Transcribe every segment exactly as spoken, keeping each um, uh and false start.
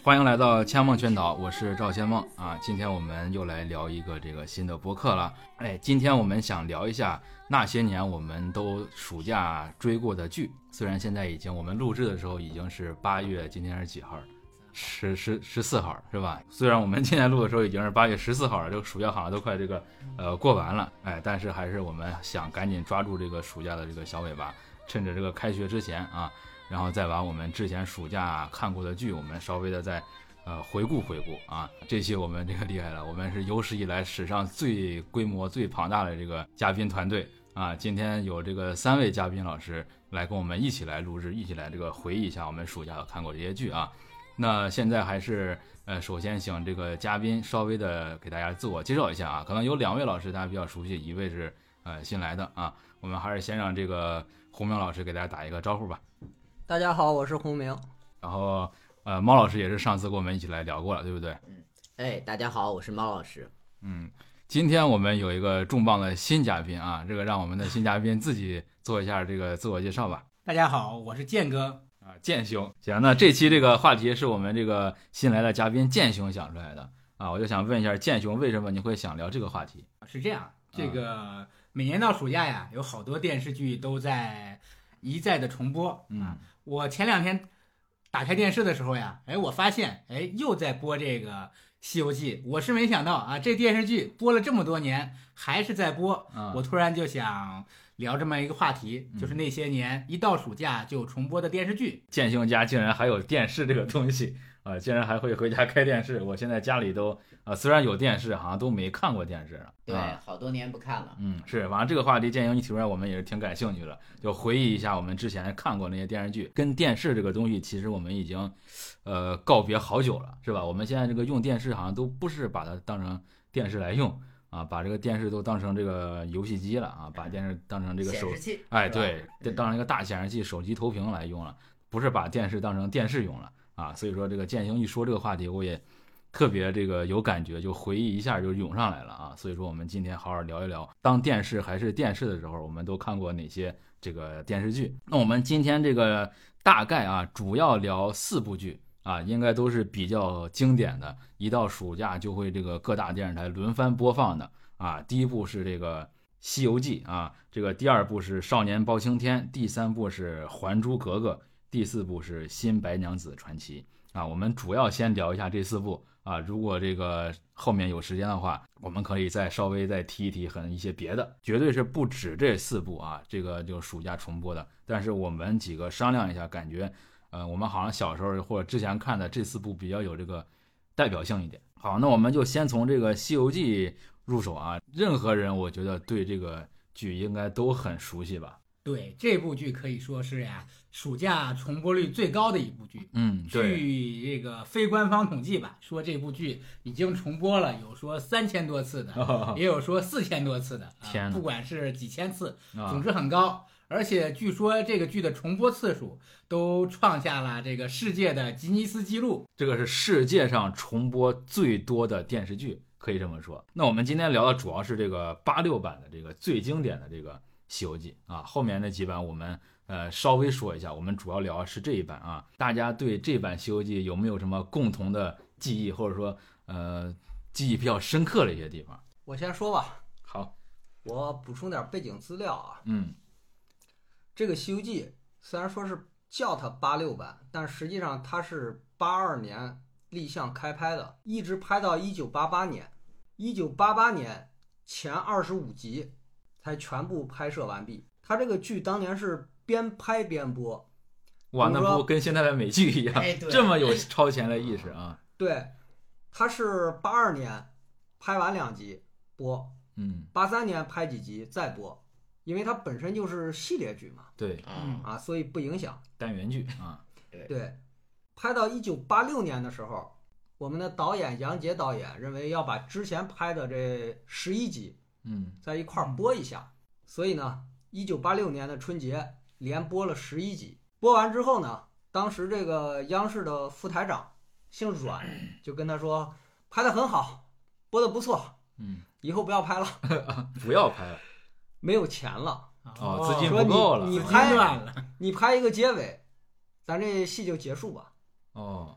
欢迎来到千梦圈岛，我是赵千梦啊。今天我们又来聊一个这个新的播客了。哎，今天我们想聊一下那些年我们都暑假追过的剧。虽然现在已经我们录制的时候已经是八月，今天是几号？十十十四号是吧？虽然我们今天录的时候已经是八月十四号了，这个暑假好像都快这个呃过完了，哎，但是还是我们想赶紧抓住这个暑假的这个小尾巴，趁着这个开学之前啊。然后再把我们之前暑假看过的剧，我们稍微的再呃回顾回顾啊。这期我们这个厉害了，我们是有史以来史上最规模最庞大的这个嘉宾团队啊。今天有这个三位嘉宾老师来跟我们一起来录制，一起来这个回忆一下我们暑假看过这些剧啊。那现在还是呃，首先请这个嘉宾稍微的给大家自我介绍一下啊。可能有两位老师大家比较熟悉，一位是呃新来的啊。我们还是先让这个洪明老师给大家打一个招呼吧。 大家好，我是洪明。 然后，呃，猫老师也是上次跟我们一起来聊过了，对不对？ 嗯，哎，大家好，我是猫老师。 嗯，今天我们有一个重磅的新嘉宾啊，这个让我们的新嘉宾自己做一下这个自我介绍吧。 大家好，我是建哥啊，建兄。行，那这期这个话题是我们这个新来的嘉宾建兄想出来的啊，我就想问一下建兄，为什么你会想聊这个话题？ 是这样，这个每年到暑假呀，有好多电视剧都在一再的重播。 嗯。 我前两天打开电视的时候呀，哎，我发现，哎，又在播这个《西游记》，我是没想到啊，这电视剧播了这么多年还是在播。 嗯、 我突然就想聊这么一个话题， 嗯、 就是那些年一到暑假就重播的电视剧。 建兄家竟然还有电视这个东西啊，竟然还会回家开电视。我现在家里都啊，虽然有电视，好像都没看过电视了。 对、啊，好多年不看了。 嗯，是。完了这个话题，建兄一提出来，我们也是挺感兴趣的，就回忆一下我们之前看过那些电视剧。跟电视这个东西，其实我们已经，呃，告别好久了，是吧？我们现在这个用电视，好像都不是把它当成电视来用啊，把这个电视都当成这个游戏机了啊，把电视当成这个手， 显示器， 哎，对，当成一个大显示器、手机投屏来用了，不是把电视当成电视用了啊。所以说，这个建兄一说这个话题，我也特别这个有感觉，就回忆一下就涌上来了啊！所以说我们今天好好聊一聊，当电视还是电视的时候，我们都看过哪些这个电视剧。那我们今天这个大概啊，主要聊四部剧啊，应该都是比较经典的，一到暑假就会这个各大电视台轮番播放的啊。第一部是这个《西游记》啊，这个第二部是《少年包青天》，第三部是《还珠格格》，第四部是《新白娘子传奇》啊。我们主要先聊一下这四部。啊，如果这个后面有时间的话，我们可以再稍微再提一提很一些别的，绝对是不止这四部啊，这个就暑假重播的。但是我们几个商量一下，感觉，呃，我们好像小时候或者之前看的这四部比较有这个代表性一点。好，那我们就先从这个《西游记》入手啊，任何人我觉得对这个剧应该都很熟悉吧。 对，这部剧可以说是呀，暑假重播率最高的一部剧。 嗯，对。 据这个非官方统计吧，说这部剧已经重播了，有说三千多次的，哦、也有说四千多次的。 天、啊， 不管是几千次， 啊、 总之很高。而且据说这个剧的重播次数都创下了这个世界的吉尼斯纪录。 这个是世界上重播最多的电视剧，可以这么说。那我们今天聊的主要是这个八六版的这个最经典的这个。西游记啊，后面那几版我们呃稍微说一下，我们主要聊的是这一版啊。大家对这版西游记有没有什么共同的记忆，或者说呃记忆比较深刻的一些地方？ 我先说吧。 好， 我补充点背景资料啊。 嗯， 这个西游记虽然说是叫它八六版，但实际上它是八二年立项开拍的，一直拍到一九八八年。一九八八年前二十五集。才全部拍摄完毕。他这个剧当年是边拍边播， 哇，那不跟现在的美剧一样， 哎、 这么有超前的意识啊？ 对，他是八二年拍完两集播， 嗯， 八三年拍几集再播，因为它本身就是系列剧嘛， 对， 嗯啊，所以不影响单元剧啊。 对，拍到一九八六年的时候，我们的导演杨洁导演认为要把之前拍的这十一集。 嗯， 在一块儿播一下，所以呢，一九八六年的春节连播了十一集。播完之后呢，当时这个央视的副台长姓阮，就跟他说，拍得很好，播得不错， 嗯， 以后不要拍了， 不要拍了， 没有钱了， 哦，资金不够了， 你拍你拍一个结尾，咱这戏就结束吧。 哦，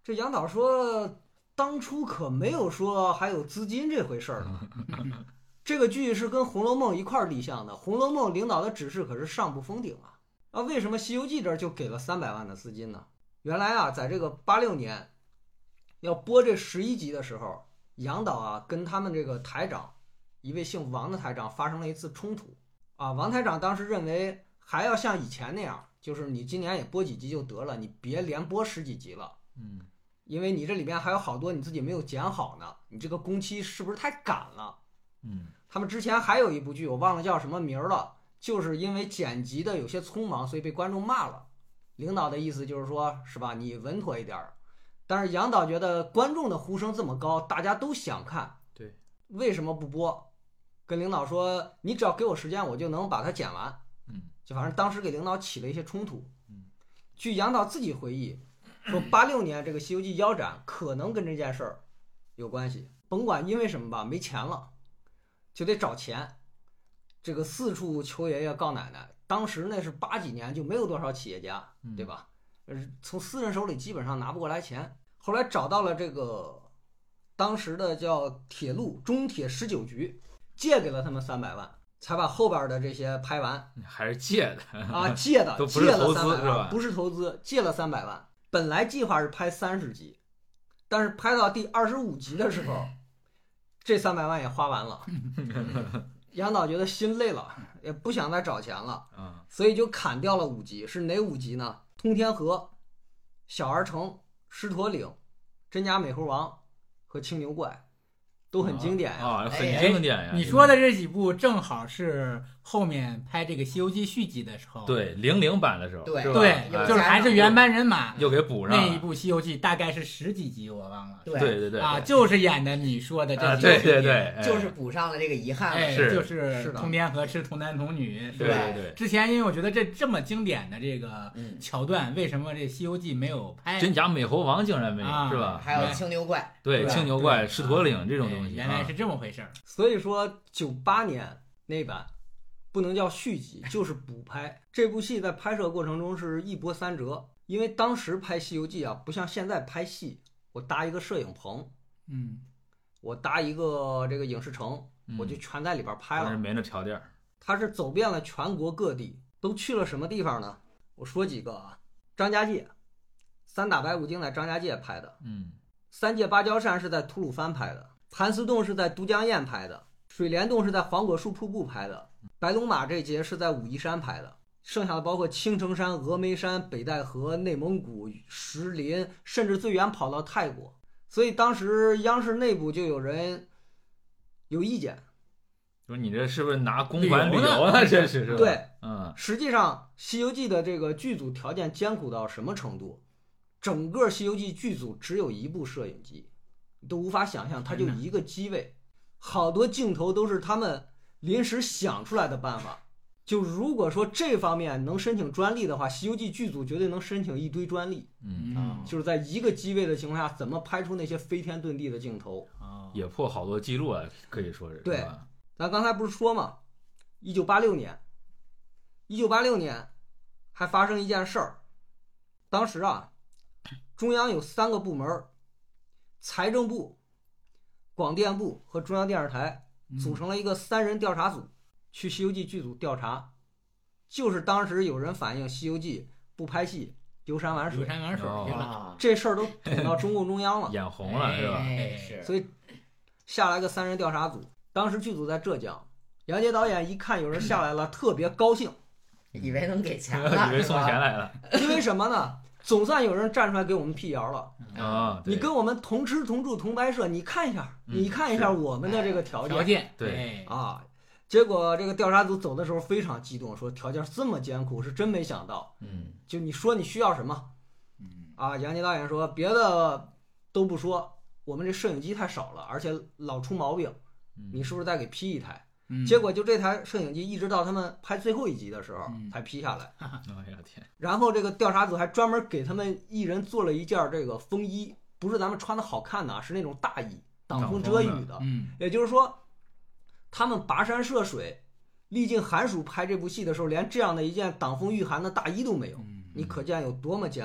这杨导说，当初可没有说还有资金这回事儿呢。这个剧是跟《红楼梦》一块儿立项的，《红楼梦》领导的指示可是上不封顶啊。啊，为什么《西游记》这儿就给了三百万的资金呢？原来啊，在这个八六年要播这十一集的时候，杨导啊跟他们这个台长，一位姓王的台长发生了一次冲突啊。王台长当时认为还要像以前那样，就是你今年也播几集就得了，你别连播十几集了。 嗯， 因为你这里面还有好多你自己没有剪好呢，你这个工期是不是太赶了？ 嗯， 他们之前还有一部剧，我忘了叫什么名了，就是因为剪辑的有些匆忙，所以被观众骂了。领导的意思就是说，是吧，你稳妥一点。但是杨导觉得观众的呼声这么高，大家都想看， 对， 为什么不播？跟领导说，你只要给我时间，我就能把它剪完。 嗯， 就反正当时给领导起了一些冲突。 嗯， 据杨导自己回忆说，八六年这个《西游记》腰斩可能跟这件事儿有关系，甭管因为什么吧，没钱了，就得找钱，这个四处求爷爷告奶奶。当时那是八几年，就没有多少企业家，对吧？从私人手里基本上拿不过来钱。后来找到了这个当时的叫铁路中铁十九局，借给了他们三百万，才把后边的这些拍完。 还是借的啊，借的， 都不是投资借了是吧？ 不是投资，借了三百万。本来计划是拍三十集，但是拍到第二十五集的时候，这三百万也花完了。杨导觉得心累了，也不想再找钱了，所以就砍掉了五集。是哪五集呢？通天河、小儿城、狮驼岭、真假美猴王和青牛怪，都很经典呀， 啊，很经典呀。 你说的这几部正好是后面拍这个《西游记》续集的时候， 对零零版的时候， 对对，就是还是原班人马， 又给补上那一部《西游记》，大概是十几集，我忘了。 对对对对啊，就是演的你说的这几部， 对对对， 就是补上了这个遗憾了。 哎， 是就是通天河吃童男童女， 对对对。 之前因为我觉得这这么经典的这个嗯桥段，为什么这《西游记》没有拍？ 真假美猴王竟然没有， 啊是吧？ 还有青牛怪， 对青牛怪、狮驼岭这种东西， 原来是这么回事儿。 所以说九八年那版不能叫续集，就是补拍。这部戏在拍摄过程中是一波三折，因为当时拍《西游记》啊，不像现在拍戏，我搭一个摄影棚， 嗯， 我搭一个这个影视城，我就全在里边拍了。 但是没那条件。 他是走遍了全国各地，都去了什么地方呢？我说几个啊，张家界，三打白骨精在张家界拍的， 嗯， 三界芭蕉扇是在吐鲁番拍的，盘丝洞是在都江堰拍的，水帘洞是在黄果树瀑布拍的，白龙马这节是在武夷山拍的，剩下的包括青城山、峨眉山、北戴河、内蒙古、石林，甚至最远跑到泰国。所以当时央视内部就有人有意见， 说你这是不是拿公款旅游呢？这是是吧？ 对， 嗯， 实际上《西游记》的这个剧组条件艰苦到什么程度？整个《西游记》剧组只有一部摄影机，你都无法想象，它就一个机位，好多镜头都是他们临时想出来的办法。就如果说这方面能申请专利的话，《西游记》剧组绝对能申请一堆专利。 嗯， 就是在一个机位的情况下，怎么拍出那些飞天遁地的镜头， 也破好多记录啊，可以说是。 对，咱刚才不是说嘛，一九八六年，一九八六年还发生一件事儿，当时啊，中央有三个部门，财政部、广电部和中央电视台组成了一个三人调查组，去《西游记》剧组调查，就是当时有人反映《西游记》不拍戏，游山玩水， 游山玩水去了， 这事儿都捅到中共中央了， 眼红了是吧？ 哎，是。 所以下来个三人调查组，当时剧组在浙江，杨洁导演一看有人下来了，特别高兴， 以为能给钱了， 以为送钱来了。 因为什么呢？总算有人站出来给我们辟谣了啊！ 你跟我们同吃同住同拍摄，你看一下， 嗯、 你看一下我们的这个条件， 条件对啊。结果这个调查组走的时候非常激动，说条件这么艰苦，是真没想到。 嗯， 就你说你需要什么？ 嗯啊，杨洁导演说别的都不说，我们这摄影机太少了，而且老出毛病，你是不是再给批一台？ 嗯、 结果就这台摄影机一直到他们拍最后一集的时候、嗯、才批下来。 哎呀天！ 然后这个调查组还专门给他们一人做了一件这个风衣，不是咱们穿的好看的，是那种大衣，挡风遮雨的。 嗯， 也就是说，他们跋山涉水，历尽寒暑拍这部戏的时候，连这样的一件挡风御寒的大衣都没有。 嗯、 你可见有多么艰苦。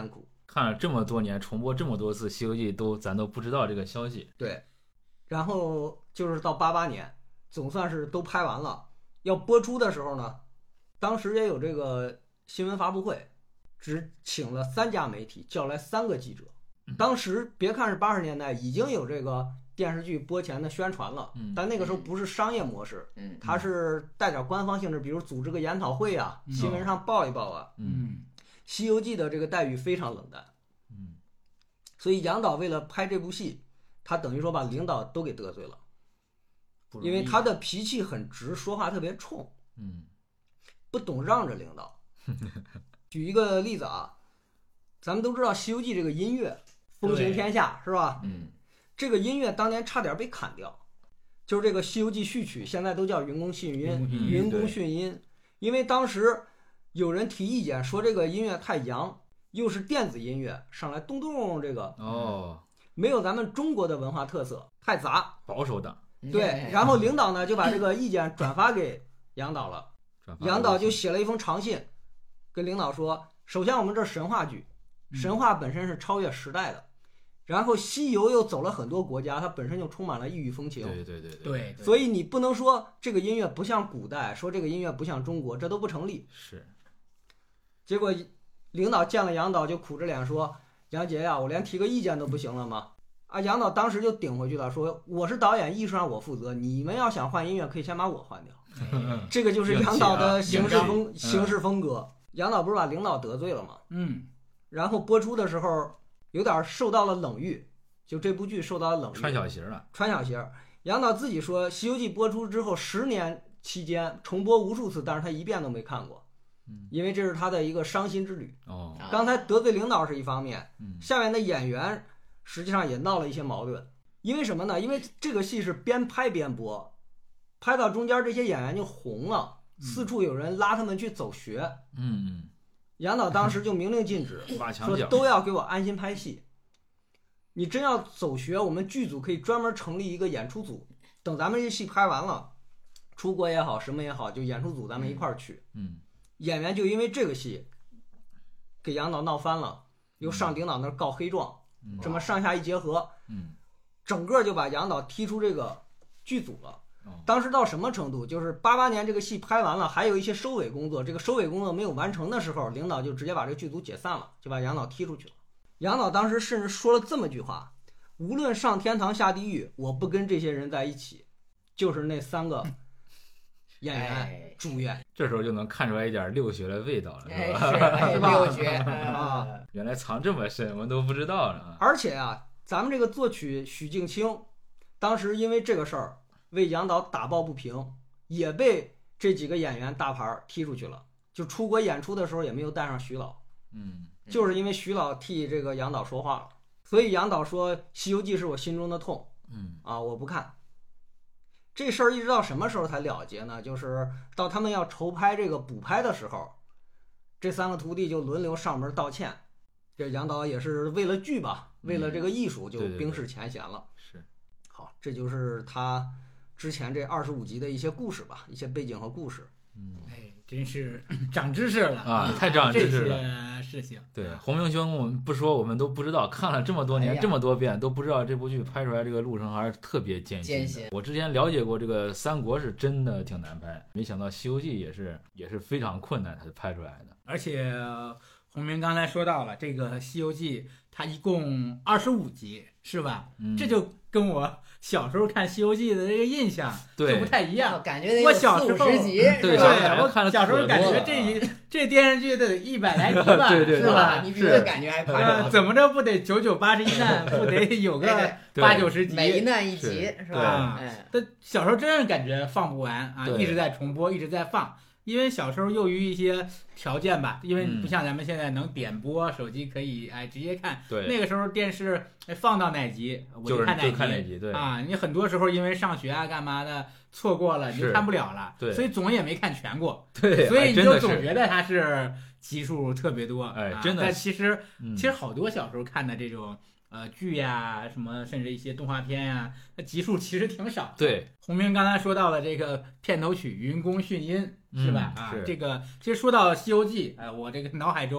看了这么多年，重播这么多次《西游记》都咱都不知道这个消息。 对，然后就是到八八年，总算是都拍完了。要播出的时候呢，当时也有这个新闻发布会，只请了三家媒体，叫来三个记者。当时别看是八十年代，已经有这个电视剧播前的宣传了， 嗯但那个时候不是商业模式， 嗯它是带点官方性质，比如组织个研讨会啊， 嗯新闻上报一报啊。 嗯西游记的这个待遇非常冷淡， 嗯所以杨导为了拍这部戏，他等于说把领导都给得罪了， 不容易因为他的脾气很直，说话特别冲， 嗯不懂让着领导。举一个例子啊，咱们都知道《西游记》这个音乐风行天下是吧？ 嗯这个音乐当年差点被砍掉，就是这个《西游记》序曲，现在都叫云宫迅音， 嗯云宫迅音，因为当时有人提意见说这个音乐太洋，又是电子音乐，上来咚咚这个哦， 没有咱们中国的文化特色，太杂。 保守党对，然后领导呢就把这个意见转发给杨导了， 转发杨导就写了一封长信，跟领导说，首先我们这神话剧，神话本身是超越时代的，然后西游又走了很多国家，它本身就充满了异域风情， 对对对对， 所以你不能说这个音乐不像古代，说这个音乐不像中国，这都不成立。 是结果领导见了杨导就苦着脸说，杨杰呀，我连提个意见都不行了吗？啊，杨导当时就顶回去了，说我是导演，艺术上我负责，你们要想换音乐可以先把我换掉。 哎这个就是杨导的行事风嗯行事风格。杨导不是把领导得罪了吗？ 嗯， 然后播出的时候有点受到了冷遇，就这部剧受到了冷遇。 穿小鞋了。 穿小鞋。杨导自己说，《西游记》播出之后十年期间重播无数次，但是他一遍都没看过， 嗯因为这是他的一个伤心之旅。 哦， 啊刚才得罪领导是一方面， 嗯下面的演员实际上也闹了一些矛盾。因为什么呢？因为这个戏是边拍边播，拍到中间这些演员就红了，四处有人拉他们去走学。 嗯杨导当时就明令禁止， 嗯，挖墙说脚。 都要给我安心拍戏。你真要走学，我们剧组可以专门成立一个演出组，等咱们这戏拍完了，出国也好，什么也好，就演出组咱们一块儿去。 嗯演员就因为这个戏给杨导闹翻了，又上领导那儿告黑状， 嗯什么上下一结合， 嗯整个就把杨导踢出这个剧组了哦。 当时到什么程度？就是八八年这个戏拍完了，还有一些收尾工作，这个收尾工作没有完成的时候，领导就直接把这个剧组解散了，就把杨导踢出去了。杨导当时甚至说了这么句话：无论上天堂下地狱，我不跟这些人在一起。就是那三个演员哎住院这时候就能看出来一点六学的味道了， 哎是吧？ 是哎是吧六绝啊， 原来藏这么深，我们都不知道呢。 而且啊，咱们这个作曲许镜清，当时因为这个事儿为杨导打抱不平，也被这几个演员大牌儿踢出去了。就出国演出的时候也没有带上徐老， 嗯就是因为徐老替这个杨导说话了。所以杨导说，《西游记》是我心中的痛嗯啊，我不看。这事儿一直到什么时候才了结呢？就是到他们要筹拍这个补拍的时候，这三个徒弟就轮流上门道歉。这杨导也是为了剧吧，为了这个艺术就对对对冰释前嫌了。 是好，这就是他之前这二十五集的一些故事吧，一些背景和故事。 嗯哎，真是长知识了啊太长知识了这些事情。 对，洪明兄，我们不说，我们都不知道，看了这么多年， 哎呀这么多遍，都不知道这部剧拍出来这个路程还是特别艰辛的。 艰辛我之前了解过，这个三国是真的挺难拍，没想到西游记也是也是非常困难才拍出来的。 而且洪明刚才说到了这个《西游记》，它一共二十五集，是吧？ 嗯， 这就跟我小时候看《西游记》的这个印象对就不太一样。 感觉得我有四小时候五十集， 对是吧？ 小时候我看了小时候感可多了觉这一这电视剧得一百来集吧， 对对对是吧？ 你比是这感觉还夸呃， 张。 怎么着不得九九八十一难，不得有个哎对八九十集？ 每一难一集是是吧？ 对哎， 但小时候真是感觉放不完啊， 对一直在重播，一直在放。因为小时候由于一些条件吧，因为嗯不像咱们现在能点播，手机可以哎直接看。 对， 那个时候电视哎放到哪集我就是看哪集。 就看哪集，对啊，你很多时候因为上学啊干嘛的错过了，你就是看不了了， 对所以总也没看全过， 对， 所以你就哎真的是， 总觉得它是集数特别多，啊哎真的但其实嗯其实好多小时候看的这种呃剧呀，什么甚至一些动画片呀，它集数其实挺少的。 对， 洪明刚才说到了这个片头曲《云宫迅音》，是吧？啊， 嗯是这个其实说到《西游记》，呃，我这个脑海中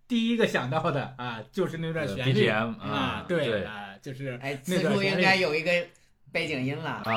第一个想到的啊，就是那段旋律 B G M 啊， 对对啊，就是哎， 那此处应段旋律该有一个背景音了啊，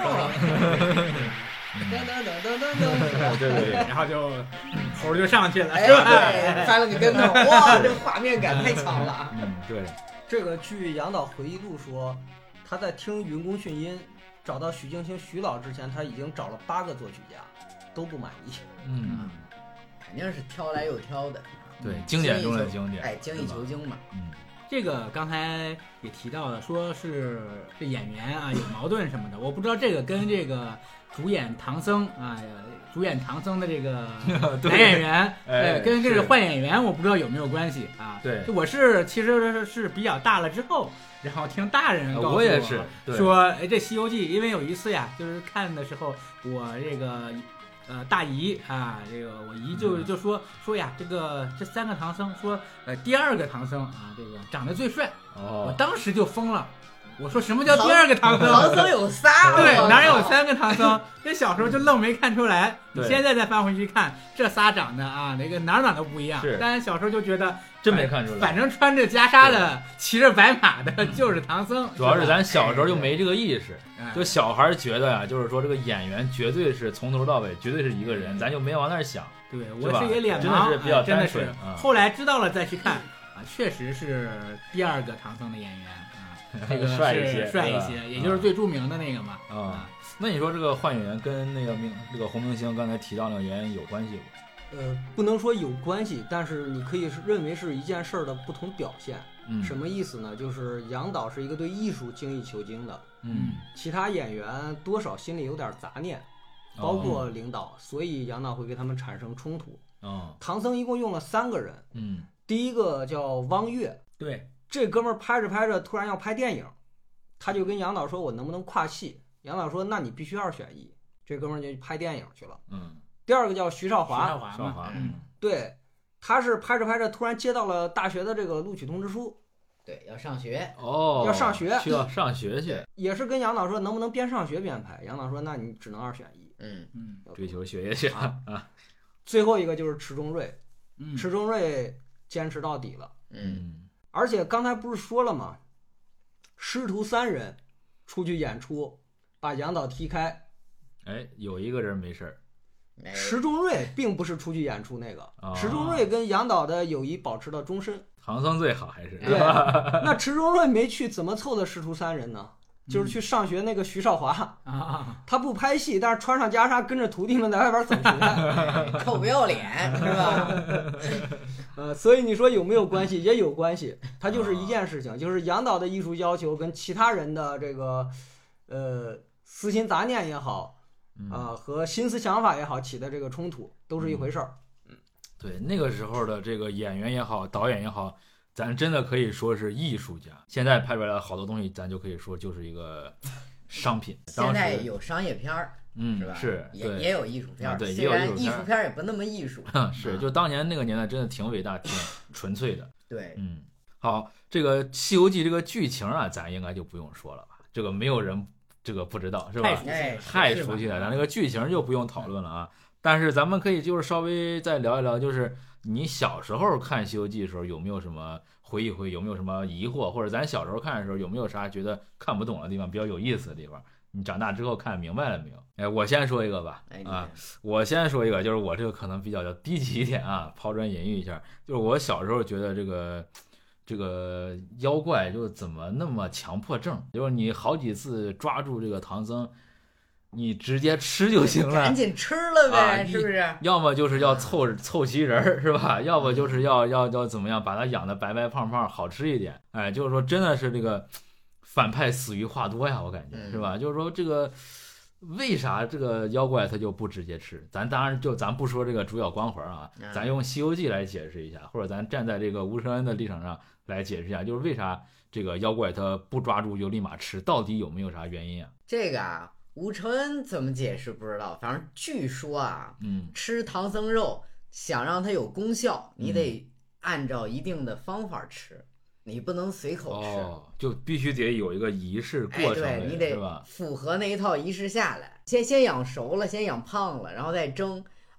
噔噔噔噔噔噔， 对对对， 然后就头就上去了， 哎， 是吧？ 对，翻了个跟头，哇，这画面感太强了。 嗯，对， 这个据杨导回忆录说，他在听云宫迅音找到许镜清许老之前，他已经找了八个作曲家，都不满意。 嗯， 肯定是挑来又挑的。 对，经典中的经典， 哎，精益求精嘛。 嗯， 这个刚才也提到了，说是这演员啊有矛盾什么的，我不知道这个跟这个主演唐僧啊，主演唐僧的这个男演员， 哎呃，跟这是个换演员，我不知道有没有关系啊。 对我是其实是比较大了之后，然后听大人告诉呃我也是对说，哎，这《西游记》，因为有一次呀，就是看的时候，我这个。呃，大姨啊，这个我姨就嗯就说说呀，这个这三个唐僧，说呃第二个唐僧啊，这个长得最帅，我哦， 当时就疯了。我说什么叫第二个唐僧？ 唐僧有仨， 对， 我哪有操？ 三个唐僧？这小时候就愣没看出来。你对现在再翻回去看，这仨长得啊，那个哪儿哪儿都不一样是。 但是小时候就觉得真没看出来。 反正穿着袈裟的、骑着白马的就是唐僧。 主要是吧咱小时候就没这个意识， 哎就小孩觉得呀、就是说这个演员绝对是从头到尾绝对是一个人，咱就没往那儿想。 对是吧我是一个脸真的盲， 是比较哎真的是单纯啊。 后来知道了再去看啊，确实是第二个唐僧的演员啊，这个帅一是些对吧帅一些，也就是最著名的那个嘛。 啊、那你说这个换演员跟那个明这个红明星刚才提到那个演员有关系吗？ 呃，不能说有关系，但是你可以是认为是一件事儿的不同表现。 嗯， 什么意思呢？就是杨导是一个对艺术精益求精的， 嗯， 其他演员多少心里有点杂念，包括领导，所以杨导会跟他们产生冲突。 哦， 唐僧一共用了三个人， 嗯， 第一个叫汪岳， 对， 这哥们儿拍着拍着突然要拍电影，他就跟杨导说：“我能不能跨戏？”杨导说：“那你必须二选一。”这哥们儿就拍电影去了。 嗯， 第二个叫徐少徐少华， 华嘛， 少华， 嗯对，他是拍着拍着突然接到了大学的这个录取通知书， 对，要上学。 哦， 要上学需要上学去， 也是跟杨导说能不能边上学边拍。杨导说：“那你只能二选一。 嗯， 嗯追求学业去啊啊，” 最后一个就是池中瑞， 嗯， 池中瑞坚持到底了。 嗯， 而且刚才不是说了吗？师徒三人出去演出，把杨导踢开。 哎，有一个人没事儿， 哎池中瑞并不是出去演出那个， 哦池中瑞跟杨导的友谊保持了终身。 唐僧最好还是对，那池中瑞没去，怎么凑的师徒三人呢？就是去上学那个徐少华， 啊啊， 他不拍戏，但是穿上袈裟跟着徒弟们在外边走学。 臭不要脸是吧？ 呃，所以你说有没有关系？也有关系。它就是一件事情，就是杨导的艺术要求跟其他人的这个呃私心杂念也好， 嗯啊、和心思想法也好起的这个冲突，都是一回事儿。 对，那个时候的这个演员也好，导演也好，咱真的可以说是艺术家。现在拍出来的好多东西，咱就可以说就是一个商品。 现在当时有商业片儿， 嗯是吧？ 是，对也也有艺术片儿， 啊对虽也有艺术片儿然艺术片儿也不那么艺术。 是，就当年那个年代真的挺伟大、挺纯粹的。 对， 嗯，好，这个《西游记》这个剧情啊，咱应该就不用说了吧？这个没有人这个不知道是吧？ 太熟悉哎了， 太是吧熟悉了，咱这个剧情就不用讨论了啊。但是咱们可以就是稍微再聊一聊，就是你小时候看《西游记》的时候有没有什么回忆回忆，有没有什么疑惑，或者咱小时候看的时候有没有啥觉得看不懂的地方，比较有意思的地方？你长大之后看明白了没有？哎，我先说一个吧， 哎， 啊，我先说一个，就是我这个可能比较低级一点啊，抛砖引玉一下，就是我小时候觉得这个这个妖怪就怎么那么强迫症，就是你好几次抓住这个唐僧，你直接吃就行了赶，紧吃了呗， 啊是不是？ 要么就是要凑凑齐人儿是吧？要不就是要要要怎么样把它养的白白胖胖好吃一点，哎，就是说真的是这个反派死于话多呀，我感觉嗯是吧？就是说这个。为啥这个妖怪它就不直接吃？咱当然就咱不说这个主角光环啊， 嗯咱用《西游记》来解释一下，或者咱站在这个吴承恩的立场上来解释一下，就是为啥这个妖怪它不抓住就立马吃，到底有没有啥原因啊？ 这个啊，吴承恩怎么解释不知道，反正据说啊， 嗯吃唐僧肉想让它有功效，你嗯得按照一定的方法吃，你不能随口吃。 哦，就必须得有一个仪式哎， 过程的， 对你得是吧？ 符合那一套仪式下来，先先养熟了，先养胖了，然后再蒸，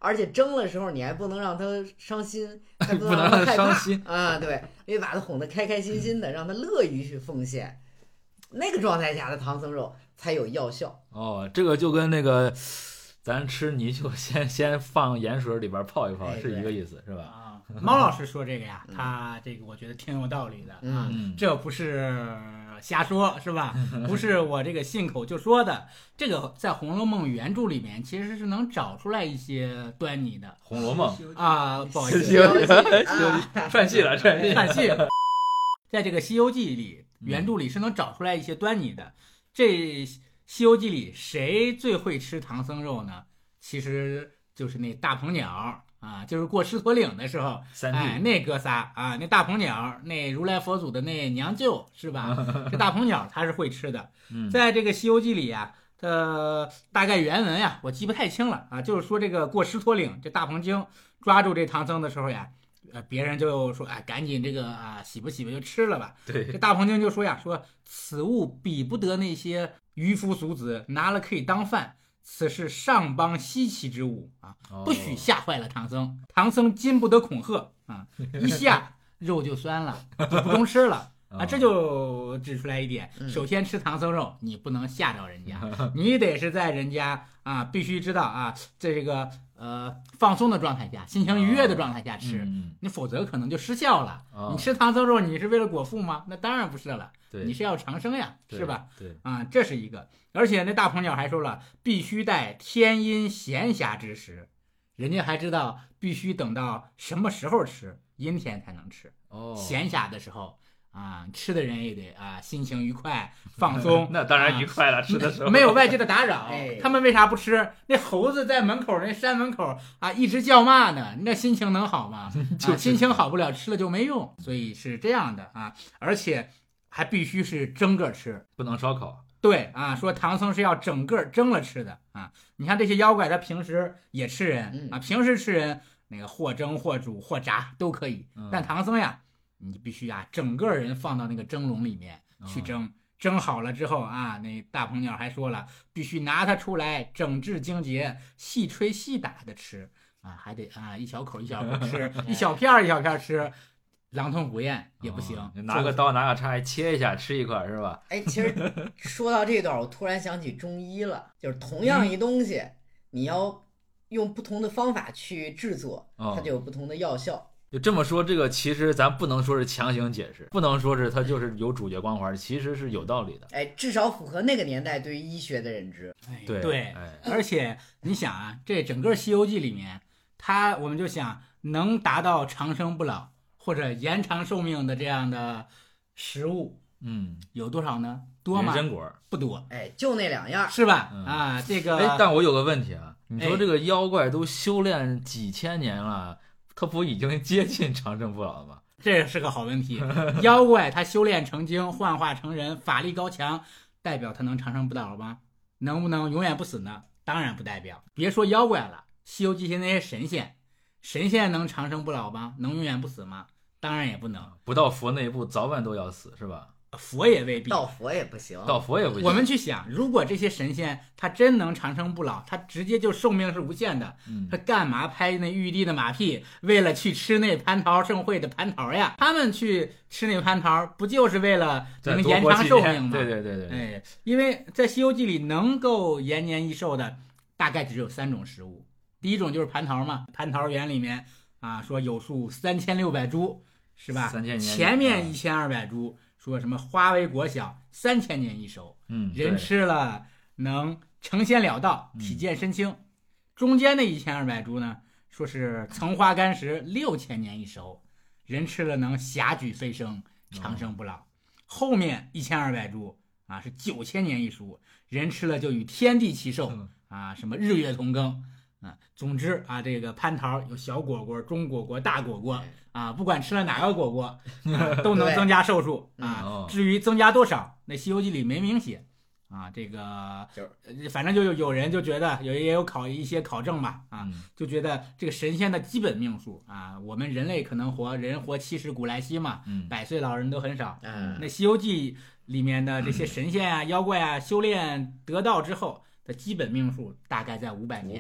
而且争的时候你还不能让他伤心，还不不能让他让他害怕伤心啊，对，因为把他哄得开开心心的，让他乐于去奉献，那个状态下的唐僧肉才有药效。 哦，这个就跟那个咱吃泥鳅先先放盐水里边泡一泡、 哎、 是一个意思，是吧？ 啊，猫老师说这个呀，他这个我觉得挺有道理的啊， 嗯这不是瞎说，是吧？不是我这个信口就说的，这个在《红楼梦》原著里面其实是能找出来一些端倪的。 《红楼梦》 啊，不好意思， 西游记啊串戏了，串戏看戏，在这个《西游记》里，原著里是能找出来一些端倪的。这《西游记》里谁最会吃唐僧肉呢？其实就是那大鹏鸟啊，就是过狮驼岭的时候， 三哎， 弟， 那哥仨啊，那大鹏鸟，那如来佛祖的那娘舅是吧？这大鹏鸟他是会吃的。 嗯， 在这个《西游记》里呀、呃，大概原文呀，我记不太清了啊，就是说这个过狮驼岭，这大鹏精抓住这唐僧的时候呀，呃，别人就说，哎，赶紧这个啊，洗吧洗吧就吃了吧。这对， 大鹏精就说呀，说此物比不得那些渔夫俗子，拿了可以当饭，此是上邦稀奇之物啊，不许吓坏了唐僧。唐僧禁不得恐吓啊，一吓肉就酸了，就不中吃了。啊，这就指出来一点， 嗯首先吃唐僧肉，你不能吓着人家，你得是在人家啊，必须知道啊，在这个呃放松的状态下，心情愉悦的状态下吃， 嗯， 你否则可能就失效了。 哦你吃唐僧肉，你是为了果腹吗？那当然不是了， 对， 你是要长生呀， 对是吧？？ 对， 啊，这是一个，而且那大鹏鸟还说了，必须待天阴闲暇之时，人家还知道必须等到什么时候吃，阴天才能吃， 哦， 闲暇的时候。啊，吃的人也得啊，心情愉快，放松。 那当然愉啊快了，吃的时候没有外界的打扰哎， 他们为啥不吃？那猴子在门口，那山门口啊，一直叫骂呢，那心情能好吗？ 就是啊，心情好不了，吃了就没用，所以是这样的啊，而且还必须是蒸个吃。 不能烧烤， 对啊，说唐僧是要整个蒸了吃的啊。你看这些妖怪，他平时也吃人啊，平时吃人那个或蒸或煮或炸都可以， 嗯但唐僧呀，你必须啊，整个人放到那个蒸笼里面去蒸，蒸好了之后啊，那大鹏鸟还说了，必须拿它出来，整治精节，细吹细打的吃啊，还得啊一小口一小口吃，一小片儿一小片儿吃，狼吞虎咽也不行。 哦拿个刀拿个叉切一下吃一块是吧？ 哎，其实说到这段，我突然想起中医了，就是同样一东西，你要用不同的方法去制作， 哦它就有不同的药效。 就这么说，这个其实咱不能说是强行解释，不能说是它就是有主角光环，其实是有道理的。 哎，至少符合那个年代对于医学的认知。 哎对对， 哎， 而且你想啊，这整个《西游记》里面，它我们就想能达到长生不老或者延长寿命的这样的食物嗯， 有多少呢？多吗？ 人参果。 不多， 哎，就那两样。 是吧？ 嗯啊，这个， 哎，但我有个问题啊，你说哎这个妖怪都修炼几千年了，他不已经接近长生不老了吗？ 这是个好问题。妖怪他修炼成精，幻化成人，法力高强，代表他能长生不老吗？能不能永远不死呢？当然不代表。别说妖怪了，《西游记》里那些神仙，神仙能长生不老吗？能永远不死吗？当然也不能。 不到佛那一步，早晚都要死，是吧？ 佛也未必。 道佛也不行。 到佛也不行。 我们去想，如果这些神仙他真能长生不老，他直接就寿命是无限的， 嗯他干嘛拍那玉帝的马屁，为了去吃那蟠桃盛会的蟠桃呀？他们去吃那蟠桃，不就是为了再能延长多活几年寿命吗？ 对对对对， 哎，因为在《西游记》里能够延年益寿的，大概只有三种食物。第一种就是蟠桃嘛，蟠桃园里面啊说有数三千六百株，是吧？ 三千年前面啊一千二百株，说什么花为果小，三千年一熟。 嗯， 人对吃了能成仙了道，体健身轻。中间的一千二百株呢，说是层花干实，六千年一熟，人吃了能霞举飞升，长生不老。后面一千二百株啊是九千年一熟，人吃了就与天地齐寿嗯啊，什么日月同庚。啊，总之啊，这个蟠桃有小果果、中果果、大果果啊，不管吃了哪个果果，啊、都能增加寿数啊。 哦至于增加多少，那《西游记》里没明写啊。这个就是呃反正就有有人就觉得有也有考一些考证吧啊， 嗯就觉得这个神仙的基本命数啊，我们人类可能活人活七十古来稀嘛， 嗯百岁老人都很少。 嗯， 那《西游记》里面的这些神仙啊、妖怪啊，修炼得道之后的基本命数大概在五百年。 五百。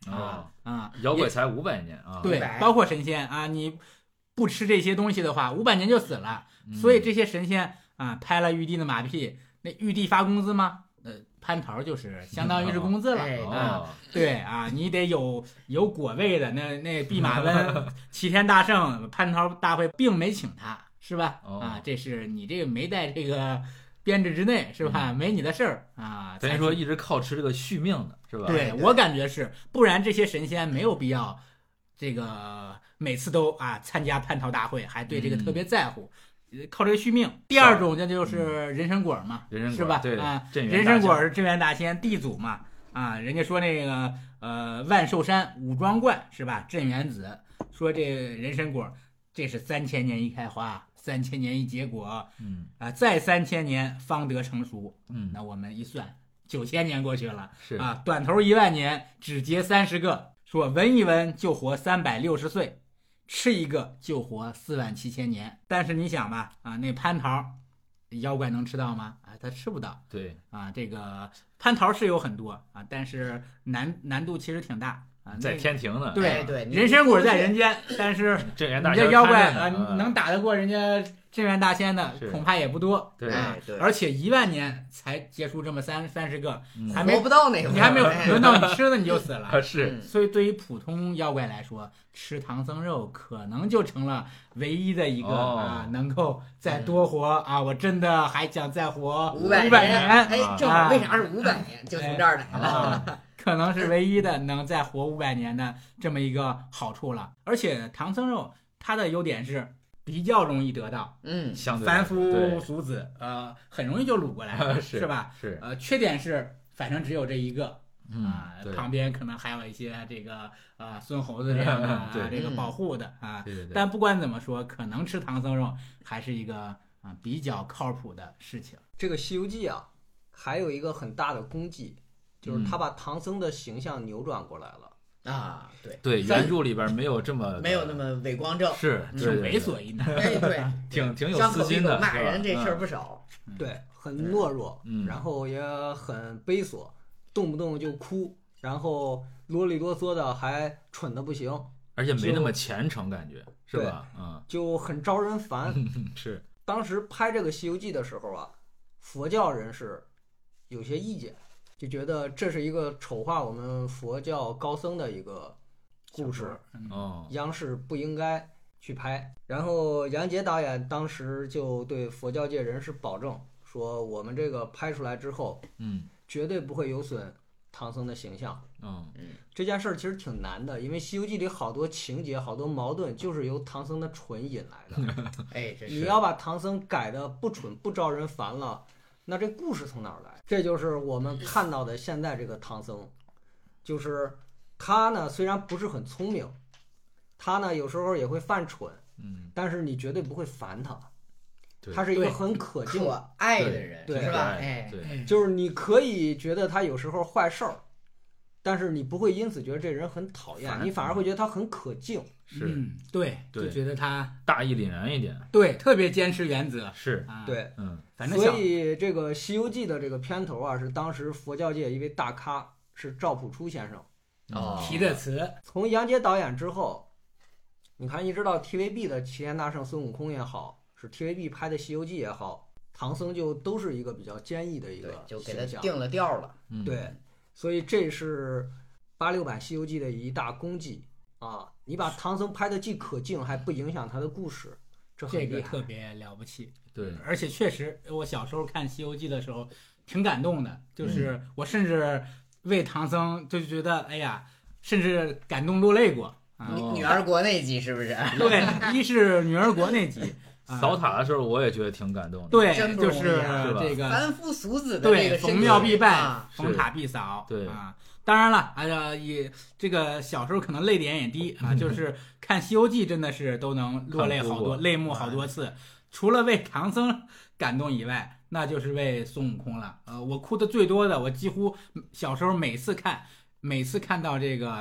啊啊， 妖怪才五百年啊， 对五百， 包括神仙啊，你不吃这些东西的话，五百年就死了。 嗯所以这些神仙啊，拍了玉帝的马屁，那玉帝发工资吗？呃，蟠桃就是相当于是工资了。 哎哦， 对啊，你得有有果位的，那那弼马温齐天大圣蟠桃大会并没请他，是吧？ 哦啊，这是你这个没在这个编制之内，是吧？ 嗯没你的事儿啊。才是等于说一直靠吃这个续命的是吧？ 对对我感觉是，不然这些神仙没有必要这个每次都啊参加蟠桃大会，还对这个特别在乎。呃靠这个续命。第二种那就是人参果嘛， 人参果是吧？ 对啊， 镇元人参大仙果是镇元大仙地祖嘛，啊，人家说那个呃万寿山武装观是吧？镇元子说这人参果这是三千年一开花，三千年一结果嗯啊，再三千年方得成熟。 嗯， 那我们一算，九千年过去了是啊，短头一万年只结三十个，说闻一闻就活三百六十岁。吃一个就活四万七千年，但是你想吧，啊，那蟠桃，妖怪能吃到吗？啊，他吃不到对， 啊。这个蟠桃是有很多啊，但是难难度其实挺大啊。 在那天庭呢， 对哎对，你人参果在人间，但是镇元大仙你这妖怪啊， 看着呢能打得过人家镇元大仙的是恐怕也不多。 对啊哎对而且一万年才结出这么三三十个， 嗯还没活不到那个， 你还没有哎轮到你吃的你就死了。 啊是嗯所以对于普通妖怪来说，吃唐僧肉可能就成了唯一的一个、 哦啊，能够再多活、啊！我真的还想再活五百百年， 年， 哎，正好为啥是五百年？就从这儿来了。 啊，可能是唯一的能再活五百年的这么一个好处了。而且唐僧肉它的优点是比较容易得到， 嗯， 相对凡对夫俗子呃很容易就掳过来， 是是吧？ 是呃，缺点是反正只有这一个。 嗯啊， 对旁边可能还有一些这个啊孙猴子这样的啊对这个嗯保护的啊。 对对对， 但不管怎么说，可能吃唐僧肉还是一个啊比较靠谱的事情。 这个《西游记》啊，还有一个很大的功绩，就是他把唐僧的形象扭转过来了。 啊，对， 对原著里边没有这么没有那么伟光正， 是嗯挺对对对猥琐一男， 哎，对， 挺挺有张口闭口私心的， 骂是吧人这事儿嗯不少。 对，很懦弱， 嗯然后也很悲琐，动不动就哭，然后啰里啰嗦的，还蠢的不行， 而且没那么虔诚，感觉是吧？嗯， 就很招人烦。 是当时拍这个《西游记》的时候啊，佛教人士有些意见，就觉得这是一个丑化我们佛教高僧的一个故事， 嗯哦， 央视不应该去拍。然后杨洁导演当时就对佛教界人士保证说，我们这个拍出来之后， 嗯绝对不会有损唐僧的形象。 嗯这件事儿其实挺难的，因为《西游记》里好多情节、好多矛盾就是由唐僧的蠢引来的。 哎，这你是要把唐僧改的不蠢、不招人烦了，那这故事从哪儿来？这就是我们看到的现在这个唐僧，就是他呢虽然不是很聪明，他呢有时候也会犯蠢， 嗯， 但是你绝对不会烦他， 对他是一个对很可敬， 可爱的人， 对是吧？ 对哎， 对， 就是你可以觉得他有时候坏事儿，但是你不会因此觉得这人很讨厌， 烦你反而会觉得他很可敬。 是嗯，对， 对就觉得他大义凛然一点， 对特别坚持原则是， 啊。， 对， 嗯所反正小以这个《西游记》的这个片头啊，是当时佛教界一位大咖，是赵朴初先生。 哦提的词， 从杨洁导演之后，你看一直到 T V B 的齐天大圣孙悟空也好，是 T V B 拍的《西游记》也好，唐僧就都是一个比较坚毅的一对个， 就给他形象。 定了调了。 嗯， 对，所以这是八六版《西游记》的一大功绩啊！你把唐僧拍的既可敬，还不影响他的故事，这很这个厉害。 特别了不起。 对， 而且确实，我小时候看《西游记》的时候挺感动的， 嗯就是我甚至为唐僧就觉得，哎呀，甚至感动落泪过啊。 女哦女儿国那集是不是？ 对，一是女儿国那集，啊扫塔的时候我也觉得挺感动的， 对， 真不容易就是啊是吧这个凡夫俗子的这对， 个身逢庙必拜啊， 是逢塔必扫， 对啊。当然了，哎呀，也这个小时候可能泪点也低啊，就是看《西游记》真的是都能落泪好多， 看哭过泪目好多次。除了为唐僧感动以外，那就是为孙悟空了。呃，我哭的最多的，我几乎小时候每次看，每次看到这个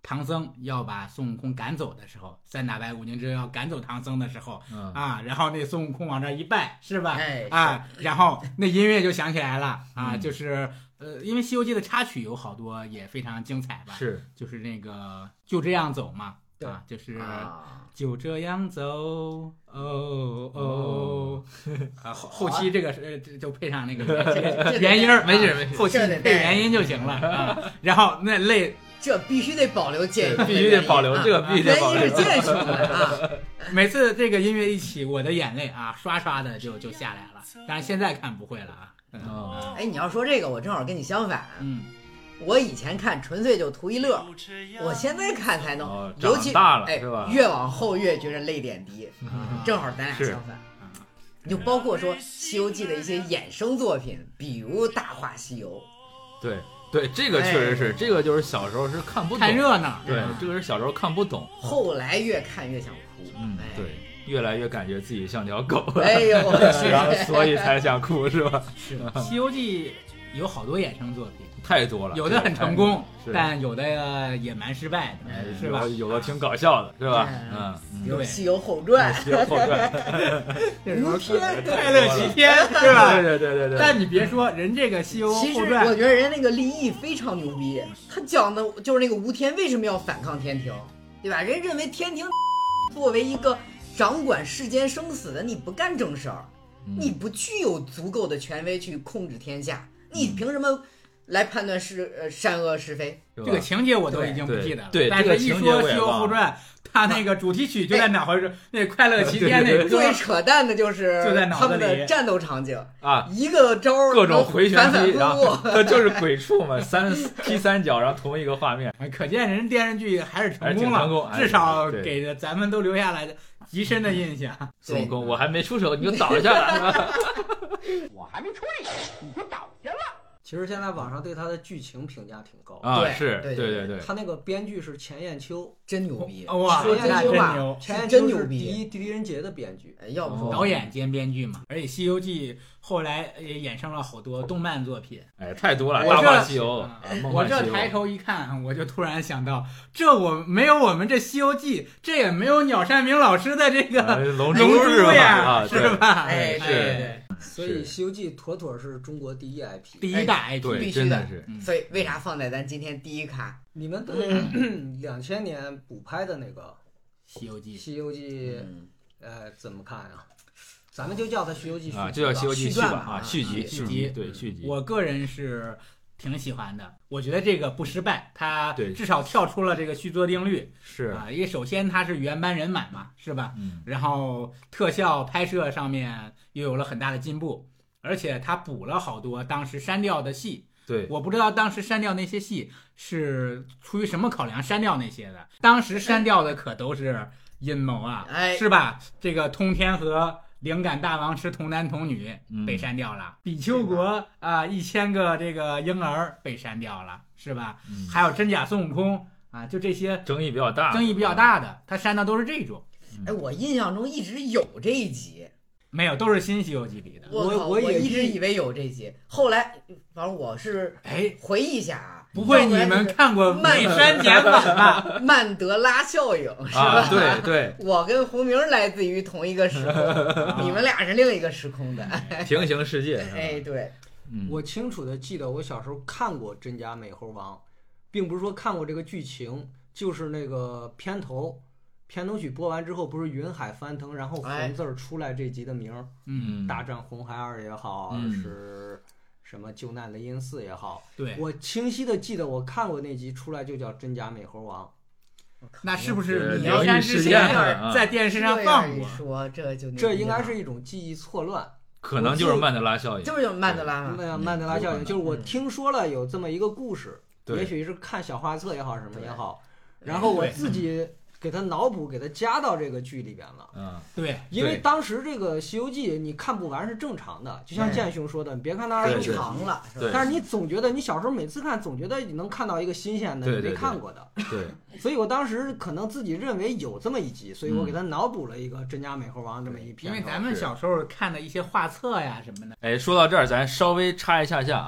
唐僧要把孙悟空赶走的时候，三打白骨精之要赶走唐僧的时候， 嗯啊，然后那孙悟空往这一拜，是吧？ 哎啊，然后那音乐就响起来了啊， 嗯就是呃，因为《西游记》的插曲有好多也非常精彩吧， 是就是那个就这样走嘛， 对啊，就是。 啊， 就这样走，哦哦，啊，后后期这个是呃就配上那个这这原音儿， 没事没事后期这得配原音就行了啊。然后那泪这必须得保留建必须得保留，这个必须得保留原因是。建兄的啊， 每次这个音乐一起，我的眼泪啊刷刷的就就下来了。但是现在看不会了啊。嗯哦哎，你要说这个，我正好跟你相反。 嗯， 我以前看纯粹就图一乐，我现在看才能， 哦尤其长大了哎是吧， 越往后越觉着泪点低， 嗯正好咱俩是相反。就包括说《西游记》的一些衍生作品，比如《大话西游对对，这个确实是，这个就是小时候是看不懂， 看热闹。 对嗯， 这个是小时候看不懂，》， 后来越看越想哭。 嗯哎， 对，越来越感觉自己像条狗， 哎呦我去， 然后所以才想哭是吧？ 是《西游记》有好多衍生作品， 太多了， 有的很成功， 是但有的也蛮失败的， 哎是吧有？有的挺搞笑的，是吧？ 嗯嗯，嗯有《 对西游后传》， 西游后传， 这什么无天快乐齐天，是吧？ 对对对对对。 但你别说，人这个《西游其实后传我》觉得人那个立意非常牛逼，他讲的就是那个吴天为什么要反抗天庭，对吧？人认为天庭作为一个掌管世间生死的，你不干正事儿， 嗯你不具有足够的权威去控制天下，你凭什么来判断是呃善恶是非？ 是吧这个情节我都已经不对记得了， 对但是一这个情节说《西游我也忘了后传》，他那个主题曲就在脑海中，那快乐齐天那对个歌最扯淡的就是就在脑子他们的里战斗场景， 啊， 一个招儿各种回旋反反踢，然后复复。 它就是鬼畜嘛，三踢三脚，然后同一个画面， 哎可见人电视剧还是成还是功了， 挺成功哎至少对给了咱们都留下来的极深的印象。 孙悟空，我还没出手你就倒下了，是吧？ 我还没吹，你就倒下了。 其实现在网上对他的剧情评价挺高， 啊， 对是， 对对对对， 他那个编剧是钱雁秋， 真牛逼！ 哇， 说那真话真牛！ 钱雁秋是真牛逼第一狄仁杰的编剧， 哎要不说导演兼编剧嘛，而且《西游记》后来也衍生了好多动漫作品。 哎，太多了，《 我这大话西游》 啊啊，梦我幻西游这抬头一看，我就突然想到，这我没有我们这《西游记》，这也没有鸟山明老师的这个呃龙龙珠是吧？ 呀， 啊， 是对， 吧？ 哎是对对， 所以《西游记》妥妥是中国第一 I P。 第一大 I P， 对， 必须的真的是， 嗯所以为啥放在咱今天第一咖？ 你们对两千年补拍的那个 《西游记 《西游记》 嗯， 呃怎么看呀？咱们就叫它《西游记》续啊， 集吧就叫《西游记》 续传吧啊， 嘛啊续集， 续续集对，续集， 我个人是挺喜欢的，我觉得这个不失败，它对至少跳出了这个续作定律是， 啊，因为首先它是原班人马嘛，是吧？ 嗯， 然后特效拍摄上面又有了很大的进步，而且它补了好多当时删掉的戏。 对， 我不知道当时删掉那些戏是出于什么考量删掉那些的，当时删掉的可都是阴谋啊， 哎是吧？这个通天河灵感大王吃童男童女嗯被删掉了，比丘国啊一千个这个婴儿被删掉了，是吧？ 嗯还有真假孙悟空啊，就这些争议比较大， 争议比较大的，他删的都是这种， 哎，我印象中一直有这一集， 没有，都是新《西游记》里的。 我靠我也一直以为有这集，后来反正我是哎， 回忆一下啊， 不会你们看过慢美删减版吧？ 曼德拉效应是啊， 吧？ 对对， 我跟胡明来自于同一个时空，你们俩是另一个时空的。 平行世界，是吧哎，对， 嗯， 我清楚的记得我小时候看过《真假美猴王》，并不是说看过这个剧情，就是那个片头，片头曲播完之后，不是云海翻腾，然后哎红字儿出来这集的名儿， 嗯， 嗯， 大战红孩儿也好， 嗯是什么救难雷音寺也好， 对， 我清晰的记得我看过那集，出来就叫《真假美猴王》。 那是不是是你要删之灵异事件前啊在电视上这放过？ 样一说，这就牛逼这应该了是一种记忆错乱。 可能就是曼德拉效应， 这不就是曼德拉吗？ 那曼德拉效应，就是我嗯听说了有这么一个故事， 对也许是看小画册也好，什么也好，然后我对自己给他脑补，给他加到这个剧里边了。 嗯， 对， 因为对当时这个《西游记》你看不完是正常的，就像对建兄说的，你别看它对对二十长了，是吧对但是你总觉得你小时候每次看，总觉得你能看到一个新鲜的你对对对没看过的， 对， 所以我当时可能自己认为有这么一集，所以我给他嗯脑补了一个《真假美猴王》这么一因篇头。 为咱们小时候看的一些画册呀什么的， 哎，说到这儿，咱稍微插一下下啊，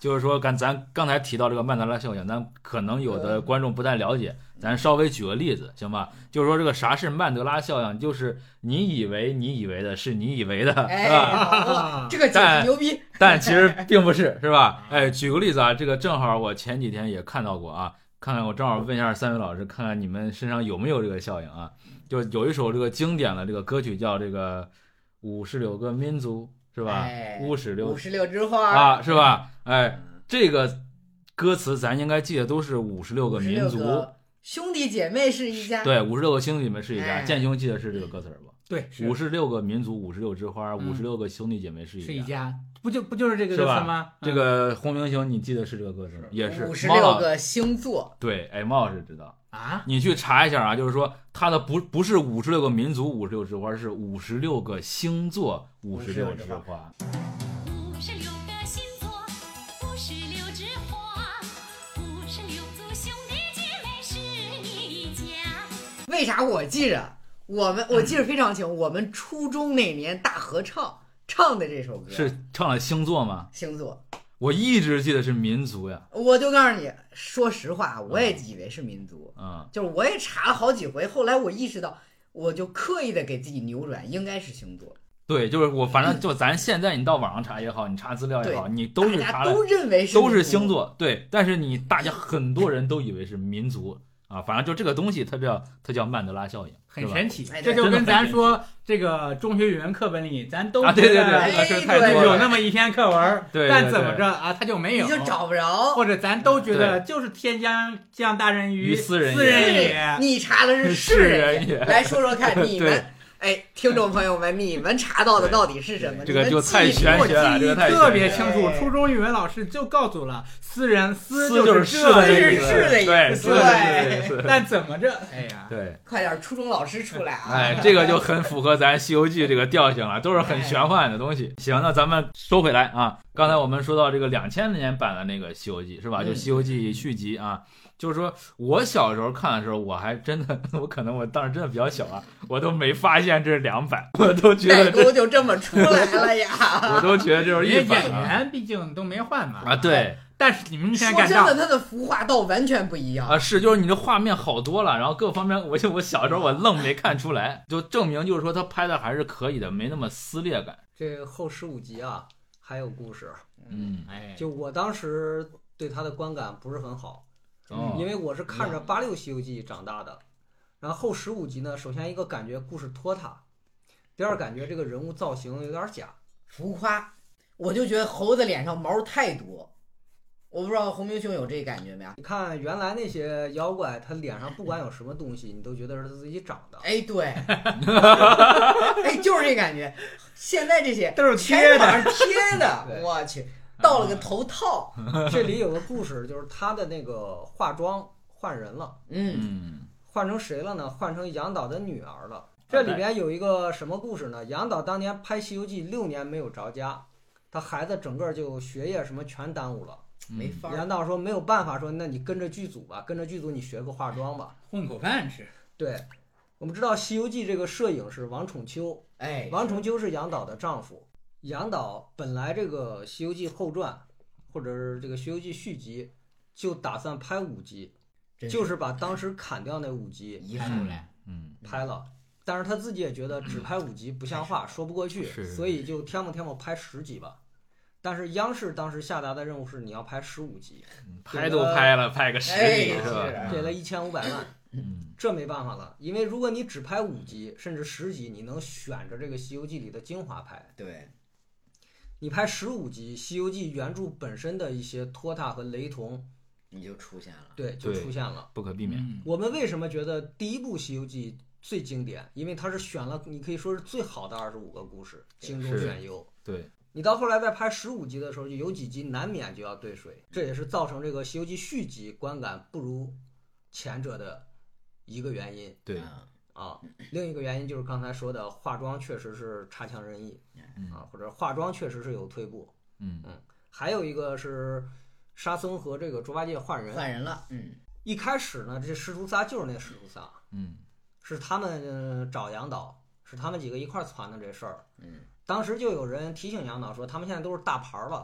就是说刚咱刚才提到这个曼德拉效应，咱可能有的观众不太了解，咱稍微举个例子行吧？就是说这个啥是曼德拉效应，就是你以为你以为的是你以为的， 哎， 是吧？ 好这个解释牛逼， 但其实并不是，是吧？哎，举个例子啊，这个正好我前几天也看到过啊，看看我正好问一下三位老师，看看你们身上有没有这个效应啊？就有一首这个经典的这个歌曲叫这个五十六个民族，是吧？ 哎五十六五十六枝花啊，是吧？哎，这个歌词咱应该记得都是五十六个民族， 兄弟姐妹是一家。 对，五十六个兄弟姐妹是一家。 哎建兄记得是这个歌词吧？ 对， 五十六个民族，五十六枝花，五十六个兄弟姐妹是一家。 是一家，不就不就是这个歌词吗？ 这个红明星，你记得是这个歌词？也是五十六个星座。 对，哎，猫老师知道啊？ 你去查一下啊，就是说它的不不是五十六个民族，五十六枝花，是五十六个星座，五十六枝花。 五十六个星座，五十六枝花，五十六组兄弟姐妹是一家。 为啥我记着？我们我记得非常清，我们初中那年大合唱唱的这首歌是唱了星座吗？ 星座， 我一直记得是民族呀。 我就告诉你，说实话，我也以为是民族， 嗯， 就是我也查了好几回，后来我意识到，我就刻意的给自己扭转，应该是星座。 对，就是我，反正就咱现在，你到网上查也好，你查资料也好，你都是查大家都认为是都是星座，对，但是你大家很多人都以为是民族啊，反正就这个东西，它叫它叫曼德拉效应， 很神奇。 哎这就跟咱说这个中学语文课本里，咱都啊，对对对， 哎这个是太多了， 有那么一篇课文， 对， 但怎么着啊，它就没有， 你就找不着， 或者咱都觉得就是天将降大任于斯人也， 你查的是是人也。 来说说看，你们。哎，听众朋友们，你们查到的到底是什么？ 这个就太玄学了，这个太特别清楚。初中语文老师就告诉了斯人，斯就是是的意思，是的意思， 对。 但怎么着？哎呀， 对， 快点，初中老师出来啊！ 哎，这个就很符合咱《西游记》这个调性了，都是很玄幻的东西。行，那咱们说回来啊，刚才我们说到这个两千年版的那个《西游记》是吧？就《西游记》续集啊。就是说我小时候看的时候，我还真的，我可能我当时真的比较小啊，我都没发现这是两版，我都觉得代沟就这么出来了呀， 我都觉得这是一版、啊。 演员毕竟都没换嘛。 啊，对。 但是你们现在说真的，他的服化道完全不一样啊，是，就是你的画面好多了，然后各方面，我就我小时候我愣没看出来，就证明就是说他拍的还是可以的，没那么撕裂感。 这后十五集啊，还有故事， 嗯， 哎， 就我当时对他的观感不是很好。 哦、 因为我是看着八六西游记长大的，然后后十五集呢，首先一个感觉故事拖沓，第二感觉这个人物造型有点假浮夸，我就觉得猴子脸上毛太多，我不知道洪明兄有这感觉没有？ 你看原来那些妖怪，他脸上不管有什么东西，你都觉得是他自己长的。 哎，对，哎，就是这感觉。现在这些都是贴的， 贴的，我去。到了个头套， 这里有个故事，就是他的那个化妆换人了， 嗯， 换成谁了呢？换成杨导的女儿了。这里边有一个什么故事呢？杨导当年拍《西游记》六年没有着家，他孩子整个就学业什么全耽误了， 没法。 杨导说没有办法，说那你跟着剧组吧，跟着剧组你学个化妆吧， 混口饭吃。 对，我们知道《西游记》这个摄影是王宠秋， 哎， 王宠秋是杨导的丈夫。杨导本来这个《西游记后传》或者是这个《西游记续集》就打算拍五集，就是把当时砍掉那五集移出来， 嗯， 拍了。但是他自己也觉得只拍五集不像话，说不过去，所以就天不天不拍十集吧。但是央视当时下达的任务是你要拍十五集， 拍都拍了，拍个十集是吧？ 给了一千五百万。 嗯， 这没办法了，因为如果你只拍五集甚至十集，你能选着这个《西游记》里的精华拍。 对。 你拍十五集《西游记》原著本身的一些拖沓和雷同， 你就出现了， 对，就出现了， 不可避免。 嗯、 我们为什么觉得第一部《西游记》最经典？因为它是选了，你可以说是最好的二十五个故事，精中选优。 对， 你到后来再拍十五集的时候，就有几集难免就要对水，这也是造成这个《西游记》续集观感不如前者的一个原因。 对。 啊，另一个原因就是刚才说的化妆确实是差强人意， 嗯、 啊，或者化妆确实是有退步， 嗯嗯，还有一个是沙僧和这个猪八戒换人， 换人了，嗯， 一开始呢，这师徒仨就是那师徒仨， 嗯， 是他们找杨导，是他们几个一块儿传的这事儿， 嗯， 当时就有人提醒杨导说，他们现在都是大牌了，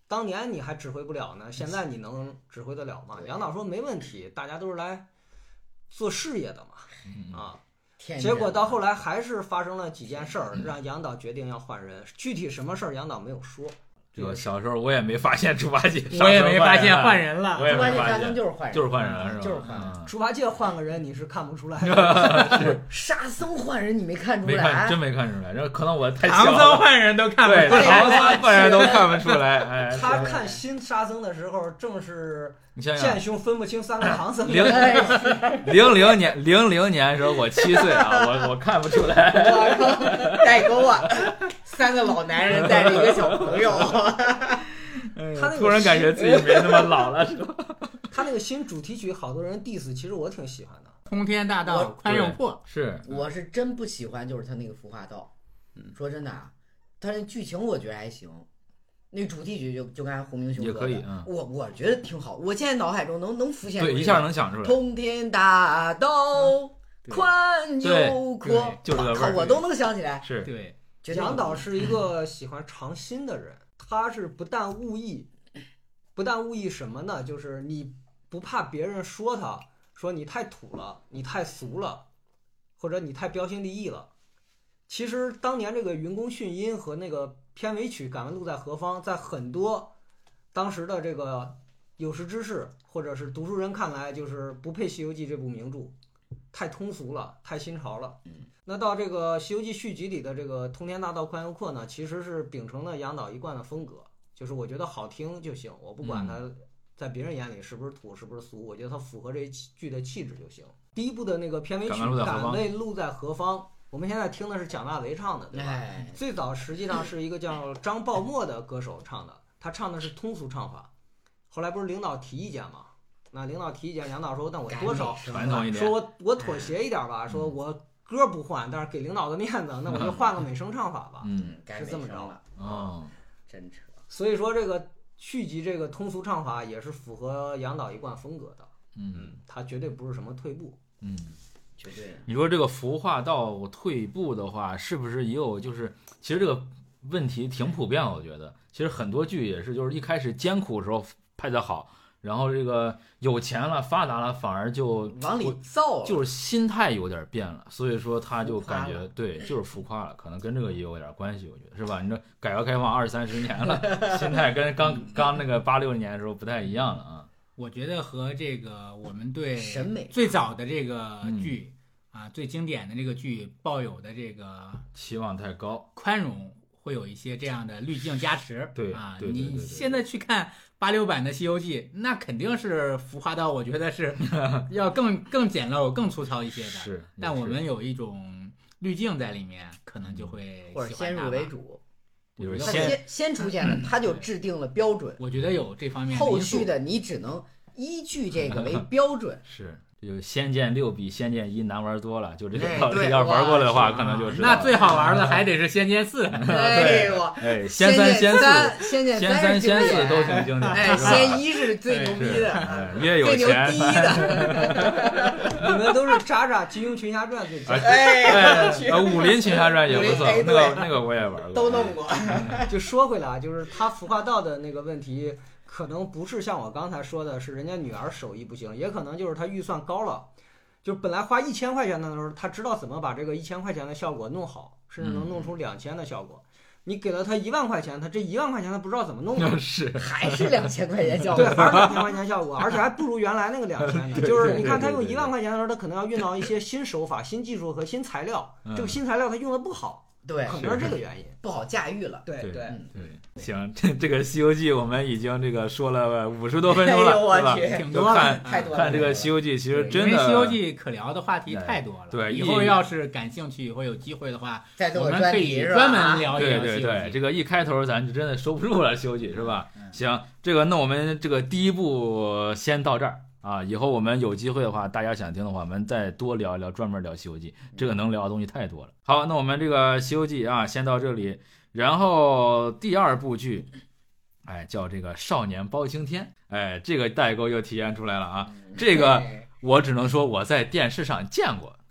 当年你还指挥不了呢，现在你能指挥得了吗？杨导说没问题，大家都是来做事业的嘛，啊。结果到后来还是发生了几件事儿，让杨导决定要换人。具体什么事儿，杨导没有说。 这个小时候我也没发现猪八戒， 我也没发现换人了， 我也猪八戒沙没发现， 僧就是换人， 就是换人了，是吧？ 就是换人。 嗯猪八戒换个人你是看不出来的， 沙僧换人你没看出没来？ 看，真没看出来，这可能我太小唐僧了。 换人都看不对， 出来， 唐僧换人都看不出来。哎， 他看新沙僧的时候，正是你想想剑，兄分不清三个唐僧。 零零零年零零年时候我七岁啊，我我看不出来。 我靠，代沟啊！三个老男人带着一个小朋友， 他那个突然感觉自己没那么老了，是吧？ 他那个新主题曲，好多人 diss，其实我挺喜欢的。 通天大道宽肉破， 是， 我是真不喜欢，就是他那个服化道。说真的啊，他那剧情我觉得还行，那主题曲就就刚才洪明兄也说的， 可以嗯我我觉得挺好。我现在脑海中能能浮现对，一下能想出来。 通天大道宽又阔， 就是这个味儿靠我都能想起来。 是， 对， 杨导是一个喜欢尝新的人，他是不但悟意，不但悟意什么呢？就是你不怕别人说他，说你太土了，你太俗了，或者你太标新立异了。其实当年这个云宫迅音和那个片尾曲《敢问路在何方》，在很多当时的这个有识之士或者是读书人看来，就是不配《西游记》这部名著，太通俗了，太新潮了。那到这个《西游记》续集里的这个通天大道宽又阔呢，其实是秉承了杨导一贯的风格，就是我觉得好听就行，我不管它在别人眼里是不是土是不是俗，我觉得它符合这一剧的气质就行。第一部的那个片尾曲《敢问路在何方》，我们现在听的是蒋大为唱的，对吧？ 哎、 最早实际上是一个叫张爆墨的歌手唱的，他唱的是通俗唱法。后来不是领导提意见吗？那领导提意见，杨导说：“那我多少传统一点， 说我我妥协一点吧，说我歌不换，但是给领导的面子，那我就换个美声唱法吧。” 嗯， 是这么着了。 哦， 真扯。 所以说这个续集这个通俗唱法也是符合杨导一贯风格的。 嗯， 他绝对不是什么退步。 嗯。 绝对。 你说这个服化道退步的话，是不是也有就是其实这个问题挺普遍，我觉得其实很多剧也是，就是一开始艰苦的时候拍得好，然后这个有钱了发达了，反而就往里造， 就是心态有点变了，所以说他就感觉对，就是浮夸了，可能跟这个也有点关系，我觉得是吧？你这改革开放二三十年了，心态跟刚刚那个八六年的时候不太一样了啊。 我觉得和这个我们对审美最早的这个剧、嗯、啊，最经典的这个剧抱有的这个期望太高， 宽容会有一些这样的滤镜加持。 对啊， 对对对对对， 你现在去看八六版的《西游记》，那肯定是服化道，我觉得是要更更简陋、更粗糙一些的。 是， 但我们有一种滤镜在里面，可能就会或者先入为主。 就是先先出现了，他就制定了标准。 我觉得有这方面的后续的你只能依据这个为标准。 是，就《仙剑六》比《仙剑一》难玩多了，就这个哎道理。要玩过的话，可能就知道。 那最好玩的还得是《仙剑四》。 哎呦， 哎，仙三、仙四、 仙剑仙三、仙四都挺经典。 哎，仙一是最牛逼的， 哎、越有钱。 最牛逼的。 你们都是渣渣《金庸群侠传》最经典。 哎， 呃，武林群侠传也不错，那个那个我也玩过， 都弄过。 就说回来，就是他服化道的那个问题。可能不是像我刚才说的，是人家女儿手艺不行，也可能就是他预算高了，就本来花一千块钱的时候，他知道怎么把这个一千块钱的效果弄好，甚至能弄出两千的效果。你给了他一万块钱，他这一万块钱他不知道怎么弄的， 是还是两千块钱效果， 对，还是两千块钱效果，而且还不如原来那个两千呢。就是你看他用一万块钱的时候，他可能要运到一些新手法、新技术和新材料，这个新材料他用的不好。 对， 可能是这个原因， 不好驾驭了。 对对对对，行，这这个《西游记》我们已经这个说了五十多分钟了， 哎、 是吧？ 挺多看太多了。 看这个《西游记》，其实真的， 因为《西游记》可聊的话题太多了。 对， 以后要是感兴趣，以后有机会的话， 再做我们可以专门聊一聊《 对对对，这个一开头咱就真的收不住了，《西游记》是吧？行，这个那我们这个第一部先到这儿。啊，以后我们有机会的话，大家想听的话，我们再多聊一聊，专门聊《西游记》，这个能聊的东西太多了。好，那我们这个《西游记》啊，先到这里。然后第二部剧，哎，叫这个《少年包青天》，哎，这个代沟又体现出来了啊。这个我只能说我在电视上见过，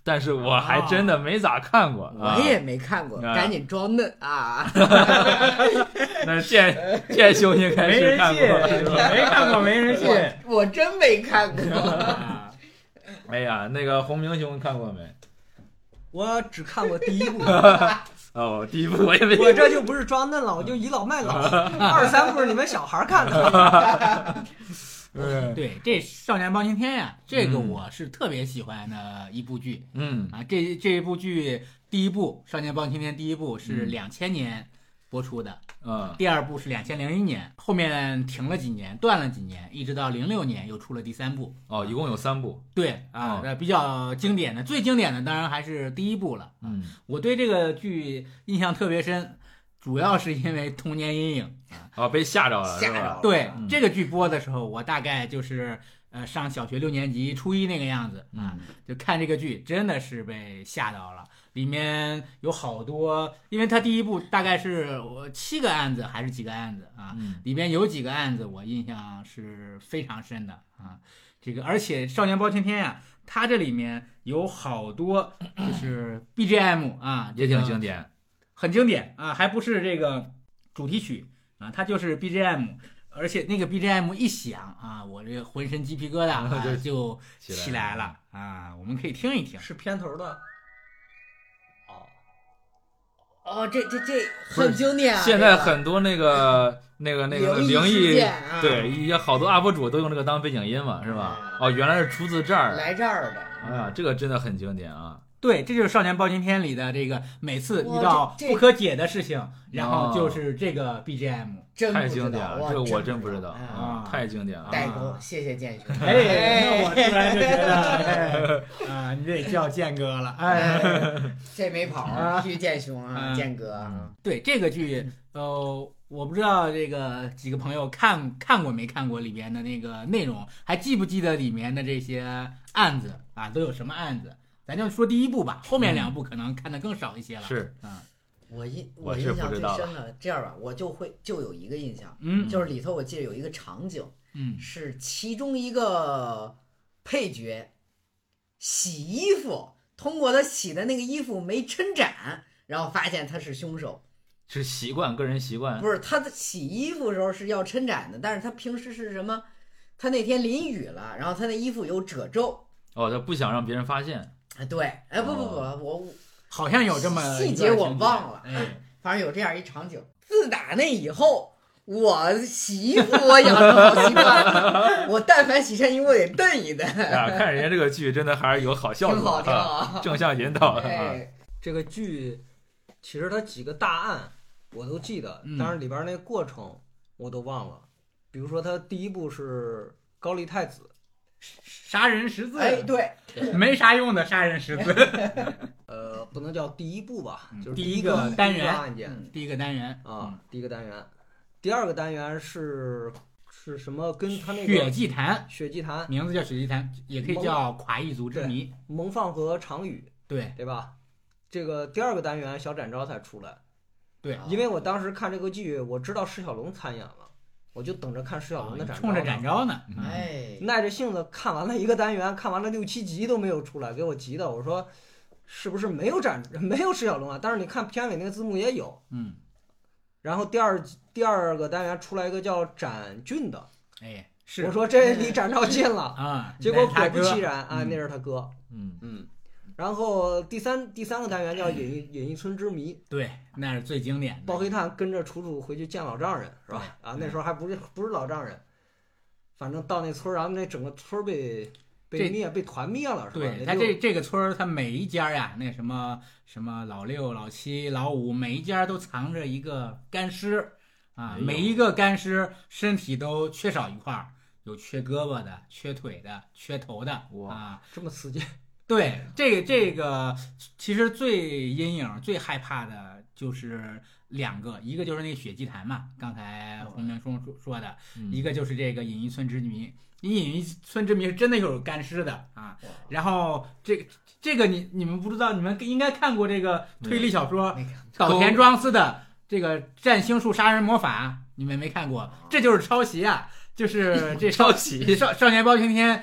但是我还真的没咋看过。 我也没看过， 啊、 赶紧装嫩啊！ 那剑剑兄应该是看过了， 你没看过没人信。 我我真没看过。 哎呀，那个洪明兄看过没？ 我只看过第一部。 哦，第一部我也没。 我这就不是装嫩了，我就倚老卖老。二三部是你们小孩看的。 对，这《少年包青天》呀，这个我是特别喜欢的一部剧。 嗯啊，这这一部剧第一部《少年包青天》第一部是两千年播出的， 嗯， 第二部是两千零一年，后面停了几年，断了几年，一直到零六年又出了第三部。 哦，一共有三部。 对啊，那、哦、比较经典的，最经典的当然还是第一部了。 嗯， 我对这个剧印象特别深。主要是因为童年阴影啊， 哦，被吓着了， 吓着了。 对、 嗯、 这个剧播的时候，我大概就是呃上小学六年级初一那个样子啊， 嗯、 就看这个剧真的是被吓到了。里面有好多，因为它第一部大概是我七个案子还是几个案子啊， 嗯、 里面有几个案子我印象是非常深的啊。这个而且《少年包青天》呀，它这里面有好多就是 B G M 啊， 也挺经典。 很经典啊，还不是这个主题曲啊，它就是 B G M， 而且那个 B G M 一响啊，我这个浑身鸡皮疙瘩、啊、就起来了啊，我们可以听一听。 是片头的。 哦，哦，这这这很经典啊！ 现在很多那个那个那个灵异， 啊、 对，也好多 U P 主都用这个当背景音嘛，是吧？嗯、哦，原来是出自这儿， 来这儿的。 哎呀，这个真的很经典啊。 对，这就是《少年包青天》里的这个每次遇到不可解的事情，然后就是这个 B G M，、哦、 太经典了，这个我真不知道啊、 嗯，太经典了。 代沟，谢谢建兄。 哎，那我突然就觉得，哎、啊，你得叫建哥了，哎， 这没跑，必须建兄啊，建哥。 嗯、对这个剧，呃，我不知道这个几个朋友看看过没看过里边的那个内容，还记不记得里面的这些案子啊，都有什么案子？咱就说第一部吧，后面两部可能看的更少一些了。 是啊， 我印我印象最深的，这样吧，我就会就有一个印象， 嗯， 就是里头我记得有一个场景， 嗯， 是其中一个配角洗衣服，通过他洗的那个衣服没抻展，然后发现他是凶手。 是习惯，个人习惯。 不是，他的洗衣服的时候是要抻展的，但是他平时是什么？他那天淋雨了，然后他那衣服有褶皱。 哦，他不想让别人发现。 哎，对，哎，不不不， 哦、 我好像有这么细节我忘了， 哎， 反正有这样一场景。自打那以后，我洗衣服我养成好习惯，我但凡洗身衣，我得蹬一蹬。 啊，看人家这个剧真的还是有好效果， 挺好，挺好， 正向引导。 哎， 这个剧其实它几个大案我都记得， 嗯、 但是里边那个过程我都忘了。比如说，它第一部是高丽太子。 杀人十字， 哎，对， 没啥用的杀人十字。 呃，不能叫第一部吧，就是第一个单元案件， 第一个单元啊，第一个单元。第二个单元是是什么？跟他那个血祭坛， 血祭坛名字叫血祭坛，也可以叫垮一族之谜。 蒙放和常宇， 对对吧？这个第二个单元小展昭才出来， 对， 因为我当时看这个剧，我知道释小龙参演了。我就等着看释小龙的展昭、 哦，冲着展昭呢， 哎， 耐着性子看完了一个单元，看完了六七集都没有出来，给我急的。我说，是不是没有展没有释小龙啊？但是你看片尾那个字幕也有， 嗯。 然后第二第二个单元出来一个叫展俊的， 哎，是我说这离展昭近了啊， 结果果不其然啊，那是他哥， 嗯嗯。然后第三第三个单元叫隐逸隐逸村之谜， 对，那是最经典的。 包黑炭跟着楚楚回去见老丈人，是吧？啊，那时候还不是不是老丈人，反正到那村，然后那整个村被被灭被团灭了，是吧？ 对，他这这个村，他每一家呀，那什么什么老六、老七、老五，每一家都藏着一个干尸啊， 哎、 每一个干尸身体都缺少一块，有缺胳膊的、缺腿的、缺头的， 哇， 啊， 这么刺激。 对，这个这个其实最阴影、最害怕的就是两个，一个就是那个血祭坛嘛，刚才洪明兄说说的， 嗯、 一个就是这个隐逸村之谜。隐逸村之谜是真的有干尸的啊，然后这个这个你你们不知道，你们应该看过这个推理小说岛田庄司的这个占星术杀人魔法，你们没看过？这就是抄袭啊！就是这抄袭少少年包青天。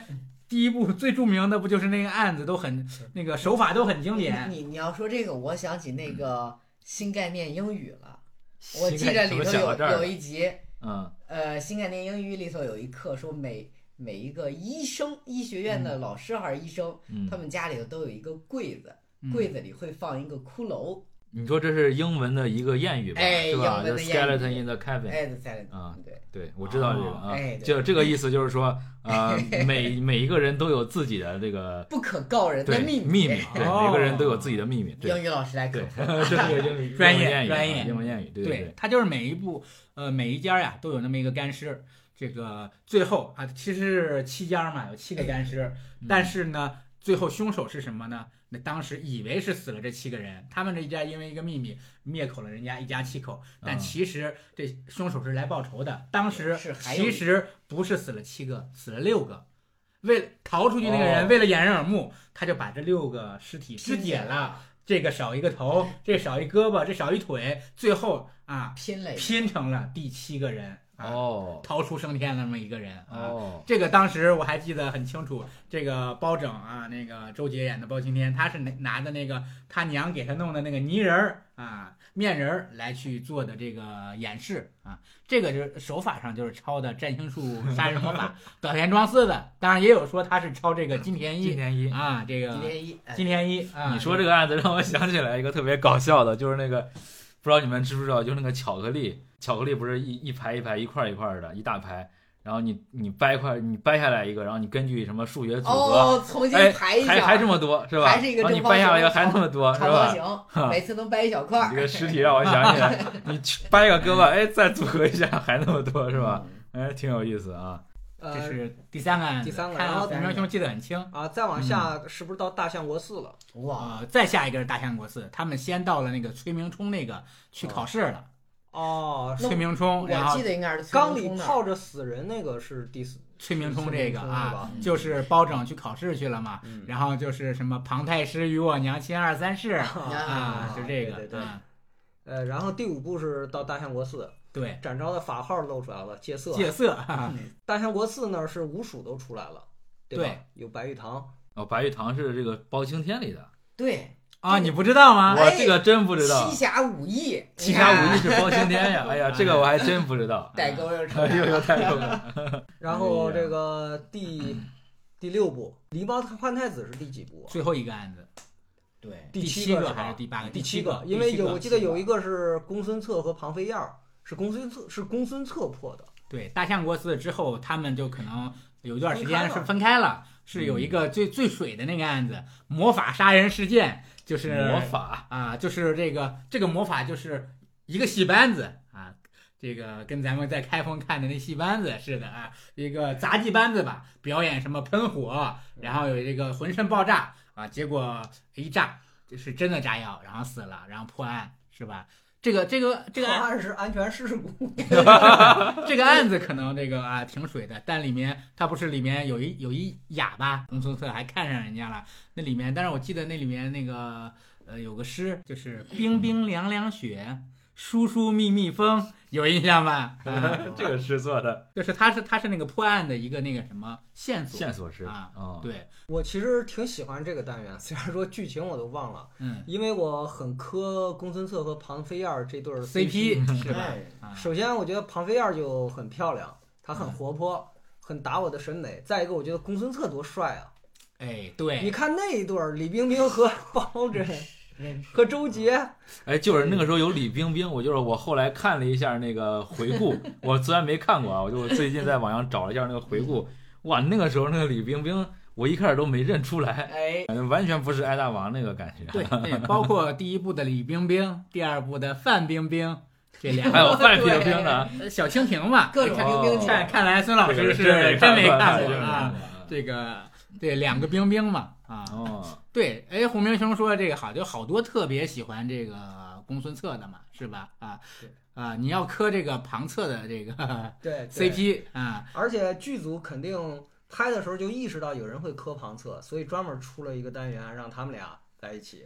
第一部最著名的不就是那个案子都很那个手法都很经典。 你你要说这个，我想起那个新概念英语了。我记新概着里头有怎么想到这儿有一集， 嗯呃，新概念英语里头有一课说每每一个医生，医学院的老师还是医生， 嗯他们家里头都有一个柜子， 嗯柜子里会放一个骷髅。 你说这是英文的一个谚语吧？ 哎是吧？就是英文的谚语 skeleton in the cabin。 哎，对对啊对， 对，我知道这个啊， 哎对就这个意思，就是说，呃，每每一个人都有自己的这个不可告人的对秘秘密，对， 哦每个人都有自己的秘密，对英语老师来可对， 服。 这是个英语专业英文谚语啊专业英文谚语，对对对， 它就是每一部呃每一家呀都有那么一个干尸，这个最后啊其实是七家嘛，有七个干尸， 嗯但是呢最后凶手是什么呢？那当时以为是死了这七个人，他们这一家因为一个秘密灭口了人家一家七口，但嗯其实这凶手是来报仇的。当时是还有其实不是死了七个，死了六个。为了逃出去那个人， 哦为了掩人耳目，他就把这六个尸体肢解了，这个少一个头，这少一胳膊，这少一腿，最后啊拼了一个， 拼成了第七个人啊， 哦逃出升天的那么一个人啊。 哦， 这个当时我还记得很清楚，这个包拯啊，那个周杰演的包青天，他是拿拿的那个他娘给他弄的那个泥人儿啊面人儿来去做的这个演示啊，这个就是手法上就是抄的占星术杀人魔法岛田庄司的，当然也有说他是抄这个金田一金田一。 啊，这个今天一，哎金田一啊， 你说这个案子让我想起来一个特别搞笑的，就是那个不知道你们知不知道，就是那个巧克力，巧克力不是一一排一排一块一块的，一大排，然后你你掰块，你掰下来一个，然后你根据什么数学组合， 哦，重新哎， 排一下， 还还这么多是吧？ 还是一个然后你正方掰下来一个形还那么多是长方吧？ 形，每次能掰一小块儿。 这个尸体让我想起来，你去掰个胳膊，哎，再组合一下还那么多是吧？哎，挺有意思啊。 这呃是第三个案子， 第三个看然后虎明兄记得很清。 啊，再往下是不是到大相国寺了？ 哇， 呃，再下一个是大相国寺，他们先到了那个崔明冲那个去考试了。 哦， 崔明冲，然后我记得应该是崔缸里明冲那儿泡着死人那个是第四， 崔明冲这个是啊吧， 就是包拯去考试去了嘛， 嗯然后就是什么庞太师与我娘亲二三事啊， 啊就这个， 对对对啊呃，然后第五部是到大相国寺， 对， 展昭的法号露出来了，戒色。 戒色，啊大相国寺那儿是五蜀都出来了，对吧？ 对有白玉堂， 哦，白玉堂是这个包青天里的， 对， 啊，你不知道吗？ 我这个真不知道七。侠五义， 七侠五义义是包青天呀！哎呀，这个我还真不知道。 代沟又出哎呦呦， 来了。 太够了！ 然后这个第第六部狸猫换太子是第几部啊？ 最后一个案子， 对， 第七七个是吧还是第八个？ 第七个，因为第七个有我记得有一个是公孙策和庞飞燕儿，是公孙策是公孙策破的。 对，大相国寺之后，他们就可能有一段时分开了间是分开了，是有一个最最水的那个案子，魔法杀人事件，就是魔法啊，就是这个这个魔法就是一个戏班子啊，这个跟咱们在开封看的那戏班子似的啊，一个杂技班子吧，表演什么喷火，然后有这个浑身爆炸啊，结果一炸就是真的炸药，然后死了，然后破案是吧？这个这个这个案破案是安全事故， 这个案子可能这个啊挺水的，但里面它不是里面有一有一哑巴，公孙策还看上人家了。那里面，但是我记得那里面那个呃有个诗，就是冰冰凉凉雪，疏疏密密风，有印象吧？啊， 这个是做的就是它是它是那个破案的一个那个什么线索线索是啊， 哦， 对， 我其实挺喜欢这个单元，虽然说剧情我都忘了， 嗯因为我很磕公孙策和庞飞燕儿这对儿 ，C P 是吧？ 哎啊， 首先，我觉得庞飞燕儿就很漂亮，她很活泼，很打我的审美。再一个，我觉得公孙策多帅啊！ 哎， 你对， 看那一对儿，李冰冰和包拯认识和周杰， 哎，就是那个时候有李冰冰，我就是我后来看了一下那个回顾，我虽然没看过啊，我就最近在网上找了一下那个回顾，哇，那个时候那个李冰冰，我一开始都没认出来， 哎， 完全不是挨大王那个感觉。 对对，包括第一部的李冰冰，第二部的范冰冰，这两还有个范冰冰呢， 呃小蜻蜓嘛， 各种看冰冰看看来孙老师是这个是真没看看过过啊。这个对两个冰冰嘛啊， 哦， 对，哎，胡明兄说这个好，就好多特别喜欢这个公孙策的嘛，是吧？啊对啊，你要磕这个庞策的这个对 C P 啊， 而且剧组肯定拍的时候就意识到有人会磕庞策，所以专门出了一个单元让他们俩在一起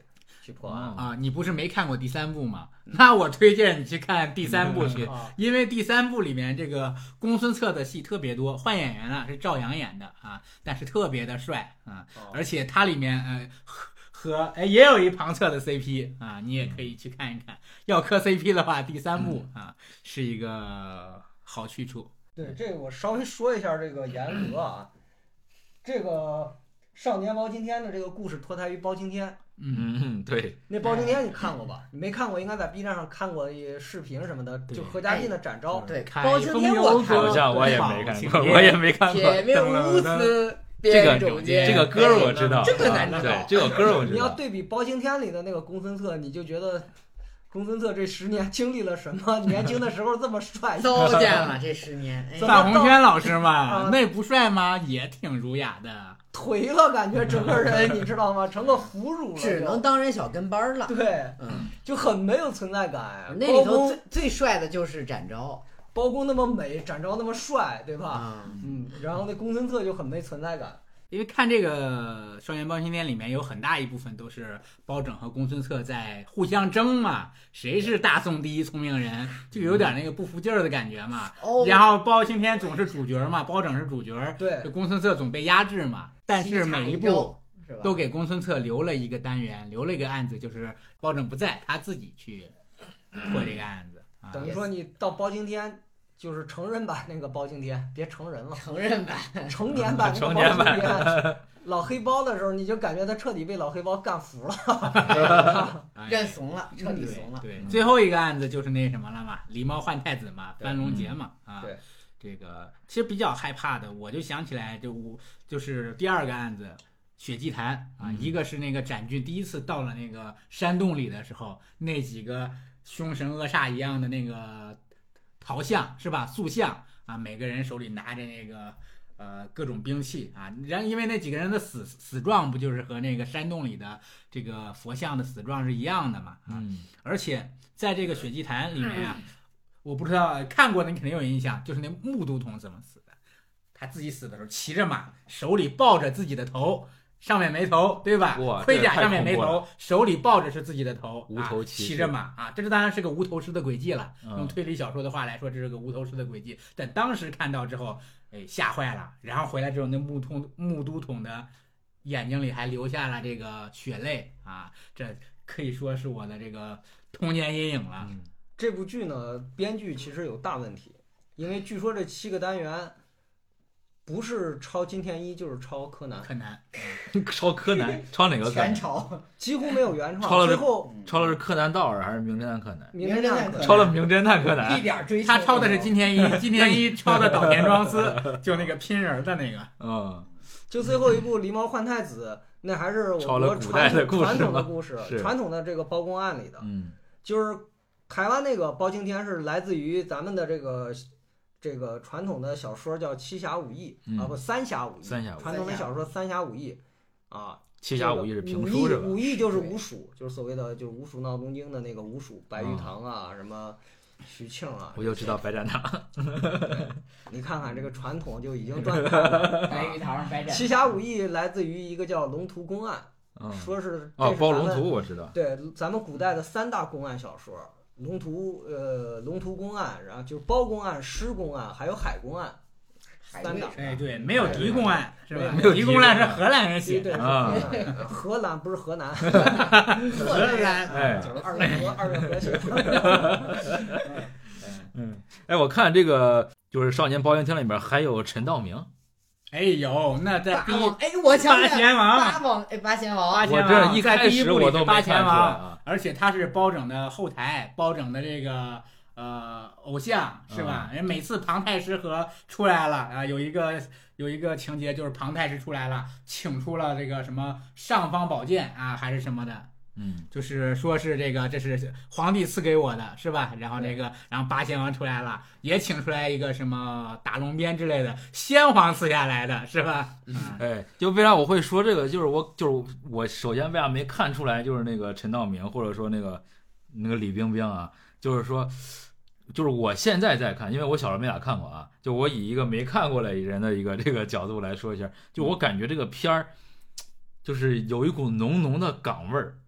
去破案。 啊，你不是没看过第三部吗？那我推荐你去看第三部去， 啊因为第三部里面这个公孙策的戏特别多，换演员了，是赵阳演的啊，但是特别的帅啊， 哦而且它里面呃和和哎也有一庞策的 C P 啊，你也可以去看一看。要磕 C P 的话，第三部啊是一个好去处。 对，这个我稍微说一下这个严格啊，这个少年包青天的这个故事脱胎于包青天。 嗯， 嗯，对， 那包青天你看过吧？你没看过，应该在 B 站上看过一视频什么的， 对就何家劲的展招。 对， 开包青天封游我看过， 好像我也没看过，我也没看过。 铁面无私这个辨忠奸， 这个歌我知道， 这个难找。 对，这个歌我知你要道。 对比包青天里的那个公孙策，你就觉得公孙策这十年经历了什么？年轻的时候这么帅， 糟践了这十年。哎怎么范鸿轩老师嘛啊， 那不帅吗？也挺儒雅的。 颓了，感觉整个人你知道吗？成个腐乳了， 只能当人小跟班了。 对， 嗯， 就很没有存在感。 那里头包公最最帅的就是展昭包公那么美，展昭那么帅，对吧？ 啊， 嗯，然后那公孙策就很没存在感。 因为看这个《少年包青天》里面有很大一部分都是包拯和公孙策在互相争嘛，谁是大宋第一聪明人，就有点那个不服劲儿的感觉嘛。 哦， 然后包青天总是主角嘛，包拯是主角， 对这公孙策总被压制嘛。但是每一部是吧？ 都给公孙策留了一个单元，留了一个案子，就是包拯不在，他自己去破这个案子啊。 等于说你到包青天就是成人版那个包青天，别成人了， 承认吧。 成年版那个成年包青版天。老黑包的时候，你就感觉他彻底被老黑包干服了。 哎认怂了，彻底对怂了。 对，最后一个案子就是那什么了嘛，狸猫换太子嘛， 对翻龙节嘛，啊， 对， 这个其实比较害怕的，我就想起来就我就是第二个案子。血祭坛啊， 嗯一个是那个展俊第一次到了那个山洞里的时候，那几个凶神恶煞一样的那个陶像是吧？塑像啊，每个人手里拿着那个呃各种兵器啊，然因为那几个人的死死状不就是和那个山洞里的这个佛像的死状是一样的嘛？啊， 嗯， 而且在这个血祭坛里面啊，我不知道看过的你肯定有印象，就是那穆都统怎么死的？他自己死的时候骑着马，手里抱着自己的头。上面没头，对吧哇？ 盔甲这太上面没恐怖头，手里抱着是自己的头， 无头啊骑士骑着马啊，这是当然是个无头尸的轨迹了。 嗯用推理小说的话来说，这是个无头尸的轨迹。但当时看到之后，哎，吓坏了。然后回来之后，那穆通穆都统的眼睛里还流下了这个血泪啊，这可以说是我的这个童年阴影了。 嗯这部剧呢，编剧其实有大问题，因为据说这七个单元不是抄金田一就是抄柯南， 柯南， 抄柯南，抄哪个柯南？ 全朝几乎没有原创。 抄了这最后抄的是柯南道尔还是名侦探柯南？ 名侦探柯南抄了名侦探柯一南。 点追求他抄的是金田一，金田一抄的岛田庄司，就那个拼人的那个。 嗯， 就最后一部《狸猫换太子》，那还是我抄了国古代的故事传统传统的吗故事， 是传统的这个包公案里的， 嗯就是台湾那个包青天是来自于咱们的这个这个传统的小说叫《七侠五义》 嗯啊，不三侠五义， 三侠五义传统的小说《三侠五义》啊。 七侠五义是这个评书是吧？ 武艺武艺就是武术，就是所谓的就是武术闹东京的那个武术，白玉堂啊，什么徐庆啊， 我就知道白展堂。 你看看这个传统就已经断开了。 白玉堂白展。 七侠五义来自于一个叫龙图公案， 嗯， 说是哦，包龙这是咱们图我知道。 对，咱们古代的三大公案小说，龙图呃龙图公案，然后就是包公案、施公案，还有海公案。 海三大瑞哎，对，没有狄公案是吧？ 没有狄公案是荷兰人写对， 的。 是啊荷兰不是河南， 荷兰哎就是二月河二月河写嗯，哎，我看这个就是《少年包青天》里边还有陈道明， 哎呦，那在第一八王，哎，我想起来八贤王八王，哎，八贤王， 八贤我这王在一开第一部里始我都没是八贤看出来王， 啊。 而且他是包拯的后台，包拯的这个呃偶像是吧？人每次庞太师和出来了啊，有一个有一个情节就是庞太师出来了，请出了这个什么尚方宝剑啊，还是什么的。 嗯， 就是说是这个，这是皇帝赐给我的，是吧？然后那个，然后八贤王出来了，也请出来一个什么打龙鞭之类的，先皇赐下来的，是吧？嗯， 哎，就为啥我会说这个？就是我就是我首先为啥没看出来，就是那个陈道明或者说那个那个李冰冰啊，就是说。就是我现在在看，因为我小时候没咋看过啊，就我以一个没看过的人的一个这个角度来说一下，就我感觉这个片儿，就是有一股浓浓的港味儿。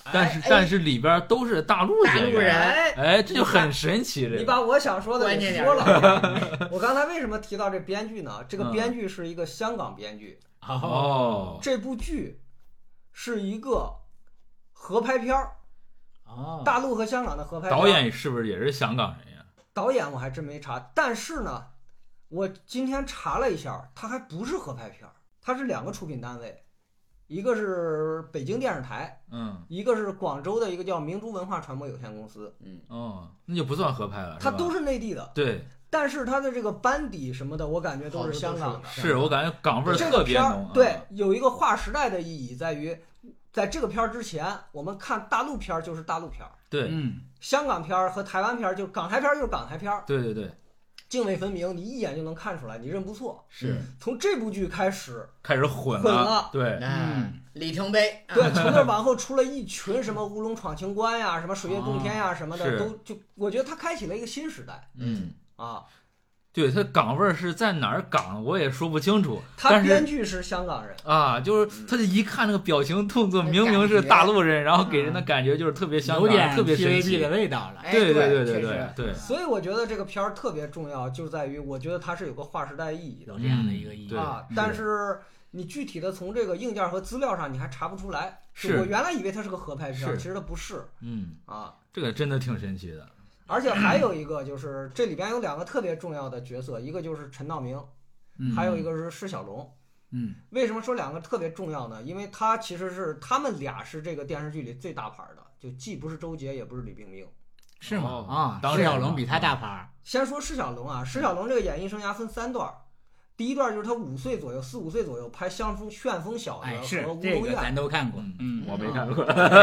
但是哎但是里边都是大陆大演员， 陆人， 哎， 哎，这就很神奇。这个你把我想说的关键点给说了。我刚才为什么提到这编剧呢？这个嗯编剧是一个香港编剧， 哦， 这部剧是一个合拍片儿， 哦， 大陆和香港的合拍片儿。 导演是不是也是香港人呀？ 导演我还真没查，但是呢，我今天查了一下，它还不是合拍片儿，它是两个出品单位，一个是北京电视台， 嗯， 一个是广州的一个叫明珠文化传播有限公司， 嗯， 哦，那就不算合拍了，是吧它都是内地的， 对， 但是它的这个班底什么的，我感觉都是香港的。 是我感觉港味儿这特个片儿别浓啊。 对，有一个划时代的意义在于，在这个片儿之前，我们看大陆片儿就是大陆片儿， 对嗯， 香港片儿和台湾片儿就是港台片儿就是港台片儿， 对对对， 泾渭分明，你一眼就能看出来，你认不错。 是从这部剧开始， 开始混混了对， 嗯，里程碑， 对，从那往后出了一群什么乌龙闯情关呀，什么水月洞天呀什么的， 是都就我觉得它开启了一个新时代嗯， 啊。 对，它港味儿是在哪儿港，我也说不清楚。 他但是编剧是香港人， 啊，就是他这一看那个表情动作， 那明明是感觉大陆人，然后给人的感觉就是特别香港， 有点特别 T 神 V B 奇的。味道了。 哎对对对对对确实对， 所以我觉得这个片儿特别重要，就在于我觉得它是有个划时代意义的有这样的一个意义对啊是。 但是你具体的从这个硬件和资料上你还查不出来。 是我原来以为它是个合拍片儿， 是其实它不是嗯， 啊。 这个真的挺神奇的。 而且还有一个就是这里边有两个特别重要的角色，一个就是陈道明， 嗯还有一个是施小龙。 嗯为什么说两个特别重要呢？因为他其实是他们俩是这个电视剧里最大牌的，就既不是周杰，也不是李冰冰。 是吗？ 哦啊， 当然了释小龙比他大牌儿。 先说施小龙啊，施小龙这个演艺生涯分三段儿，第一段就是他五岁左右，四五岁左右拍《香风旋风小子哎，》是和《乌这个咱龙院》。 都看过。 嗯嗯， 我没看过。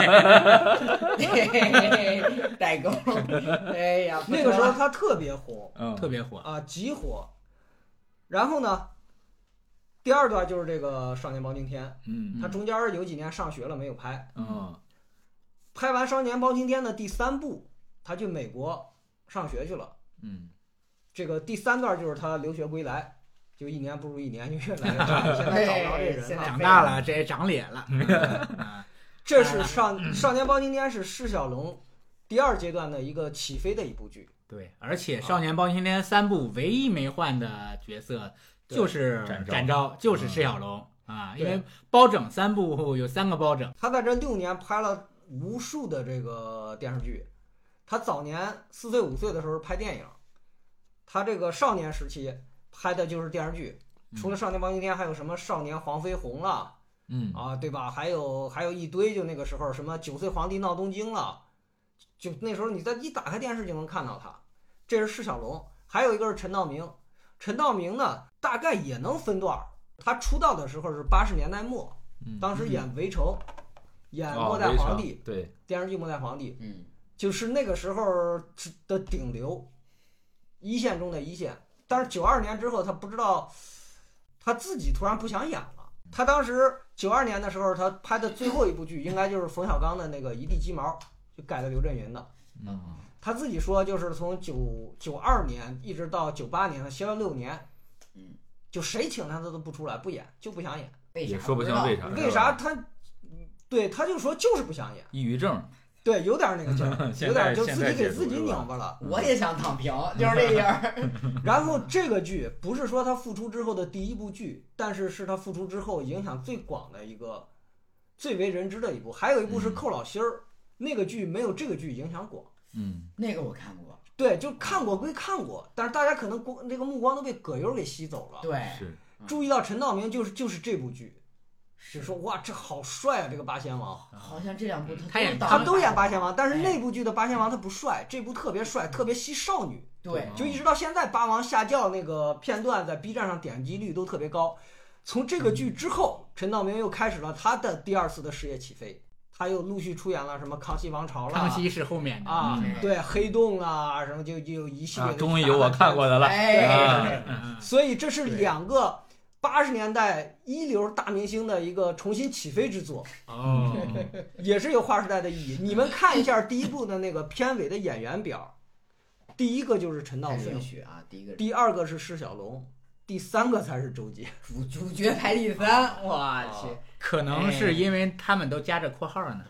代沟，哎呀， 那个时候他特别红嗯， 特别火。 啊，极火。然后呢，第二段就是这个《少年包青天》， 嗯他中间有几年上学了没有拍， 嗯拍完《少年包青天》的第三部，他去美国上学去了。 嗯， 这个第三段就是他留学归来，就一年不如一年，就越来越差。现在找不着这人了。 现在长大了，这也长脸了。啊这是少少年包青天是释小龙第二阶段的一个起飞的一部剧。 对，而且《少年包青天》三部唯一没换的角色就是展昭展昭，就是释小龙啊，因对为包拯三部有三个包拯。 他在这六年拍了无数的这个电视剧。他早年四岁五岁的时候拍电影，他这个少年时期拍的就是电视剧。除了少年包青天，还有什么少年黄飞鸿了。 嗯啊，对吧？还有还有一堆，就那个时候什么九岁皇帝闹东京了，就那时候你在一打开电视就能看到他。这是释小龙，还有一个是陈道明。陈道明呢，大概也能分段儿。他出道的时候是八十年代末， 嗯， 当时演《围城》，演哦末代围城皇帝， 对， 电视剧《末代皇帝》 嗯， 就是那个时候的顶流，一线中的一线。但是九二年之后，他不知道他自己突然不想演了。他当时九二年的时候，他拍的最后一部剧应该就是冯小刚的那个《一地鸡毛》，就改的刘震云的。 嗯他自己说，就是从九九二年一直到九八年，他歇了六年。 嗯， 就谁请他他都不出来，不演就不想演。 为啥也说不清知道为啥， 为啥他？对，他就说就是不想演。 抑郁症？ 对，有点那个劲儿， 现有点在就自己给现在解读自己是吧拧巴了。 我也想躺平，就是这样儿。 然后这个剧不是说他复出之后的第一部剧，但是是他复出之后影响最广的一个、最为人知的一部。还有一部是《寇老心儿》，那个剧没有这个剧影响广。 嗯， 那个我看过， 对，就看过归看过，但是大家可能光这个目光都被葛优给吸走了。 对， 是， 注意到陈道明就是就是这部剧，是说哇这好帅啊，这个八仙王。 好像这两部他他演当他都演八仙王，但是哎那部剧的八仙王他不帅，这部特别帅，特别吸少女。 对， 就一直到现在，八王下轿那个片段在 B 站上点击率都特别高。从这个剧之后，陈道明又开始了他的第二次的事业起飞，他又陆续出演了什么《康熙王朝》了， 康熙是后面的啊， 嗯对，黑洞啦，什么就就有一系列啊， 的。 终于有我看过的了。 哎啊， 嗯所以这是两个八十年代一流大明星的一个重新起飞之作， 哦， 也是有划时代的意义。你们看一下第一部的那个片尾的演员表，第一个就是陈道看顺明， 序啊，第一个第二个是释小龙，第三个才是周杰。 主主角排第三，我去， 可能是因为他们都加着括号呢。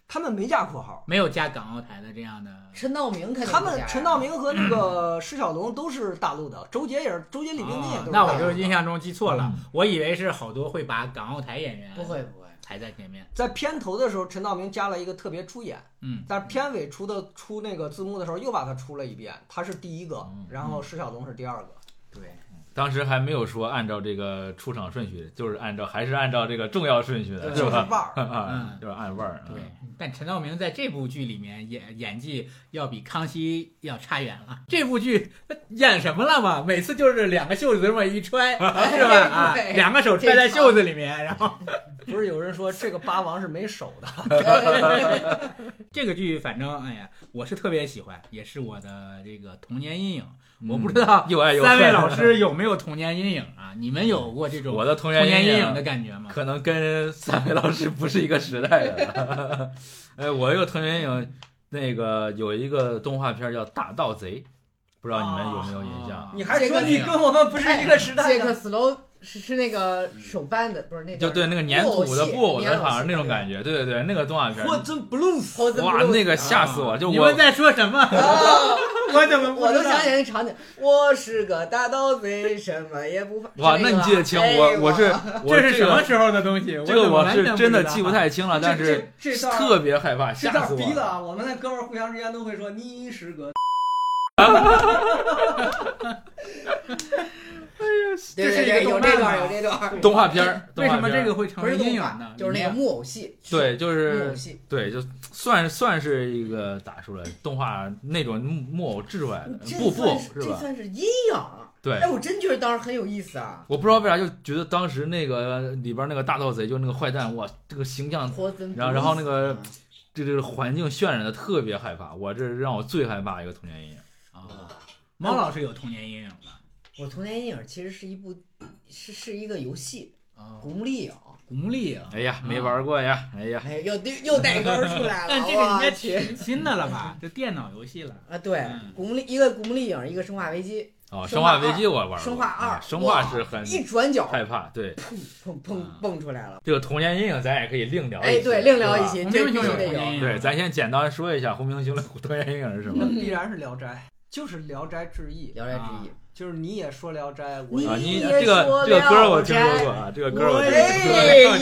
他们没加括号。 没有加港澳台的这样的。 陈道明肯定他们不加呀陈道明和那个释小龙都是大陆的，周杰也是，周杰、李冰冰也都是哦那我大陆的。 就印象中记错了， 嗯我以为是好多会把港澳台演员不会不会， 排在前面。 在片头的时候，陈道明加了一个特别出演， 嗯， 但是片尾出的出那个字幕的时候又把他出了一遍，他是第一个， 嗯然后释小龙是第二个。 对， 当时还没有说按照这个出场顺序，就是按照还是按照这个重要顺序的， 就是是吧？ 腕儿。 啊嗯， 就是按腕儿。 对嗯， 但陈道明在这部剧里面演演技要比康熙要差远了。这部剧他演什么了嘛？每次就是两个袖子这么一揣，是吧？啊， 对两个手揣在袖子里面，然后不是有人说这个八王是没手的？ 这个剧反正哎呀，我是特别喜欢，也是我的这个童年阴影。 嗯我不知道又爱又恨三位老师有没有童年阴影啊？你们有过这种我的童童年影年阴影的感觉吗？ 可能跟三位老师不是一个时代的。哎，我有个童年阴影，那个有一个动画片叫《大盗贼》，不知道你们有没有印象？ 哦你还说你跟我们不是一个时代杰克的？ Slow 是是那个手办的，不是那就对那个粘土的布偶的，好像那种感觉。 觉。对对对，那个动画片， 霍真 blues， 哇，那个吓死我！就我你们在说什么？ 哦我怎么不知道我都想起来那场景，我是个大盗贼，什么也不怕。 哇， 是个那你记得清？ 哎我我是我这是什么个时候的东西？ 这个我是怎么完全真的记不知道太清了，但是这这段特别害怕， 这吓死我了。 段逼的啊！我们那哥们儿互相之间都会说你是个。 对对对，有这段有这段。 动画片儿，动为什么画片儿这个会成不是为阴影动画呢？， 就是那个木偶戏。 对，就木是偶戏。 对，就算算是一个咋说来，动画那种木木偶制出来的这布布算是是吧？ 这算是阴影。 对哎，，我真觉得当时很有意思啊。 我不知道为啥就觉得当时那个里边那个大盗贼，就那个坏蛋，哇，这个形象， 霍森然后然后那个布鲁斯这这个环境渲染的特别害怕，我这是让我最害怕一个童年阴影。 啊，猫老师有童年阴影吗？ 我童年阴影其实是一部，是是一个游戏啊 《古墓丽影》。 古墓丽影。 哎呀，没玩过呀，哎呀， 哎，又又带钩出来了。 但这个应该我去挺新的了吧？这电脑游戏了。 啊，对， 嗯古墓丽一个古墓丽影，一个生化危机。 哦， 生化生化危机我玩过， 生化二啊生化哇是很一转角， 害怕，对， 砰砰蹦出来了。 这个童年阴影咱也可以另聊一哎， 期对，另聊一是吧期， 红明星有这必须得有。 童年阴影。 对，咱先简单说一下红明星的童年阴影是什么。 必然是《聊斋》，就是《聊斋志异》， 聊斋志异， 就是你也说《聊斋》，我你啊，你也这个说这个歌我听聊斋说过啊，这个歌我听哎说过，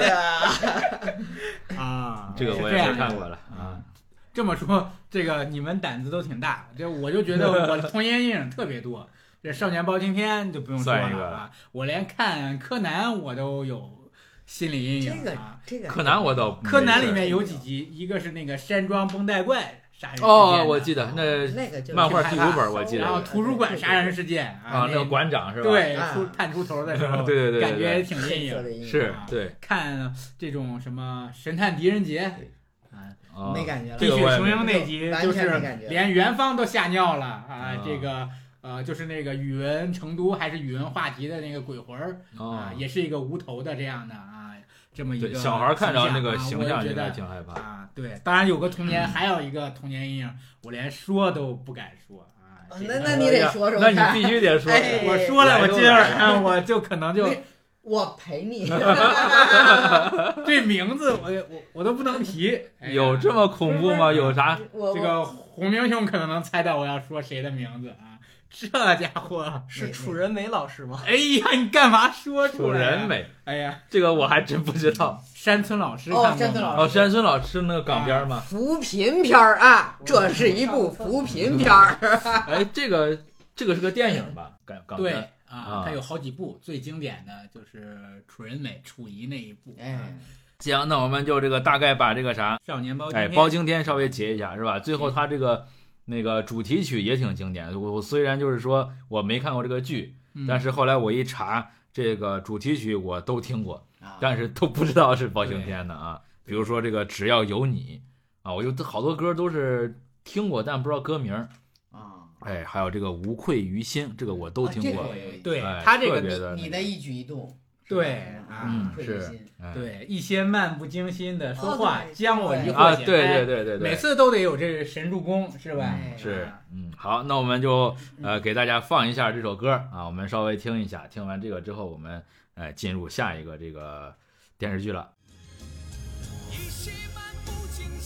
，yes， 啊， 这个我也是看过了啊。 这么说，这个你们胆子都挺大，这我就觉得我的童年阴影特别多。这少年包青天就不用说算一个了啊，我连看柯南我都有心理阴这个影啊。 这个柯南我倒柯南里没事面有几集，一个是那个山庄绷带怪杀人事件哦， 的我记得那那个就漫画挺害怕第五本我记得然后图书馆杀人事件啊，那个馆长是吧？ 对啊出探出头的时候， 对对对对感觉对挺阴影。 黑色的阴影是啊对看这种什么神探狄仁杰啊， 啊没感觉了滴血这个我也没雄鹰那集完就是全没感觉连元芳都吓尿了啊啊！ 这个呃，就是那个语文成都还是语文话题的那个鬼魂儿啊啊，， 也是一个无头的这样的啊，这么一对， 个小孩看着那个形形象应该啊我也觉得挺害怕。 啊，对，当然有个童年，还有一个童年阴影，我连说都不敢说啊。这个那那你得说说那看你必须得说。 哎我说了，我今天晚来上我就可能就我陪你。 这名字我我我都不能提。哎呀有这么恐怖吗？有啥？ 我这个洪明兄可能能猜到我要说谁的名字啊？这家伙是楚人美老师吗？ 哎呀，你干嘛说出楚来、啊？ 人美， 哎呀， 这个我还真不知道。 山村老师哦看过吗山村老哦，山村老师那个港片吗？ 扶贫片儿啊，这是一部扶贫片儿。 哎，这个这个是个电影吧？港港对片。 啊啊， 它有好几部，最经典的就是楚人美、楚仪那一部。 哎， 行，那我们就这个大概把这个啥， 少年包青哎， 天包青天稍微截一下是吧？最后他这个那个主题曲也挺经典的。我我虽然就是说我没看过这个剧， 嗯但是后来我一查，这个主题曲我都听过， 啊但是都不知道是包青天的啊。比如说这个只要有你啊，我就好多歌都是听过，但不知道歌名。 啊， 哎，还有这个无愧于心，这个我都听过。 啊这个我有对哎他这个特别的那个你的一举一动， 对啊嗯， 会是心哎对一些漫不经心的说哦话， 对将我疑啊， 惑解对开。 对对对对， 每次都得有这个神助攻，是吧？ 哎是啊， 嗯，好，那我们就呃给大家放一下这首歌啊，我们稍微听一下，听完这个之后，我们呃进入下一个这个电视剧了。 一些漫不经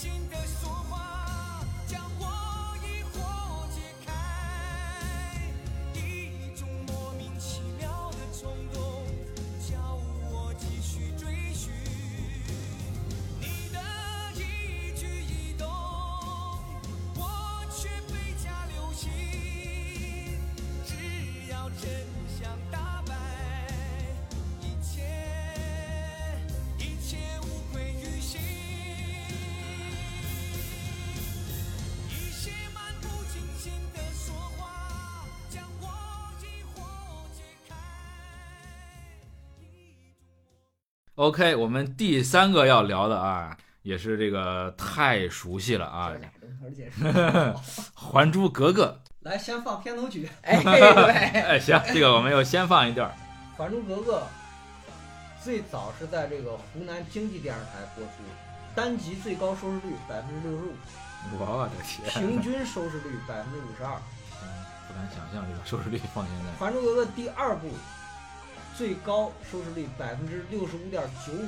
OK， 我们第三个要聊的啊，也是这个太熟悉了啊， 这俩钟头解释。 《还珠格格来，先放片头曲， 哎，对，》。 哎，行，这个我们要先放一段。 《还珠格格》最早是在这个湖南经济电视台播出，单集最高收视率百分之六十五， 我的天， 平均收视率百分之五十二。 不敢想象这个收视率放现在。 《还珠格格》第二部最高收视率百分之六十五点九五，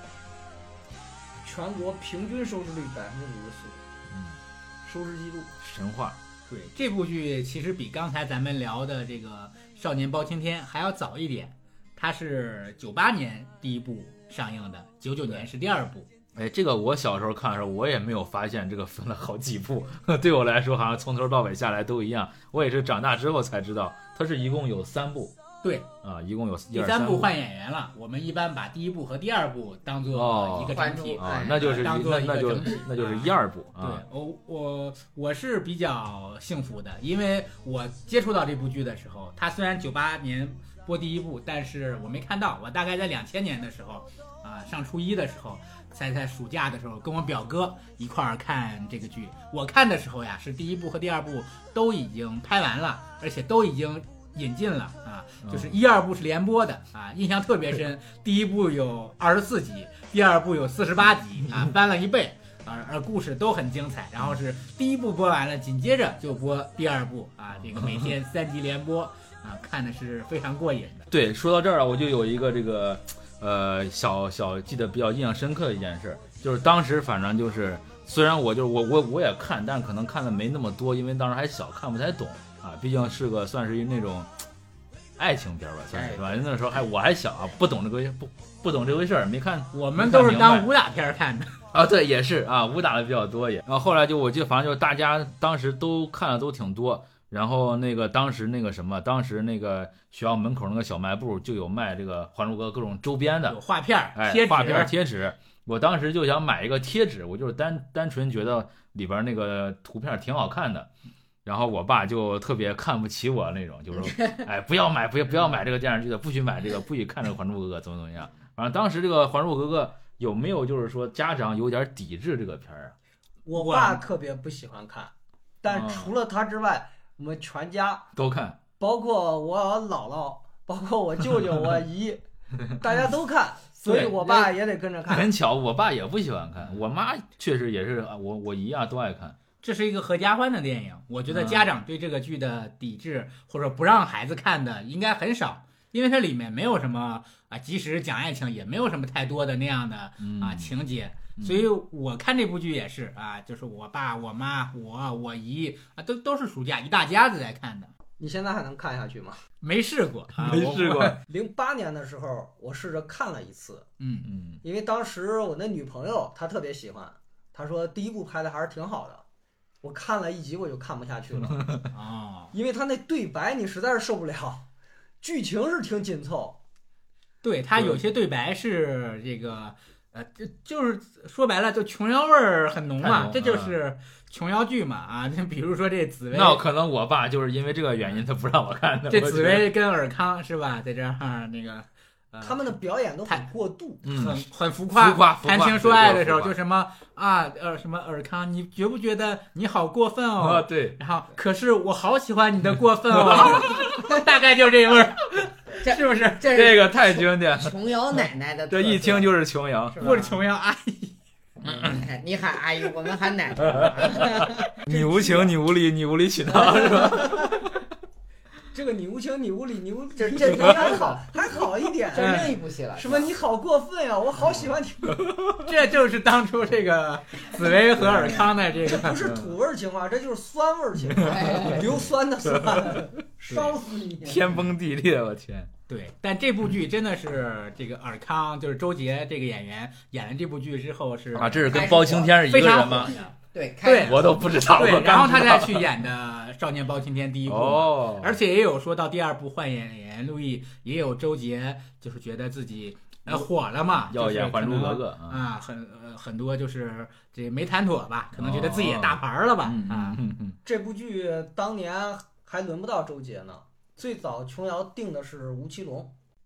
全国平均收视率百分之五十四， 嗯， 收视记录。 神话。 对，这部剧其实比刚才咱们聊的这个《少年包青天》还要早一点，它是九八年第一部上映的，九九年是第二部。 哎，这个我小时候看的时候，我也没有发现这个分了好几部，对我来说好像从头到尾下来都一样。我也是长大之后才知道，它是一共有三部。 对啊，一共有一第二部三部换演员了，我们一般把第一部和第二部当做一个整体。 啊，那就是当做一个那那就整体那就是一二部对啊。 我我我是比较幸福的，因为我接触到这部剧的时候，它虽然九八年播第一部，但是我没看到，我大概在两千年的时候啊、上初一的时候，在在暑假的时候跟我表哥一块儿看这个剧。我看的时候呀，是第一部和第二部都已经拍完了，而且都已经引进了啊，就是一二部是连播的啊，印象特别深。第一部有二十四集，第二部有四十八集啊，翻了一倍。而而故事都很精彩，然后是第一部播完了，紧接着就播第二部啊，这个每天三集连播啊，看的是非常过瘾的。 对，说到这儿啊，我就有一个这个呃小小记得比较印象深刻的一件事，就是当时反正就是虽然我就是我我我也看，但可能看的没那么多，因为当时还小，看不太懂啊，毕竟是个算是一那种爱情片吧，算是是吧？那时候还我还小啊，不懂这个不不懂这回事儿，没看。 我们都是当武打片看的啊，对，也是啊，武打的比较多也。然后后来就我记得，反正就是大家当时都看的都挺多。然后那个当时那个什么，当时那个学校门口那个小卖部就有卖这个《还珠格格》各种周边的， 有画片、 哎， 贴纸、 画片、贴纸。我当时就想买一个贴纸，我就是单单纯觉得里边那个图片挺好看的。然后我爸就特别看不起我那种，就说：“哎，不要买，不要不要买这个电视剧的，不许买这个，不许看这个《还珠格格》，怎么怎么样。”反正当时这个《还珠格格》有没有就是说家长有点抵制这个片儿啊？ 我爸特别不喜欢看，但除了他之外，我们全家都看， 包括我姥姥，包括我舅舅、我姨，大家都看，所以我爸也得跟着看。 很巧，我爸也不喜欢看，我妈确实也是，我我姨啊都爱看。 这是一个合家欢的电影，我觉得家长对这个剧的抵制或者不让孩子看的应该很少，因为它里面没有什么啊，即使讲爱情也没有什么太多的那样的啊情节，所以我看这部剧也是啊，就是我爸、我妈、我、我姨啊，都都是暑假一大家子在看的。 你现在还能看下去吗？ 没试过，啊、 没试过。 零八年的时候，我试着看了一次， 嗯嗯， 因为当时我那女朋友她特别喜欢，她说第一部拍的还是挺好的。我看了一集我就看不下去了哦， 因为他那对白你实在是受不了，剧情是挺紧凑， 对他有些对白是这个呃，就就是说白了就琼瑶味儿很浓嘛，这就是琼瑶剧嘛啊，就比如说这紫薇， 那可能我爸就是因为这个原因他不让我看的。 这紫薇跟尔康是吧，在这儿那个。 呃、他们的表演都很过度， 很很浮夸， 浮夸谈情说爱的时候就什么啊呃什么尔康，你觉不觉得你好过分哦？ 啊对， 然后可是我好喜欢你的过分哦，大概就这味儿，是不是？ 这这个太经典了， 琼瑶奶奶的， 这一听就是琼瑶， 不是琼瑶阿姨。 嗯，你喊阿姨，我们喊奶奶。你无情，你无理，你无理取闹是吧？ 这个你无情你无理你无这这还好还好一点， 这另一部戏了。 什么你好过分呀、啊！我好喜欢你。 这就是当初这个紫薇和尔康的这个， 不是土味情话，这就是酸味情话，硫酸的酸，烧死你！ 天崩地裂，我天！ 对，但这部剧真的是这个尔康，就是周杰这个演员演了这部剧之后是啊，这是跟包青天是一个人吗？ 对对， 我都不知道。 对，然后他再去演的《少年包青天》第一部， 哦， 而且也有说到第二部换演员陆毅，也有周杰就是觉得自己呃火了嘛， 要演《还珠格格》 啊，很呃很多就是这没谈妥吧，可能觉得自己也大牌了吧、 哦、 啊。 嗯嗯， 这部剧当年还轮不到周杰呢，最早琼瑶定的是吴奇隆。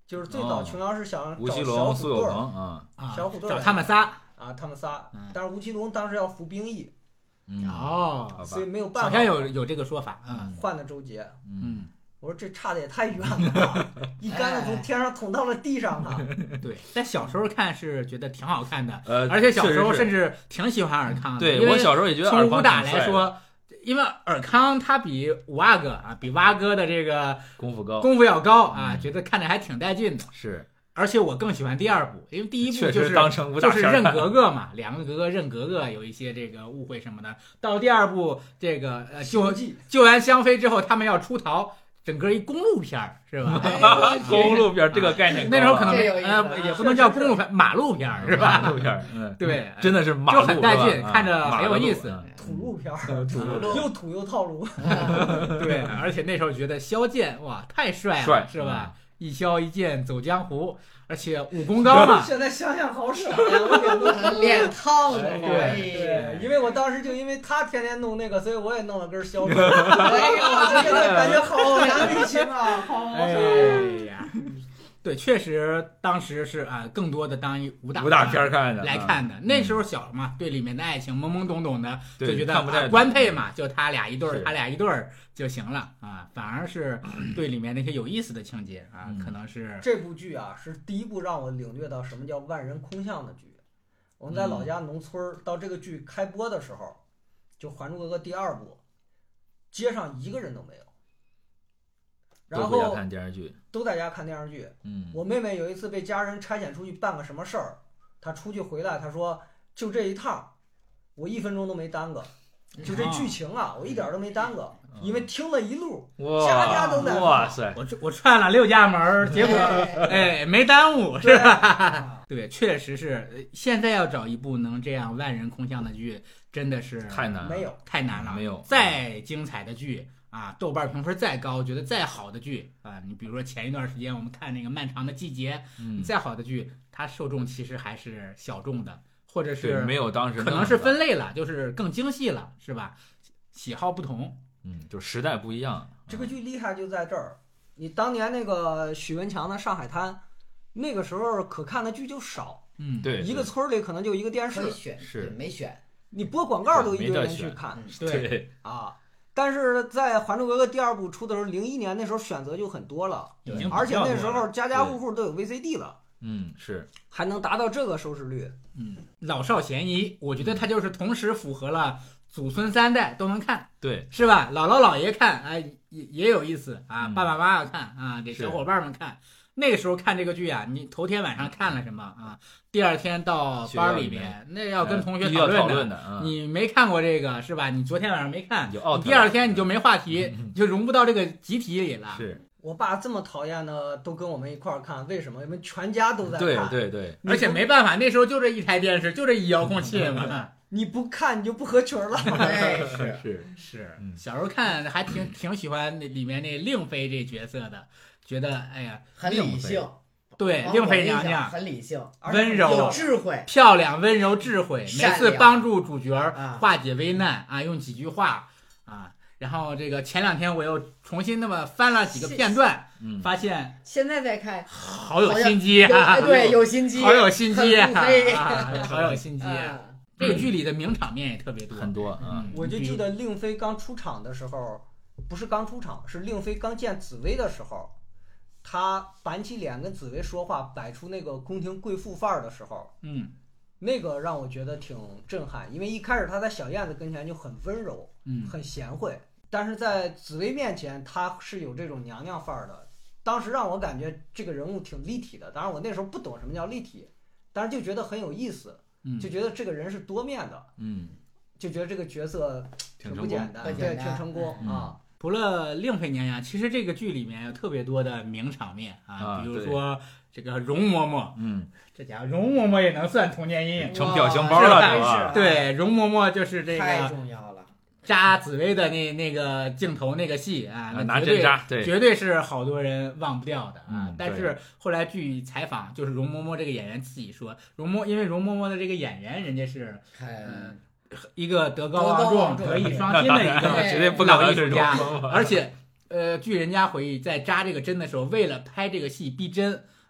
就是最早琼瑶是想吴奇找小隆、苏有虎队儿朋啊， 啊， 小虎队儿找他们仨。 啊，他们仨嗯， 但是吴奇隆当时要服兵役， 嗯， 哦， 好吧所以没有办法， 好像有有这个说法，嗯换的周杰。 嗯， 嗯， 我说这差的也太远了吧，一竿子从天上捅到了地上啊！ 对，在小时候看是觉得挺好看的， 呃， 而且小时候确实是甚至挺喜欢尔康的。因为对我小时候也觉得尔康从武打挺帅的来说，因为尔康他比五阿哥啊，比蛙哥的这个功夫高， 功夫要高啊， 嗯觉得看着还挺带劲的。 是而且我更喜欢第二部，因为第一部确就是实当成武就是认打片儿看格格嘛，两个格格认格格，有一些这个误会什么的。到第二部这个呃救记救完香妃之后，他们要出逃，整个一公路片儿是吧？ 公路片儿这个概念高啊， 那时候可能这有意思呃也不能叫公路片，马路片儿是吧？ 马路片儿，嗯， 对， 真的是马就路很带劲， 是吧看着马路很有意思。 嗯土路片儿， 土路又土又套路。 对，而且那时候觉得萧剑哇太帅了， 帅是吧？一萧一剑走江湖，而且武功高嘛。 现在想想好傻呀，我脸都脸烫的， 对哎对， 呀因为我当时就因为他天天弄那个，所以我也弄了根削骨。 哎我呀， 现在感觉好难为情啊，好好哎傻。 呀，对，确实当时是啊，更多的当一武打武打片儿看的啊来看的。那时候小嘛，对里面的爱情懵懵懂懂的，就对觉得看不太懂啊官配嘛，就他俩一对儿， 是他俩一对儿就行了啊。反而是对里面那些有意思的情节啊， 嗯可能是这部剧啊，是第一部让我领略到什么叫万人空巷的剧。我们在老家农村儿，到这个剧开播的时候，就《还珠格格》第二部，街上一个人都没有，然都回家后看电视剧， 都在家看电视剧。 嗯， 我妹妹有一次被家人差遣出去办个什么事儿，她出去回来，她说就这一趟，我一分钟都没耽搁，就这剧情啊，我一点儿都没耽搁，因为听了一路， 哇， 家家都在哇塞， 我我串了六家门儿，结果哎没耽误是吧？ 吧？ 对，确实是。呃现在要找一部能这样万人空巷的剧，真的是太难了， 没有， 太难了。 没有再精彩的剧啊，豆瓣评分再高，觉得再好的剧啊，你比如说前一段时间我们看那个《漫长的季节》， 嗯， 再好的剧，它受众其实还是小众的，或者对， 是没有当时可能是分类了，就是更精细了，是吧？喜好不同， 嗯，就时代不一样， 这个剧厉害就在这儿，你当年那个许文强的《上海滩》，那个时候可看的剧就少， 嗯， 对， 一个村儿里可能就一个电视， 可以选， 是没选， 你播广告都一堆没得选人去看嗯对， 对， 啊。但是在《还珠格格》第二部出的时候，零一年那时候选择就很多了， 已经而且那时比较多了候家家户户都有 V C D 了， 嗯，是， 还能达到这个收视率。 嗯，老少咸宜，我觉得它就是同时符合了祖孙三代都能看， 对， 是吧？姥姥姥爷看，哎，也也有意思啊， 嗯爸爸妈妈看啊，给是小伙伴们看。那个时候看这个剧啊，你头天晚上看了什么啊？第二天到班里面，那要跟同学必须要讨讨论的。 论的，嗯， 你没看过这个是吧？你昨天晚上没看， 就 out 你第二天你就没话题， 嗯你就融不到这个集体里了。 是， 我爸这么讨厌的都跟我们一块儿看，为什么？因为全家都在对看。 对对， 而且没办法，那时候就这一台电视，就这一遥控器嘛。 你不看你就不合群儿了。 哎是， 是， 是嗯小时候看还挺挺喜欢那里面那令妃这角色的，觉得哎呀， 很理性， 对， 往令我印象妃娘娘很理性， 温柔有智慧， 漂亮、温柔、智慧，每次善良帮助主角啊化解危难啊，用几句话啊。然后这个前两天我又重新那么翻了几个片段， 嗯， 发现现在再看好有心机有啊， 哎对有心机， 好有心机啊， 很腹黑啊好有心机啊。 啊这个剧里的名场面也特别多， 很多，嗯， 我就记得令妃刚出场的时候，不是刚出场，是令妃刚见紫薇的时候，她板起脸跟紫薇说话，摆出那个宫廷贵妇范儿的时候， 嗯那个让我觉得挺震撼。因为一开始她在小燕子跟前就很温柔， 嗯很贤惠，但是在紫薇面前，她是有这种娘娘范儿的。当时让我感觉这个人物挺立体的，当然我那时候不懂什么叫立体，但是就觉得很有意思， 嗯， 就觉得这个人是多面的， 嗯， 就觉得这个角色挺成功， 不简单，对， 不简单挺成功嗯啊。 除了令妃娘娘，其实这个剧里面有特别多的名场面啊， 啊比如说这个容嬷嬷， 嗯， 这家伙容嬷嬷也能算童年阴影。 成表情包了， 是吧是吧？ 对，容嬷嬷就是这太个重要了， 扎紫薇的那那个镜头那个戏啊，那拿绝对针扎，对， 绝对是好多人忘不掉的啊。 嗯但是后来据采访，就是容嬷嬷这个演员自己说，容嬷因为容嬷嬷的这个演员，人家是很一个德高德高望重、 望重德艺双馨的一那当然个绝对不可能是容老艺术家， 嬷嬷而且呃，据人家回忆，在扎这个针的时候，为了拍这个戏逼真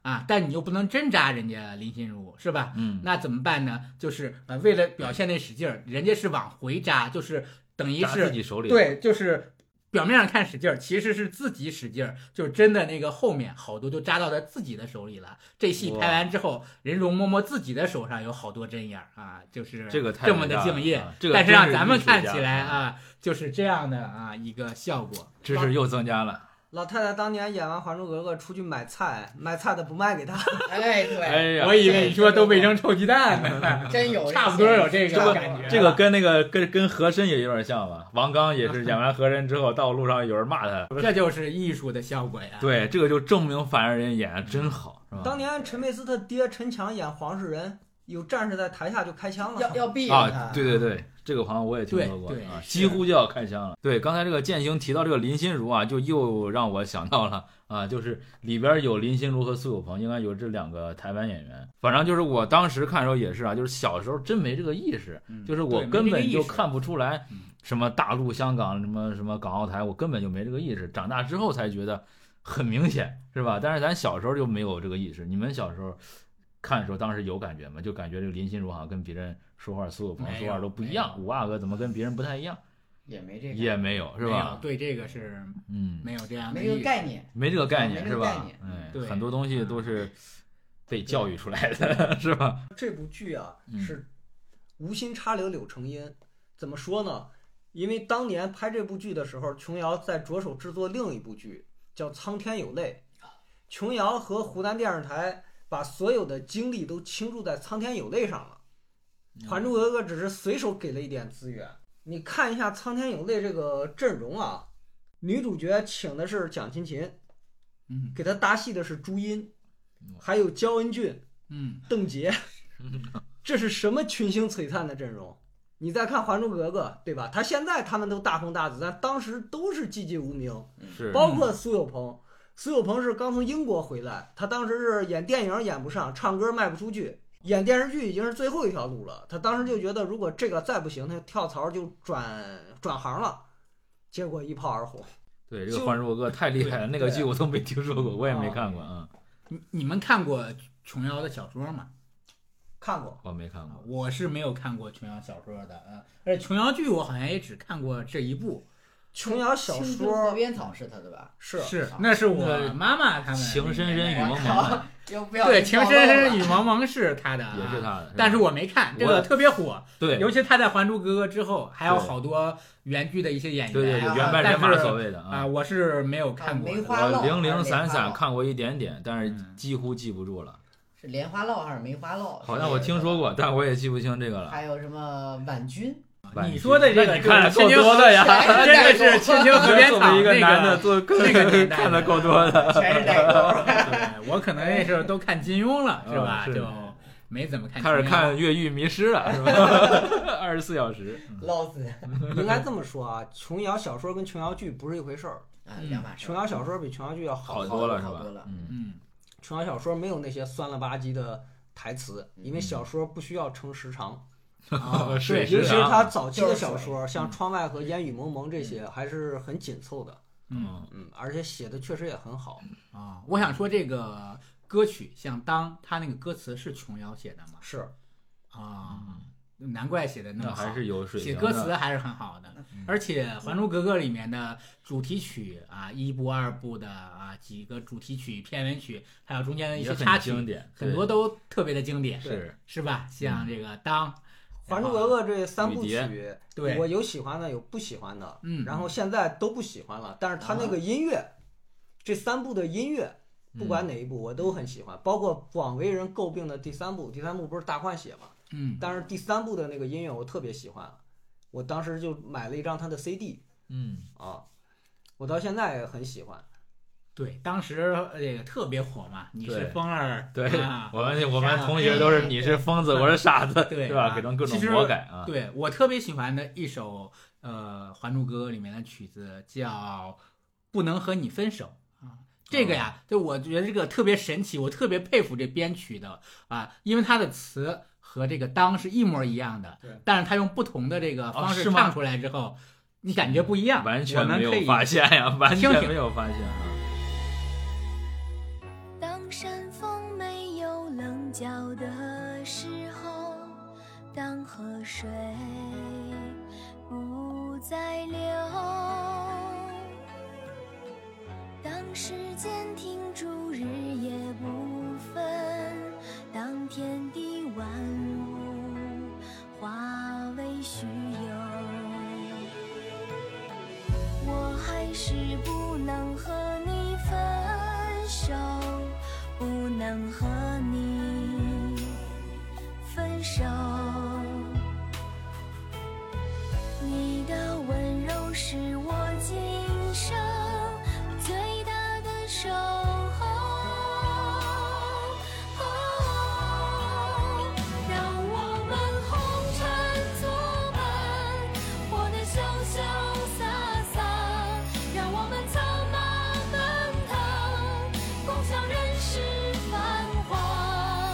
啊，但你又不能真扎人家林心如，是吧？ 嗯， 那怎么办呢？就是呃，为了表现那使劲儿，人家是往回扎，就是等于扎是自己手里， 对，就是表面上看使劲儿，其实是自己使劲儿，就是真的那个后面好多都扎到他自己的手里了。这戏拍完之后，任容嬷嬷自己的手上有好多针眼儿啊，就是这个太这么的敬业， 啊这个但是让咱们真是艺术家看起来啊，就是这样的啊一个效果。 知识又增加了。 老太太当年演完《还珠格格》出去买菜，卖菜的不卖给她。 哎，对， 哎呀， 我以为你说都喂成臭鸡蛋呢， 真有差不多有这这个个感觉。 这个跟那个跟跟和珅也有点像吧？王刚也是演完和珅之后，到路上有人骂他， 这就是艺术的效果呀。 对，这个就证明反而人演的真好，是吧？ 当年陈佩斯他爹陈强演黄世仁，有战士在台下就开枪了。 要要毙了他啊，对对对，这个好像我也听说过对对啊， 是几乎就要开枪了。对，刚才这个建兴提到这个林心如啊，就又让我想到了啊，就是里边有林心如和苏有朋，应该有这两个台湾演员。反正就是我当时看的时候也是啊，就是小时候真没这个意识， 嗯就是我对根本没这个意识就看不出来嗯什么大陆、香港、什么什么港澳台，我根本就没这个意识。长大之后才觉得很明显，是吧？但是咱小时候就没有这个意识。你们小时候看的时候，当时有感觉吗？就感觉这个林心如好像跟别人说话，苏有朋说话都不一样，五阿哥怎么跟别人不太一样？ 也没这个， 也没有，是没有吧？ 对这个是嗯， 没有这样的没这意识个概念。 没这个概念没这是吧个概念？ 哎， 对很多东西都是被教育出来的，是吧？ 这部剧啊嗯是无心插柳柳成荫，怎么说呢？因为当年拍这部剧的时候，琼瑶在着手制作另一部剧，叫《苍天有泪》。琼瑶和湖南电视台把所有的精力都倾注在《苍天有泪》上了，《还珠格格》只是随手给了一点资源。你看一下《苍天有泪》这个阵容啊，女主角请的是蒋勤勤， 嗯给她搭戏的是朱茵，还有焦恩俊、 嗯邓婕，这是什么群星璀璨的阵容？你再看《还珠格格》，对吧？他现在他们都大红大紫，但当时都是寂寂无名。 是， 包括苏有朋，苏有朋是刚从英国回来，他当时是演电影演不上，唱歌卖不出去，演电视剧已经是最后一条路了。他当时就觉得，如果这个再不行，他跳槽就转转行了，结果一炮而红。 对，这个《还珠格格》太厉害了，那个剧我都没听说过，我也没看过啊， 你你们看过琼瑶的小说吗？ 看过， 我没看过。 我是没有看过琼瑶小说的啊，而且琼瑶剧我好像也只看过这一部。 琼瑶小青春河说边草是他的吧？ 是是，那是我那妈妈他们情深深雨蒙我蒙靠，又不要对，情深深雨雨。 蒙蒙是他的啊， 也是他的， 但是吧我没看，这我个特别火， 对尤其他在《还珠格格》之后，还有对好多原剧的一些演员， 对对对， 啊原班人马但是所谓的啊，我是没有看过的。 梅花烙我零零散还是莲花烙散看过一点点，但是嗯几乎记不住了。 是莲花烙还是梅花烙？ 好像我听说过，但我也记不清这个了。 还有什么婉君？ 婉君你说的这个那你看的够就是青多的呀， 全真的是青青河边作草， 为一个那男的，做那个年代看的够多的。 全是代沟。 对我可能那时候都看金庸了，是吧？ 啊是就没怎么看。 开始看《越狱迷失》了，是吧？二十四小时。 老子应该这么说啊，琼瑶小说跟琼瑶剧不是一回事儿。 啊，两码事。 琼瑶小说比琼瑶剧要好好多了，是吧好多了？ 嗯， 嗯， 琼瑶小说没有那些酸了吧唧的台词，因为小说不需要撑时长。 啊， 是对， 尤其是啊他早期的就是小说，像《窗外》和《烟雨蒙蒙》这些，还是很紧凑的。 嗯嗯，而且写的确实也很好。 啊，我想说这个歌曲，像当他那个歌词是琼瑶写的吗？ 是， 啊，难怪写的那么好， 那还是有水平的。 写歌词还是很好的。而且《还珠格格》里面的主题曲啊，一部二部的啊几个主题曲、片尾曲，还有中间的一也很些插曲， 经典， 很多都特别的经典， 是是吧？像这个当。 《还珠格格》这三部雨蝶曲， 对我有喜欢的，有不喜欢的， 嗯然后现在都不喜欢了。但是他那个音乐，这三部的音乐，不管哪一部我都很喜欢，包括广为人诟病的第三部，第三部不是大换血嘛？ 嗯， 但是第三部的那个音乐我特别喜欢，我当时就买了一张他的 C D 嗯， 啊，我到现在也很喜欢。 对，当时这个特别火嘛，你是对风儿， 对， 啊我们我们同学都是你是疯子，我是傻子， 对是吧？ 啊给成各种其实魔改啊。 对我特别喜欢的一首呃《还珠格格》里面的曲子叫《不能和你分手》啊，这个呀，就我觉得这个特别神奇，我特别佩服这编曲的啊，因为它的词和这个当是一模一样的对， 但是他用不同的这个方式哦是吗唱出来之后，你感觉不一样， 完全我们可以没有发现呀，完听听全没有发现啊。 当山峰小的时候，当河水不再流，当时间停住，日夜不分，当天地万物化为虚有，我还是不能和你分手，不能和你分手。你的温柔是我今生最大的守候，让我们红尘作伴，活得潇潇洒洒，让我们策马奔腾，共享人世繁华。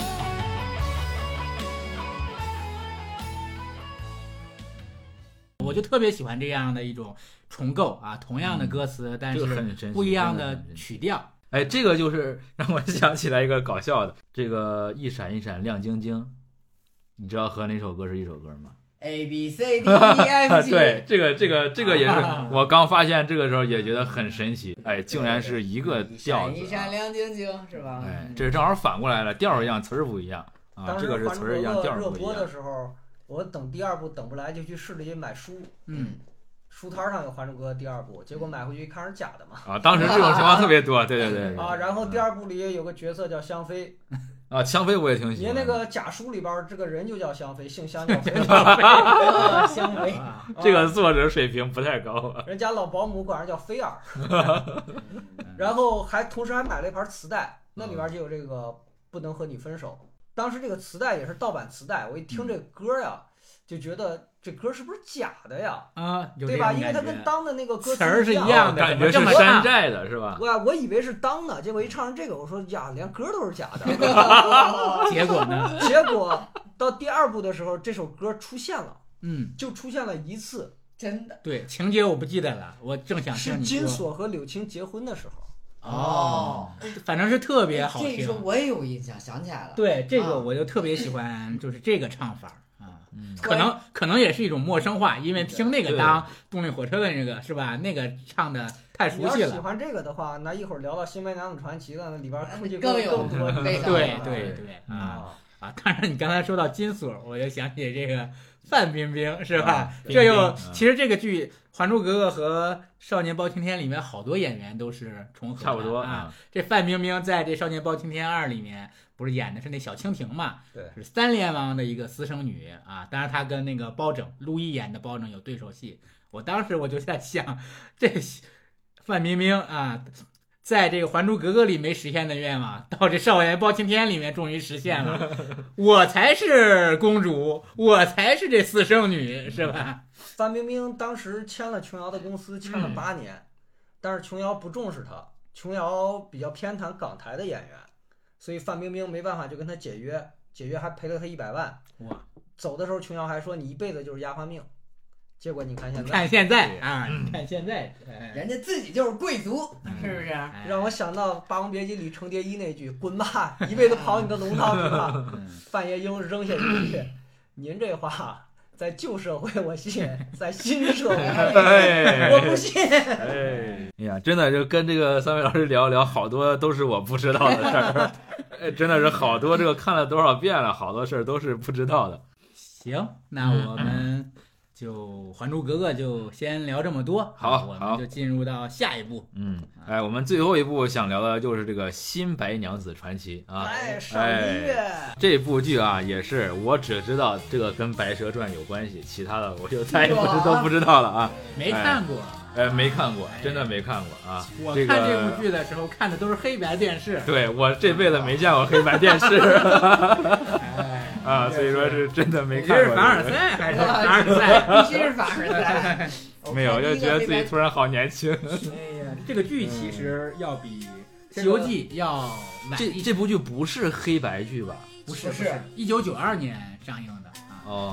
我就特别喜欢这样的一种重构啊，同样的歌词，但这个很是神奇不一样的真的很神奇曲调。 哎，这个就是让我想起来一个搞笑的，这个一闪一闪亮晶晶，你知道和哪首歌是一首歌吗？ A B C D E F G， 对，这个这个这个也是我刚发现这个时候也觉得很神奇，哎，竟然是一个调子、 一闪啊， 亮晶晶是吧？ 哎，这是正好反过来了，调儿一样，词儿不一样啊， 当时这个是词儿一样，调儿不一热播的样。 时候，我等第二部等不来，就去市里买书， 嗯， 书摊上有《还珠格格》第二部，结果买回去一看是假的嘛。 啊，当时这种情况特别多，对对对对啊，然后第二部里有个角色叫香妃， 啊，香妃我也挺喜欢的。 你那个假书里边这个人就叫香妃，姓香叫妃， 香妃， 啊这个作者水平不太高啊。 人家老保姆管人叫菲儿，然后还同时还买了一盘磁带，那里边就有这个《不能和你分手》。当时这个磁带也是盗版磁带，我一听这歌呀，就觉得这歌是不是假的呀？ 啊，有对吧？ 这种因为它感觉跟当的那个歌词儿是一样一样的， 感觉是怎么这么山唱寨的是吧？ 我我以为是当的，结果一唱成这个，我说呀，连歌都是假的。 结果呢？ 结果到第二部的时候，这首歌出现了， 嗯， 就出现了一次， 真的对，情节我不记得了，我正想是听你说。 金锁和柳青结婚的时候。 哦，反正是特别好听这一说。我也有印象，想起来了。 对，这个啊我就特别喜欢，就是这个唱法啊。 嗯可能可能也是一种陌生化，因为听那个对当动力火车的那个是吧？那个唱的太你熟悉了。 要喜欢这个的话，那一会儿聊到《新白娘子传奇》了，那里边估计更有更多非常对啊对对啊啊。 啊！当然，你刚才说到金锁，我就想起这个范冰冰，是吧？ 啊这又冰冰啊其实这个剧《还珠格格》和《少年包青天》里面好多演员都是重合的， 差不多啊。这范冰冰在这《少年包青天二》里面不是演的是那小蜻蜓嘛？ 对， 是三联王的一个私生女啊。当然，她跟那个包拯，陆毅演的包拯有对手戏。我当时我就在想，这范冰冰啊。在这个《还珠格格》里没实现的愿望，到这《少年包青天》里面终于实现了。我才是公主，我才是这私生女，是吧？ 范冰冰当时签了琼瑶的公司，签了嗯八年，但是琼瑶不重视她，琼瑶比较偏袒港台的演员，所以范冰冰没办法就跟她解约，解约还赔了她一百万。 哇！ 走的时候琼瑶还说你一辈子就是丫鬟命，结果你看现在， 看现在啊，你看现在，哎人家自己就是贵族，是不是？ 哎让我想到《霸王别姬》里程蝶衣那句“滚吧，一辈子跑你的龙套去吧”。 嗯范爷英扔下一句：“您这话在旧社会我信，在新社会哎我不信。 哎哎呀，真的就跟这个三位老师聊聊，好多都是我不知道的事儿，哎，真的是好多这个看了多少遍了，好多事儿都是不知道的。 行，那我们就《还珠格格》就先聊这么多。 好我们好就进入到下一步。 嗯，哎，我们最后一部想聊的就是这个《新白娘子传奇》啊。 哎，上音乐， 这部剧啊，也是我只知道这个跟《白蛇传》有关系，其他的我就再也不知都不知道了啊。 没看过， 哎，没看过，真的没看过啊。 我这看这个部剧的时候看的都是黑白电视。 对我这辈子没见过黑白电视哎， 啊，所以说是真的没你看过。 这是凡尔赛还是凡尔赛？ 必须是凡尔赛。 没有，就觉得自己突然好年轻。 哎呀，这个剧其实要比《西游记》要晚这一这部剧不是黑白剧吧？ 不是不是一九九二年上映的啊。 哦，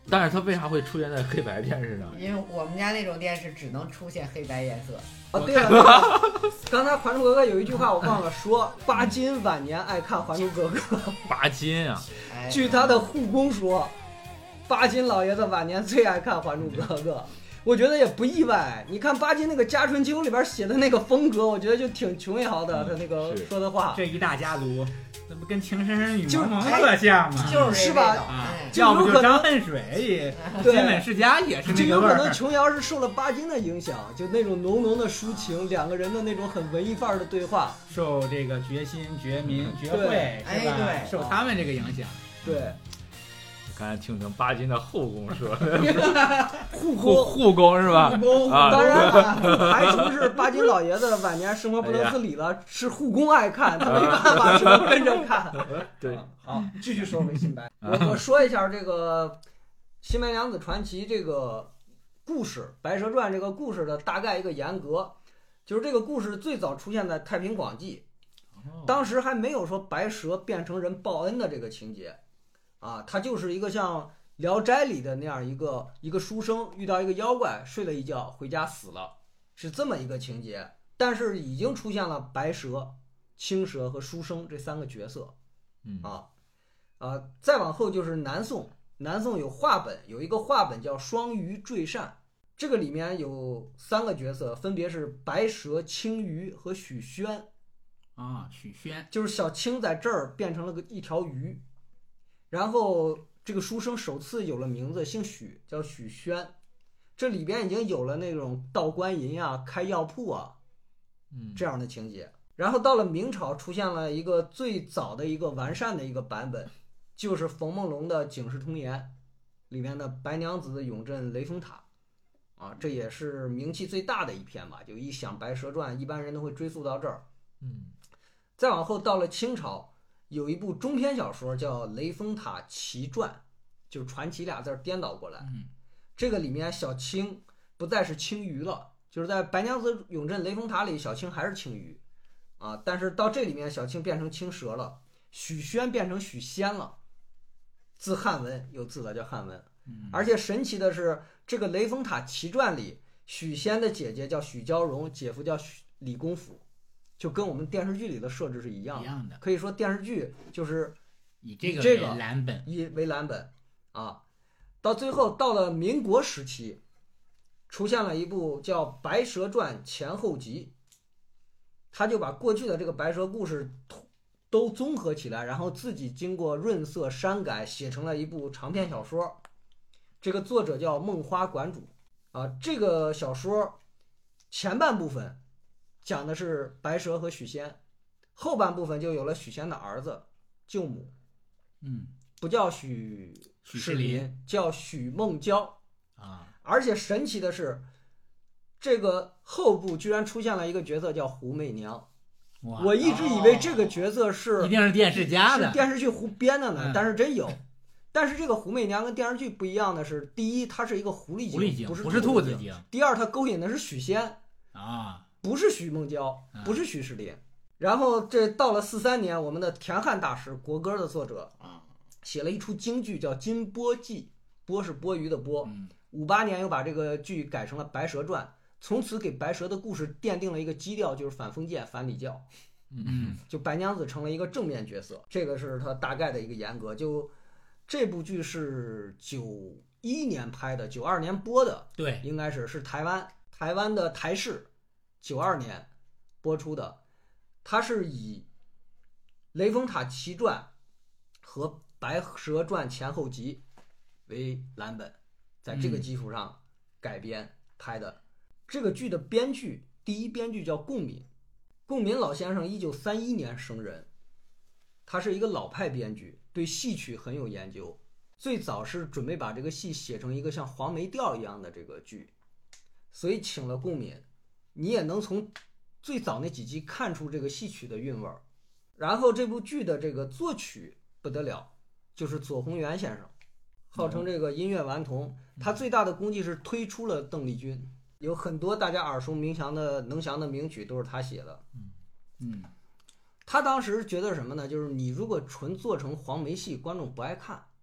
但是它为啥会出现在黑白电视上？ 因为我们家那种电视只能出现黑白颜色。 啊，对了，对了刚才《还珠格格》有一句话我忘了说，巴金晚年爱看《还珠格格》。 巴金啊， 哎， 据他的护工说，巴金老爷子晚年最爱看《还珠格格》。我觉得也不意外，你看巴金那个《家春秋》里边写的那个风格，我觉得就挺琼瑶的，他那个说的话。 这一大家族，那不跟情深深雨就蒙蒙特像吗？ 就是是吧这味道啊哎， 要不就有可能就张恨水也， 对金本世家也是就有可能那个味儿。 琼瑶是受了巴金的影响，就那种浓浓的抒情，两个人的那种很文艺范儿的对话。 受这个决心、决民、决对会是吧？ 哎对受他们这个影响。 对， 刚才听成巴金的后宫说， 护护工。 护工是吧？ 护工， 啊当然了，不排除是巴金老爷子晚年生活不能自理了，是护工爱看，他没办法，只能跟着看。 对， 好，继续说回新白。我我说一下这个《新白娘子传奇》这个故事，《白蛇传》这个故事的大概一个沿革，就是这个故事最早出现在《太平广记》，当时还没有说白蛇变成人报恩的这个情节，啊，它就是一个像《聊斋》里的那样一个一个书生遇到一个妖怪，睡了一觉回家死了，是这么一个情节。但是已经出现了白蛇、青蛇和书生这三个角色， 嗯啊，啊，再往后就是南宋，南宋有话本，有一个话本叫《双鱼坠扇》，这个里面有三个角色，分别是白蛇、青鱼和许宣。 啊，许宣就是小青在这儿变成了个一条鱼，然后这个书生首次有了名字，姓许，叫许宣。这里边已经有了那种道观银啊、开药铺啊嗯， 这样的情节。然后到了明朝，出现了一个最早的一个完善的一个版本，就是冯梦龙的《警世通言》里面的白娘子永镇雷峰塔，啊，这也是名气最大的一篇吧。就一想《白蛇传》，一般人都会追溯到这儿。 嗯， 再往后到了清朝，有一部中篇小说叫《雷峰塔奇传》，就是传奇俩字儿颠倒过来。 嗯， 这个里面小青不再是青鱼了，就是在白娘子永镇雷峰塔里，小青还是青鱼啊，但是到这里面小青变成青蛇了，许宣变成许仙了，字汉文，有字的叫汉文。 嗯而且神奇的是，这个雷峰塔奇传里，许仙的姐姐叫许娇蓉，姐夫叫许李公甫，就跟我们电视剧里的设置是一样的。 一样的， 可以说电视剧就是以这个这个为蓝本。 以为蓝本啊。到最后到了民国时期，出现了一部叫《白蛇传前后集》，他就把过去的这个白蛇故事都综合起来，然后自己经过润色删改，写成了一部长篇小说。这个作者叫梦花馆主啊。这个小说前半部分讲的是白蛇和许仙，后半部分就有了许仙的儿子舅母， 嗯不叫许许仕林林，叫许梦娇。 啊， 而且神奇的是，这个后部居然出现了一个角色叫胡媚娘。 哇， 我一直以为这个角色是一定是电视家的是电视剧胡编的呢嗯， 但是真有。但是这个胡媚娘跟电视剧不一样的是，第一，她是一个狐狸精， 狐狸精， 不是不是兔精； 兔子精第二，她勾引的是许仙， 啊。 不是许梦娇啊， 不是许仕林。然后这到了四三年，我们的田汉大师，国歌的作者啊， 写了一出京剧叫《金钵记》，钵是钵盂的钵。 嗯五八年又把这个剧改成了《白蛇传》，从此给白蛇的故事奠定了一个基调，就是反封建、反礼教。 嗯就白娘子成了一个正面角色，这个是它大概的一个严格。就这部剧是九一年拍的，九二年播的， 对， 应该是是台湾台湾的台视九二年播出的。它是以《雷峰塔奇传》和《白蛇传前后集》为蓝本，在这个基础上改编拍的。这个剧的编剧，第一编剧叫贡敏。贡敏老先生一九三一年生人，他是一个老派编剧，对戏曲很有研究。最早是准备把这个戏写成一个像黄梅调一样的这个剧，所以请了贡敏。你也能从最早那几集看出这个戏曲的韵味儿。然后这部剧的这个作曲不得了，就是左宏元先生，号称这个音乐顽童。他最大的功绩是推出了邓丽君。有很多大家耳熟能详的能详的名曲都是他写的。 嗯他当时觉得什么呢？就是你如果纯做成黄梅戏，观众不爱看，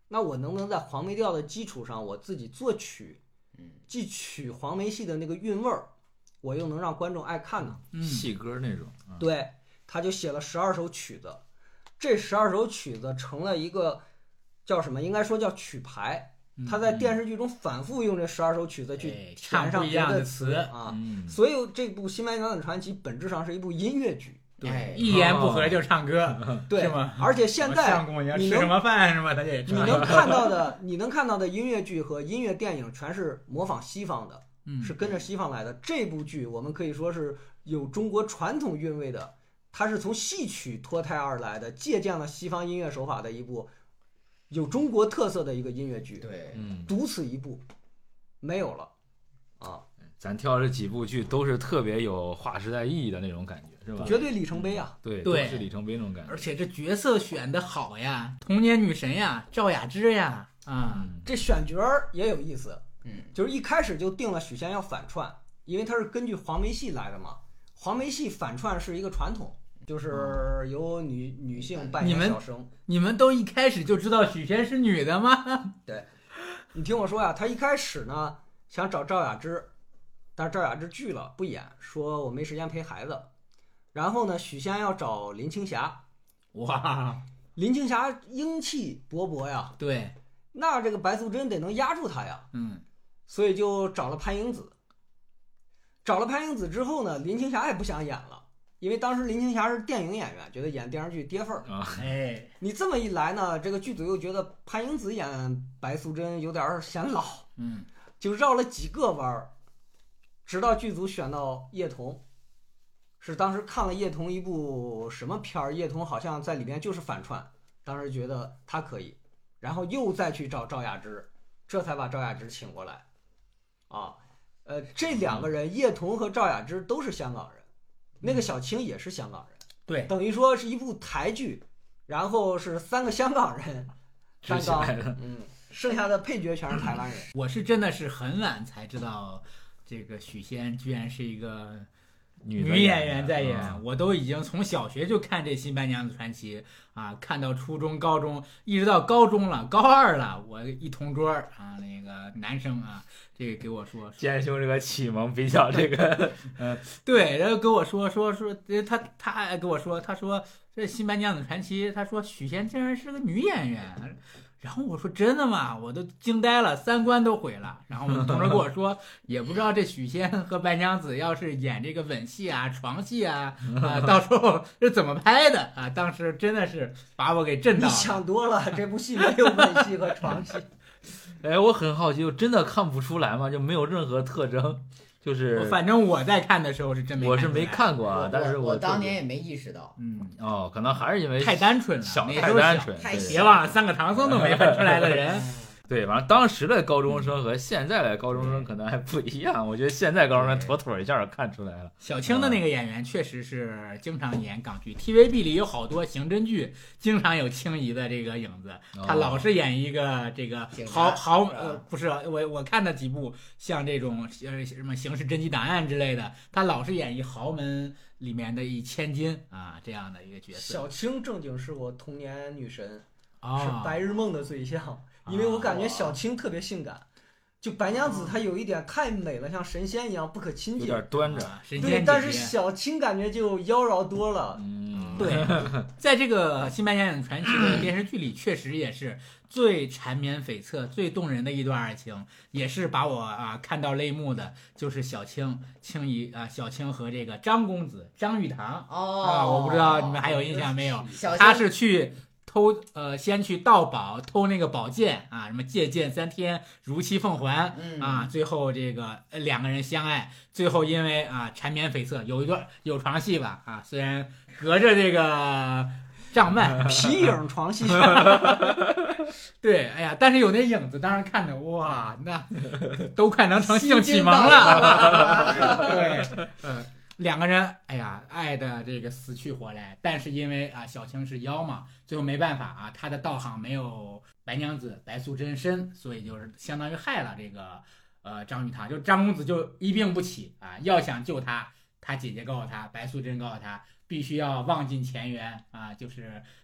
那我能不能在黄梅调的基础上，我自己作曲，既取黄梅戏的那个韵味儿，我又能让观众爱看呢？ 嗯戏歌那种。啊、 对，他就写了十二首曲子，这十二首曲子成了一个叫什么？应该说叫曲牌。他在电视剧中反复用这十二首曲子去哎填唱不一上别的样的词啊， 嗯， 所以这部《新白娘子传奇》本质上是一部音乐剧。 哎一言不合就唱歌， 对是吗？ 而且现在相公你要你能吃什么饭是吧？他也你能看到的，你能看到的音乐剧和音乐电影全是模仿西方的， 嗯是跟着西方来的。这部剧我们可以说是有中国传统韵味的，它是从戏曲脱胎而来的，借鉴了西方音乐手法的一部有中国特色的一个音乐剧。 对， 嗯， 独此一部，没有了啊， 咱挑这几部剧都是特别有划时代意义的那种感觉，是吧？ 绝对里程碑啊！ 对， 对都是里程碑那种感觉。 而且这角色选的好呀，童年女神呀，赵雅芝呀，啊， 嗯， 这选角儿也有意思， 嗯， 就是一开始就定了许仙要反串，因为他是根据黄梅戏来的嘛。黄梅戏反串是一个传统，就是由女女性扮演你们小生。 你们都一开始就知道许仙是女的吗？ 你听我说呀，他一开始呢想找赵雅芝，但是赵雅芝拒了不演，说我没时间陪孩子。然后呢，许仙要找林青霞， 哇， 林青霞英气勃勃呀， 对， 那这个白素贞得能压住她呀， 嗯， 所以就找了潘迎紫。找了潘迎紫之后呢，林青霞也不想演了，因为当时林青霞是电影演员，觉得演电视剧跌份儿。 啊， 哎， 你这么一来呢，这个剧组又觉得潘迎紫演白素贞有点儿显老， 嗯， 就绕了几个弯儿，直到剧组选到叶童。是当时看了叶童一部什么片儿，叶童好像在里边就是反串，当时觉得他可以，然后又再去找赵雅芝，这才把赵雅芝请过来。啊，呃，这两个人叶童和赵雅芝都是香港人，那个小青也是香港人， 对， 等于说是一部台剧，然后是三个香港人担纲，嗯，剩下的配角全是台湾人。 我是真的是很晚才知道，这个许仙居然是一个女女演员在演， 啊我都已经从小学就看这《新白娘子传奇》啊，看到初中、高中，一直到高中了，高二了，我一同桌啊，那个男生啊，这个给我说， 剑兄这个启蒙比较这个， 对，然后跟我说说说，呃他他还跟我说，他说这《新白娘子传奇》，他说许仙竟然是个女演员。然后我说真的吗？我都惊呆了，三观都毁了。然后我们同事跟我说，也不知道这许仙和白娘子要是演这个吻戏啊、床戏啊，啊，到时候是怎么拍的啊？当时真的是把我给震你到了。 想多了，这部戏没有吻戏和床戏。 哎，我很好奇，就真的看不出来吗？就没有任何特征，就是反正我在看的时候是真没， 我是没，看过啊，但是我特别当年也没意识到， 嗯， 哦，可能还是因为太单纯了， 小那时候小太单纯，对太小别忘了三个唐僧都没分出来的人。 对，反正当时的高中生和现在的高中生可能还不一样。我觉得现在高中生妥妥一下就看出来了。 小青的那个演员确实是经常演港剧 ，T V B 里有好多刑侦剧，经常有青姨的这个影子。他老是演一个这个警察豪豪是吧呃不是我我看的几部像这种呃什么刑事侦缉档案之类的，他老是演一豪门里面的一千金啊这样的一个角色。 小青正经是我童年女神，是啊， 白日梦的对象，因为我感觉小青特别性感。就白娘子她有一点太美了，像神仙一样不可亲有近。 点端着。 啊神对， 仙但是姐姐。 小青感觉就妖娆多了。 嗯， 对，在这个《新白娘子传奇》的电视剧里，确实也是最缠绵悱恻、最动人的一段爱情，也是把我啊看到泪目的，就是小青、青姨啊，小青和这个张公子张玉堂哦啊，我不知道你们还有印象没有？ 小他青是去偷呃，先去盗宝，偷那个宝剑啊，什么借剑三天，如期奉还、 嗯啊，最后这个呃两个人相爱，最后因为啊缠绵悱恻，有一段有床戏吧啊，虽然隔着这个帐幔皮影床戏， 对，哎呀，但是有那影子，当时看着哇，那都快能成性启蒙了。对，嗯，两个人，哎呀，爱的这个死去活来，但是因为啊，小青是妖嘛，最后没办法啊，他的道行没有白娘子白素贞深，所以就是相当于害了这个呃张玉堂，就张公子就一病不起啊，要想救他，他姐姐告诉他，白素贞告诉他，必须要忘尽前缘啊，就是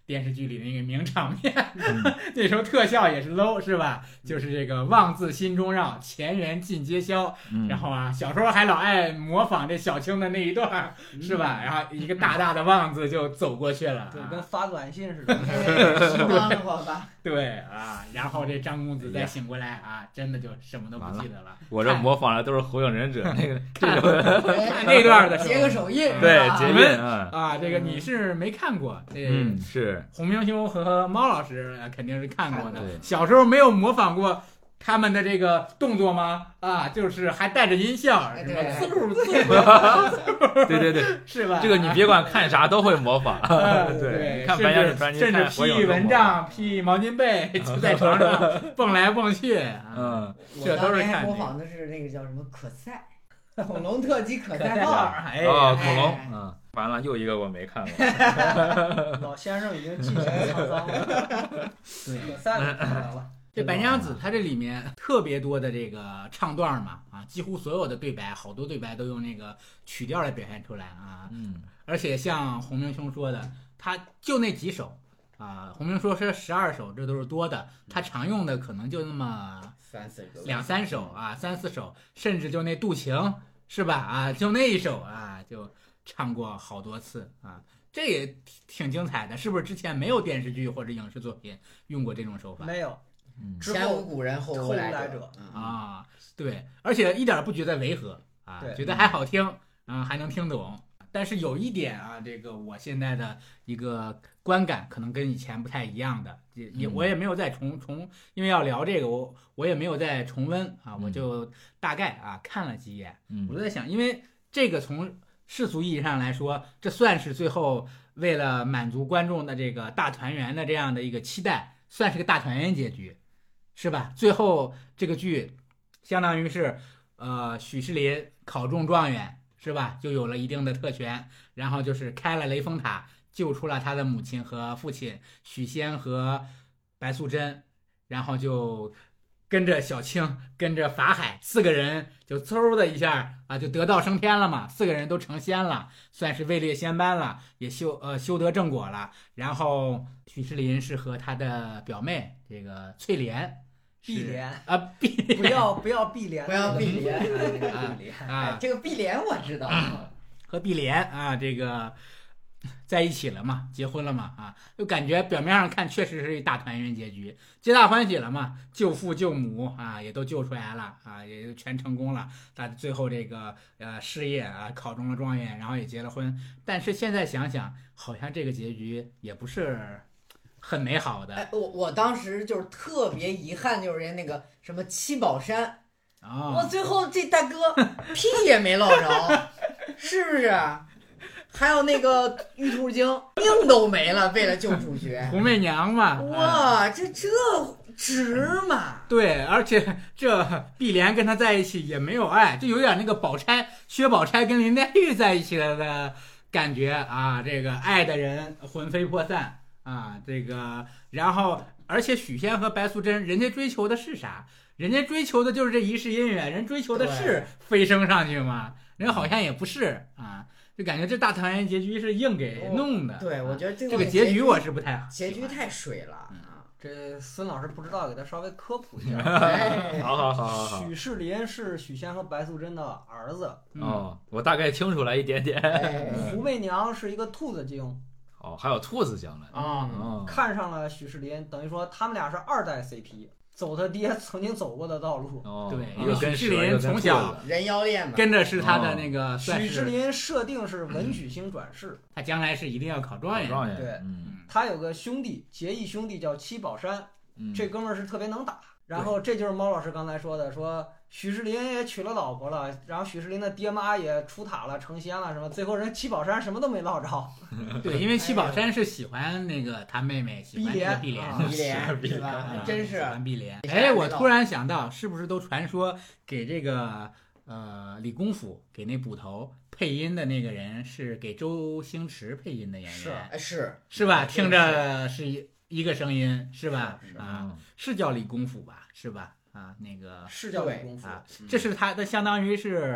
电视剧里的那个名场面，那时候特效也是 low 是吧？就是这个望自心中绕，前人尽皆消。 嗯然后啊，小时候还老爱模仿这小青的那一段是吧？然后一个大大的望字就走过去了， 对， 啊跟发短信似的。 希望我吧。 对啊，然后这张公子再醒过来啊，真的就什么都不记得了。 我这模仿的都是火影忍者那个这种看那段的时候结个手印， 对是吧结你们印啊， 啊，这个你是没看过，这嗯是洪明兄和猫老师呃肯定是看过的对。 小时候没有模仿过他们的这个动作吗？啊，就是还带着音效，什么对嗖嗖， 对对对， 是吧？ 这个你别管看啥都会模仿， 啊对， 对， 你看白娘子传奇， 甚至看火影披蚊都模仿， 帐、披毛巾被，就在床上蹦来蹦去。啊， 嗯， 我这都是当年还看这个模仿的是那个叫什么可赛，恐龙特级可可赛赛号。 哎哦，恐哎龙，嗯，完了又一个我没看过， 老先生已经记性沧桑了， 对， 可赛了，看来了。 这白娘子它这里面特别多的这个唱段嘛，啊，几乎所有的对白，好多对白都用那个曲调来表现出来啊。 嗯而且像洪明兄说的，他就那几首啊，洪明说是十二首，这都是多的，他常用的可能就那么三四个两三首啊，三四首，甚至就那渡情是吧？啊，就那一首啊，就唱过好多次啊。这也挺挺精彩的，是不是？之前没有电视剧或者影视作品用过这种手法？ 没有， 嗯之前无后古人后后无来无来者啊， 啊，对，而且一点不觉得违和啊， 对觉得还好听啊，还能听懂。但是有一点啊，这个我现在的一个观感可能跟以前不太一样的，也也嗯我也没有再重重，因为要聊这个，我我也没有再重温啊，我就大概啊看了几眼， 嗯我就在想，因为这个从世俗意义上来说，这算是最后为了满足观众的这个大团圆的这样的一个期待，算是个大团圆结局，是吧？最后这个剧相当于是，呃，许世林考中状元，是吧？就有了一定的特权，然后就是开了雷峰塔，救出了他的母亲和父亲许仙和白素贞，然后就跟着小青，跟着法海四个人就嗖的一下啊，就得道升天了嘛，四个人都成仙了，算是位列仙班了，也修呃修得正果了。然后许世林是和他的表妹这个翠莲是碧莲， 啊碧不要不要碧莲， 不要碧莲哎这个碧莲， 哎啊， 这个碧莲我知道， 和碧莲啊这个在一起了嘛，结婚了嘛啊，就感觉表面上看确实是一大团圆结局，皆大欢喜了嘛，救父救母啊也都救出来了啊，也就全成功了。他最后这个呃事业啊考中了状元，然后也结了婚。但是现在想想，好像这个结局也不是很美好的哎，我我当时就是特别遗憾，就是人那个什么七宝山，我啊。 最后这大哥屁也没落着，是不是？还有那个玉兔精命都没了，为了救主角， 红媚娘嘛，啊哇，这这值吗？ 对，而且这碧莲跟他在一起也没有爱，就有点那个宝钗、薛宝钗跟林黛玉在一起了的感觉啊。这个爱的人魂飞魄散啊，这个然后而且许仙和白素贞，人家追求的是啥？人家追求的就是这一世姻缘，人追求的是飞升上去嘛，人好像也不是啊，就感觉这大团圆结局是硬给弄的。 对，我觉得这这个结局我是不太喜欢结局太水了啊！ 这孙老师不知道，给他稍微科普一下。 哎好好好好好， 许世林是许仙和白素贞的儿子， 嗯哦，我大概听出来一点点， 哎胡媚娘是一个兔子精， 哦，还有兔子精呢， 啊， 哦， 看上了许世林，等于说他们俩是二代 C P，走他爹曾经走过的道路。 哦， 对一个跟许世林蛇一个跟兔从小子人妖恋嘛， 跟着是他的那个算许世是林设定是文曲星转世， 他将来是一定要考状元的。 状元， 对嗯他有个兄弟结义兄弟叫七宝山， 嗯， 这哥们儿是特别能打。然后这就是猫老师刚才说的，说许世林也娶了老婆了，然后许世林的爹妈也出塔了、成仙了什么，最后人七宝山什么都没落着。 对，因为七宝山是喜欢那个他妹妹，喜欢那个碧莲啊的， 碧莲是是吧啊？ 真是喜欢碧莲。 你哎， 看没到我突然想到，是不是都传说给这个呃李公甫给那捕头配音的那个人是给周星驰配音的演是员， 哎是是吧？ 是听着是一一个声音，是吧是？是啊， 嗯是叫李公甫吧？是吧？啊，那个是叫李功夫啊嗯， 这是他的相当于是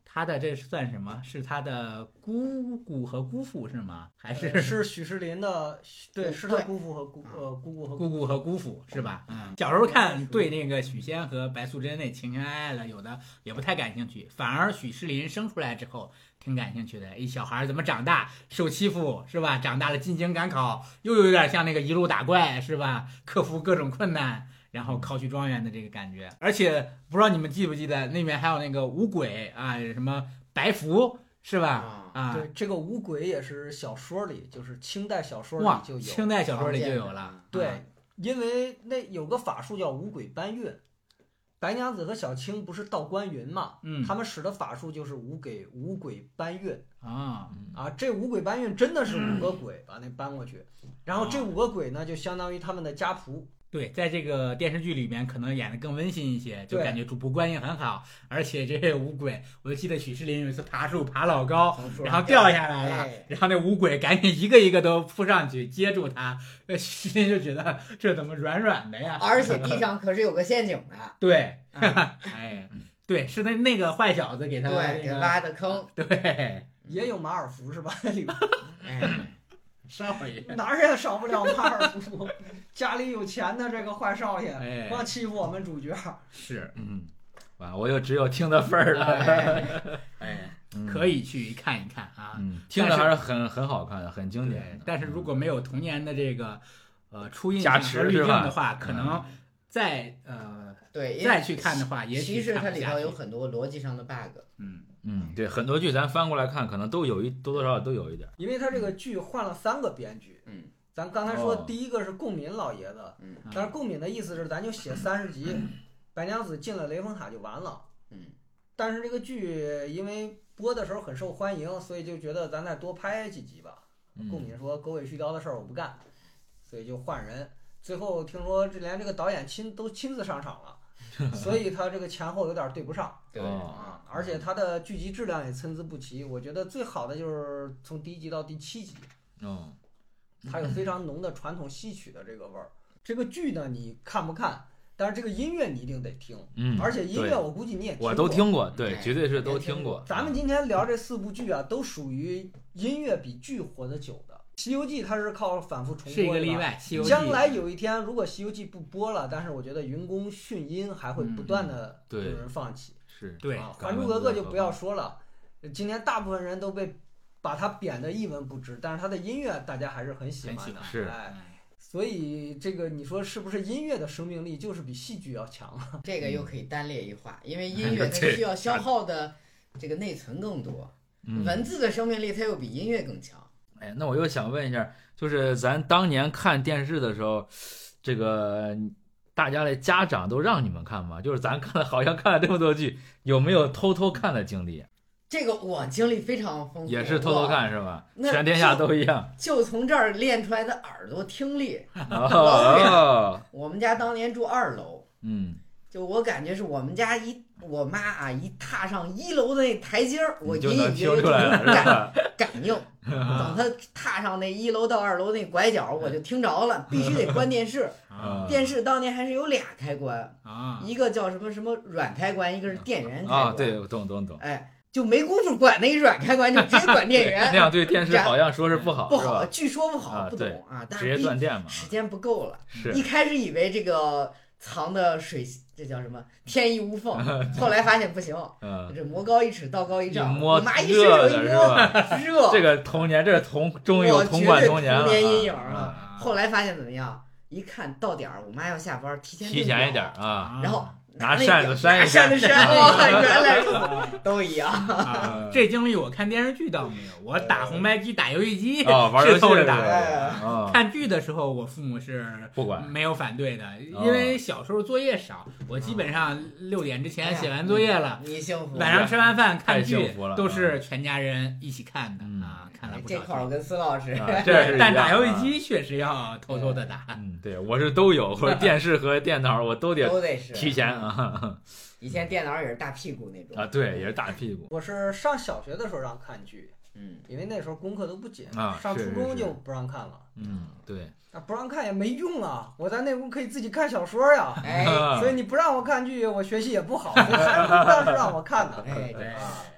他的这算什么？是他的姑姑和姑父是吗？还是呃是许世林的，对，是他对姑父和姑呃姑姑和姑姑和姑父是吧？嗯，小时候看对那个许仙和白素贞那情情爱爱的，有的也不太感兴趣，反而许世林生出来之后挺感兴趣的。一小孩怎么长大，受欺负是吧？长大了进京赶考，又有点像那个一路打怪是吧？克服各种困难。然后考取状元的这个感觉，而且不知道你们记不记得那边还有那个五鬼啊，什么白符是吧？啊， 对，这个五鬼也是小说里，就是清代小说里哇， 就有。 清代小说里就有了。 对， 啊因为那有个法术叫五鬼搬运，白娘子和小青不是到关云嘛， 嗯他们使的法术就是五鬼五鬼搬运啊， 啊，这五鬼搬运真的是五个鬼把那搬过去，然后这啊五个鬼呢就相当于他们的家仆。 对，在这个电视剧里面可能演的更温馨一些，就对感觉主仆关系很好。而且这些五鬼，我就记得许世林有一次爬树爬老高， 从树上然后掉下来了， 哎然后那五鬼赶紧一个一个都扑上去接住他，呃许世林就觉得这怎么软软的呀？ 而且地上可是有个陷阱的， 对，哎，对，是那那个坏小子给他对， 那个给挖的坑， 对， 也有马尔福是吧？里面哎， 少爷， 哪儿也少不了马尔福，家里有钱的这个坏少爷， 哎光欺负我们主角。 是， 嗯，完我就只有听的份儿了。 哎，哎嗯可以去看一看啊。 嗯，听着还是很很好看的，很经典的。 但是如果没有童年的这个呃初印加象和滤持是吧镜的话，可能再呃对，因为再去看的话，也许其实它看不下去里头有很多逻辑上的 bug， 嗯嗯，对，很多剧咱翻过来看，可能都有一多多少少都有一点。 因为他这个剧换了三个编剧， 嗯， 咱刚才说哦第一个是贡敏老爷子， 嗯但是贡敏的意思是咱就写三十集，白娘子进了雷峰塔就完了， 嗯， 但是这个剧因为播的时候很受欢迎，所以就觉得咱再多拍几集吧。贡嗯， 敏说狗尾续貂的事儿我不干，所以就换人。最后听说这连这个导演亲都亲自上场了，所以他这个前后有点对不上对， 哦啊，而且他的剧集质量也参差不齐。我觉得最好的就是从第一集到第七集， 哦， 它有非常浓的传统戏曲的这个味儿。这个剧呢，你看不看？但是这个音乐你一定得听， 嗯， 而且音乐对我估计你也我都过。 听过，对， 哎绝对是都听过。 咱们今天聊这四部剧啊，都属于音乐比剧活得久的。《西游记》它是靠反复重播， 是一个例对吧。 外。西游记将来有一天，如果《西游记》不播了，但是我觉得云宫迅音还会不断的有嗯对人放弃。 是， 对啊，《还珠格格》就不要说了，今天大部分人都被把它贬得一文不值，但是它的音乐大家还是很喜欢的。 很喜欢是哎，所以这个你说是不是音乐的生命力就是比戏剧要强啊？ 这个又可以单列一话，因为音乐它需要消耗的这个内存更多， 嗯文字的生命力它又比音乐更强。 哎，那我又想问一下，就是咱当年看电视的时候，这个大家的家长都让你们看吗？就是咱看了，好像看了这么多剧，有没有偷偷看的经历？ 这个我经历非常丰富， 也是偷偷看是吧？ 那全天下都一样。 就从这儿练出来的耳朵听力。 哦， 我们家当年住二楼， 嗯， 就我感觉是我们家一我妈啊一踏上一楼的那台阶儿，我你就能隐隐约约听出来了，是感吧？ 感应。等她踏上那一楼到二楼那拐角，我就听着了，必须得关电视。 啊电视当年还是有俩开关， 啊， 一个叫什么什么软开关，一个是电源开关。 啊，对，我懂懂懂。 哎，就没工夫管那软开关，就直接管电源。 那样对电视好像说是不好，是不好， 吧？ 据说不好， 啊， 不对懂啊，但直是必接断电嘛。 时间不够了。 是一开始以为这个藏的水，这叫什么天衣无缝，后来发现不行， 嗯， 这魔高一尺，道高一丈。 一摸我妈一伸手热的是一摸， 吧？ 热。 这个童年，这是童终于有我童贯绝对童年了童年阴影啊。 啊！后来发现怎么样？一看到点儿，我妈要下班，提前提前一点儿， 啊， 然后拿那个扇子扇一拿扇子下扇，哇，原来是啊都一样。 啊，这经历我看电视剧倒没有，我打红白机、打游戏机哦，玩游戏是偷着打是吧的。 啊， 看剧的时候，我父母是不管没有反对的， 哦因为小时候作业少，我基本上六点之前写完作业了， 你幸福。 晚上吃完饭看太剧幸福了都是全家人一起看的嗯啊，看了不少这块儿我剧。 跟孙老师， 啊这是一但打样啊游戏机确实要偷偷的打。 嗯，对，我是都有，或者电视和电脑我都得都得是提前。啊以前电脑也是大屁股那种啊，对，也是大屁股我是上小学的时候让看剧， 嗯， 因为那时候功课都不紧， 啊上是是是初中就不让看了。 嗯，对， 那不让看也没用啊，我在那屋可以自己看小说呀。 哎所以你不让我看剧，我学习也不好，所以还是不让是让我看的。 哎， 对啊，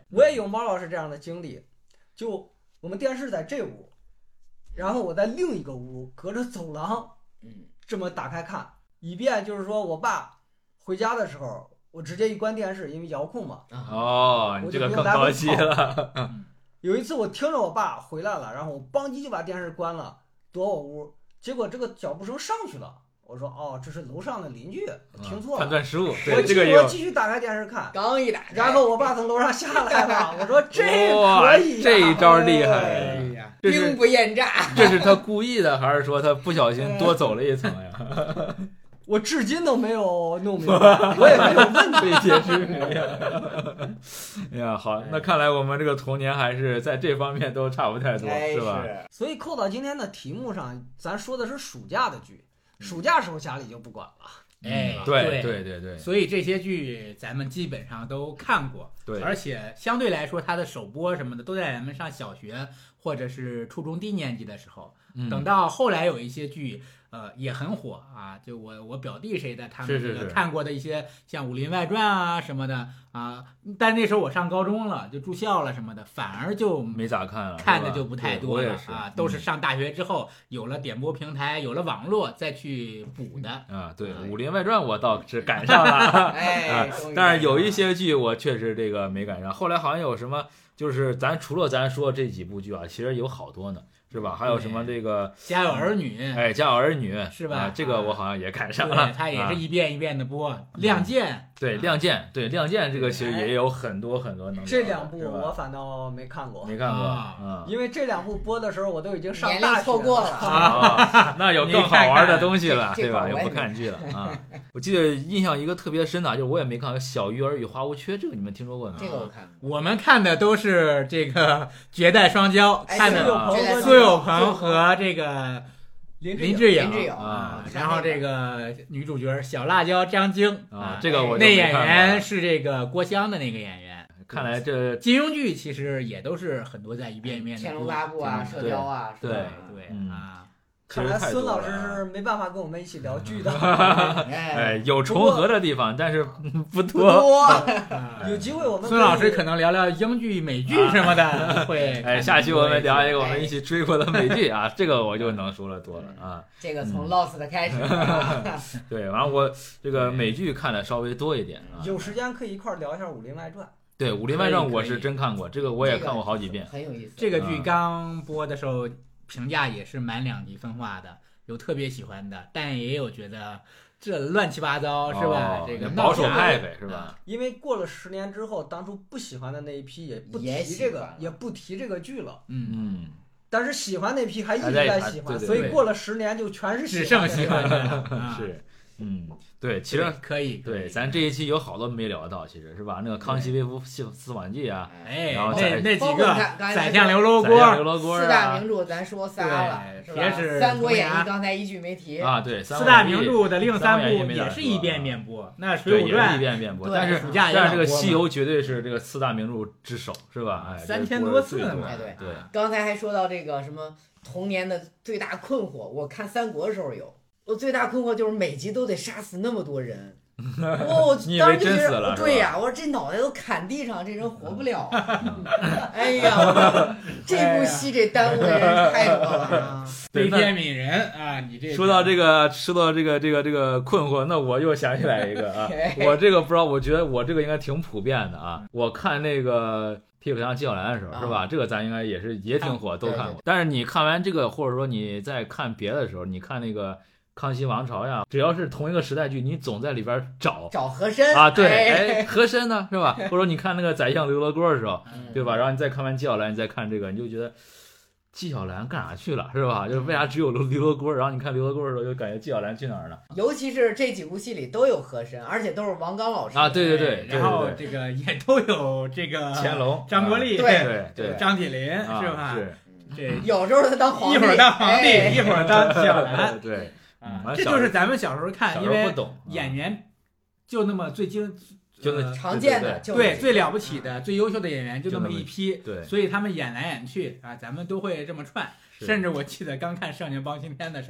我也有猫老师这样的经历，就我们电视在这屋，然后我在另一个屋隔着走廊， 嗯， 这么打开看，以便就是说我爸回家的时候，我直接一关电视，因为遥控嘛。 哦，你这个更高级了。 有一次我听着我爸回来了，然后我邦叽就把电视关了，躲我屋，结果这个脚步声上去了。我说哦，这是楼上的邻居，我听错了， 判断失误。 我对，这个我有。 继续打开电视看， 刚一打开， 然后我爸从楼上下来了，我说这哇可以、啊， 这一招厉害哎呀， 这是兵不厌诈。 这是他故意的，还是说他不小心多走了一层呀？ 我至今都没有弄明白，我也没有问被解释没呀？哎呀，好，那看来我们这个童年还是在这方面都差不太多， 哎是吧？ 所以扣到今天的题目上，咱说的是暑假的剧，暑假时候家里就不管了。 哎， 对对对对对， 所以这些剧咱们基本上都看过， 对而且相对来说它的首播什么的都在咱们上小学或者是初中低年级的时候。 嗯等到后来有一些剧，呃，也很火啊，就我我表弟谁的，他们是是是这个看过的一些像《武林外传》啊什么的啊，但那时候我上高中了，就住校了什么的，反而就没咋看了， 看的是吧就不太对多了我也是啊，都是嗯上大学之后有了点播平台，有了网络再去补的。 啊，对， 哎 《武林外传》我倒是赶上了， 哎啊终于但是有一赶上些剧我确实这个没赶上。后来好像有什么，就是咱除了咱说这几部剧啊，其实有好多呢，是吧？还有什么这个家有儿女， 哎，《家有儿女》 是吧啊这个我好像也赶上了对，，它也啊是一遍一遍的播，《亮剑》 对，《亮剑》对，《亮剑》这个其实也有很多很多能聊的这两部是吧我反倒没看过， 没看过啊啊。 因为这两部播的时候我都已经上年龄大学错过了啊，那有更好玩的东西了， 这对吧？ 这块儿我也也不看剧了啊。我记得印象一个特别深的，就是我也没看过《小鱼儿与花无缺》，这个你们听说过吗？ 这个我看过。 我们看的都是这个《绝代双骄》， 哎看的苏有朋和苏有朋和这个林林志志林志颖啊然后这个女主角小辣椒张晶啊，这个我就那演没看过员是这个郭襄的那个演员。 看来这金庸剧其实也都是很多在一遍一遍 《 的天龙八部》啊，《射雕》啊，是吧对对嗯啊， 看来其实太孙老师多了啊是没办法跟我们一起聊剧的， 哎， 哎有重合的地方，但是不不多。 多。 啊有机会我们孙老师可以可能聊聊英剧、美剧什么的，会。 哎，下期我们聊一个我们一起追过的美剧啊，这个我就能说的多了啊。 这个从 Lost 开始， 对，完了我这个美剧看的稍微多一点啊。 有时间可以一块儿聊一下《武林外传》。 对，《武林外传可以》 我是真看过，这个我也看过好几遍。 很有意思。 这个剧刚播的时候，评价也是蛮两极分化的，有特别喜欢的，但也有觉得这乱七八糟是吧？ 哦这个保守闹啥派呗，是吧？ 因为过了十年之后，当初不喜欢的那一批也不也提这个喜欢了， 也不提这个剧了。 嗯， 嗯， 但是喜欢那批还一直还在在喜欢， 还对对所以对过了十年就全是只喜欢剩喜欢的的。 了。啊是，嗯，对，其实对可以，可以对，咱这一期有好多没聊到，其实是吧？那个《康熙微服私私访记》啊， 哎， 然后那再包那几个括你看刚才宰相刘罗锅宰相刘罗锅四大啊名，著咱说仨了，是吧？ 对别是 《三国演义什么呀》 刚才一句没提， 啊，对， 四大名著著的另三三国演义部没咋说也是一遍遍播，那《水对，也是一浒传》 遍遍播， 对但是暑假也但是这个《 老播嘛西游》绝对是这个四大名著之首，是吧？哎， 三千这播多次呢的最多哎对对， 刚才还说到这个什么童年的最大困惑，我看三国的时候有，我最大困惑就是每集都得杀死那么多人。哇我你以为当时就觉得真死了是吧对呀、我说这脑袋都砍地上，这人活不了。哎呀，我说这部戏这耽误的人太多了啊。 对那悲天悯人啊！你这说到这个，说到这个这个这个困惑，那我又想起来一个啊，我这个不知道，我觉得我这个应该挺普遍的啊。我看那个《铁骨强纪晓岚》的时候，是吧？这个咱应该也是也挺火，都看对过。但是你看完这个，或者说你在看别的时候，你看那个《康熙王朝》呀，只要是同一个时代剧，你总在里边找。 找和珅啊，对， 哎， 哎，和珅呢，是吧？或者说你看那个宰相刘罗锅的时候， 嗯对吧？然后你再看完纪晓岚，你再看这个，你就觉得纪晓岚干啥去了，是吧？就是为啥只有刘刘罗锅？然后你看刘罗锅的时候，就感觉纪晓岚去哪儿了？ 尤其是这几部戏里都有和珅，而且都是王刚老师啊，对对对， 然后对这个也都有这个乾隆、 张国立、 对对对， 张铁林啊是吧？ 是， 这有时候他当皇帝， 一会儿当皇帝， 哎一会儿当纪晓岚对对， 啊嗯， 这就是咱们小时候看， 小因为时候不懂演员就那么最精， 就那呃常见的对就是对最了不起的、最优秀的演员就那么一批， 对所以他们演来演去啊，咱们都会这么串。 是甚至我记得刚看《少年包青天》的时候，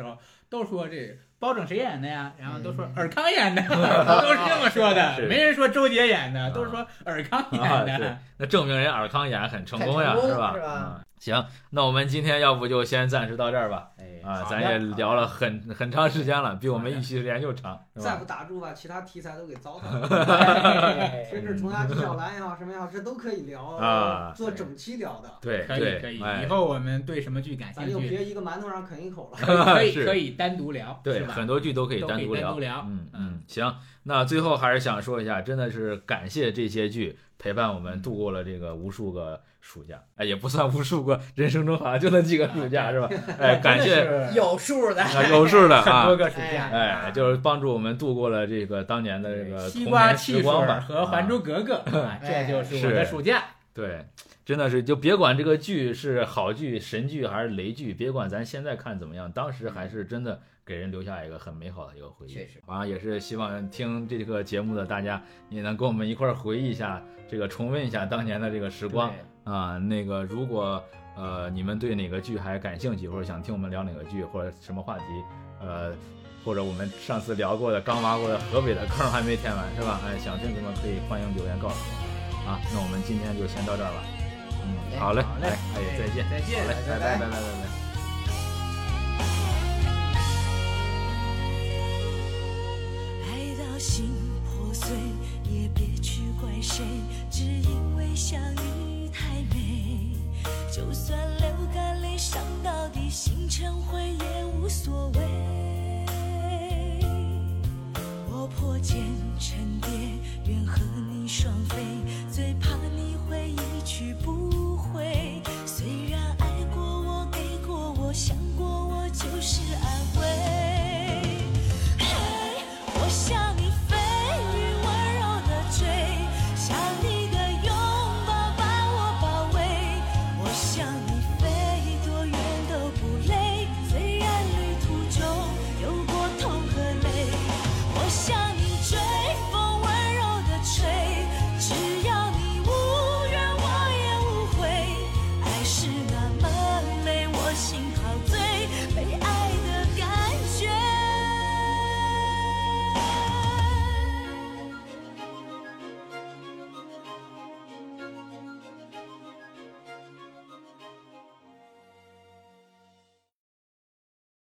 都说这包拯谁演的呀？然后都说尔康演的，都是这么说的， 是没人说周杰演的，都是说尔康演啊， 的。 是，那证明人尔康演很成功呀， 很成功是吧？ 是吧嗯，行，那我们今天要不就先暂时到这儿吧。 哎啊， 好的咱也聊了很很长时间了，比我们预期时间又长，是吧再不？打住吧，其他题材都给糟蹋了。 哎甚至从牙纪晓岚也好，什么也好，这都可以聊啊做整期聊的。 对可以对， 可以， 哎以后我们对什么剧感咱就兴趣， 别一个馒头上啃一口了。 可以是可以单独聊， 对， 是吧？ 很多剧都可以都可以单独聊。 单独聊嗯嗯嗯，行，那最后还是想说一下，真的是感谢这些剧陪伴我们度过了这个无数个暑假，哎，也不算无数个，人生中好像就那几个暑假，是吧？哎，感谢真的是有数的。 啊有数的啊很多，个暑假， 哎，就是帮助我们度过了这个当年的这个西童年瓜汽水时光吧。 和《还珠格格》啊，这就是我的暑假。 对，真的是就别管这个剧是好剧、神剧还是雷剧，别管咱现在看怎么样，当时还是真的给人留下一个很美好的一个回忆。 确实， 啊，也是希望听这个节目的大家也能跟我们一块儿回忆一下，这个重温一下当年的这个时光啊。那个如果呃你们对哪个剧还感兴趣，或者想听我们聊哪个剧或者什么话题，呃。或者我们上次聊过的、刚挖过的河北的坑还没填完是吧？哎，想听什么可以欢迎留言告诉我啊。那我们今天就先到这儿吧。嗯，好嘞， 好嘞哎，哎，再见， 再见好嘞，拜拜拜拜拜拜。 爱到心破碎，也别去怪谁，只因为相遇太美。就算流干泪伤到底，心成灰也无所谓。我破茧成蝶，愿和你双飞，最怕你会一去不回。虽然爱过我，给过我，想过我，就是安慰。嘿，我向你飞，雨温柔的追，像你的拥抱把我包围。我向你飞，多远都不累，虽然旅途中有过痛和泪。我向你追，风温柔的吹，只要你无怨我也无悔。爱是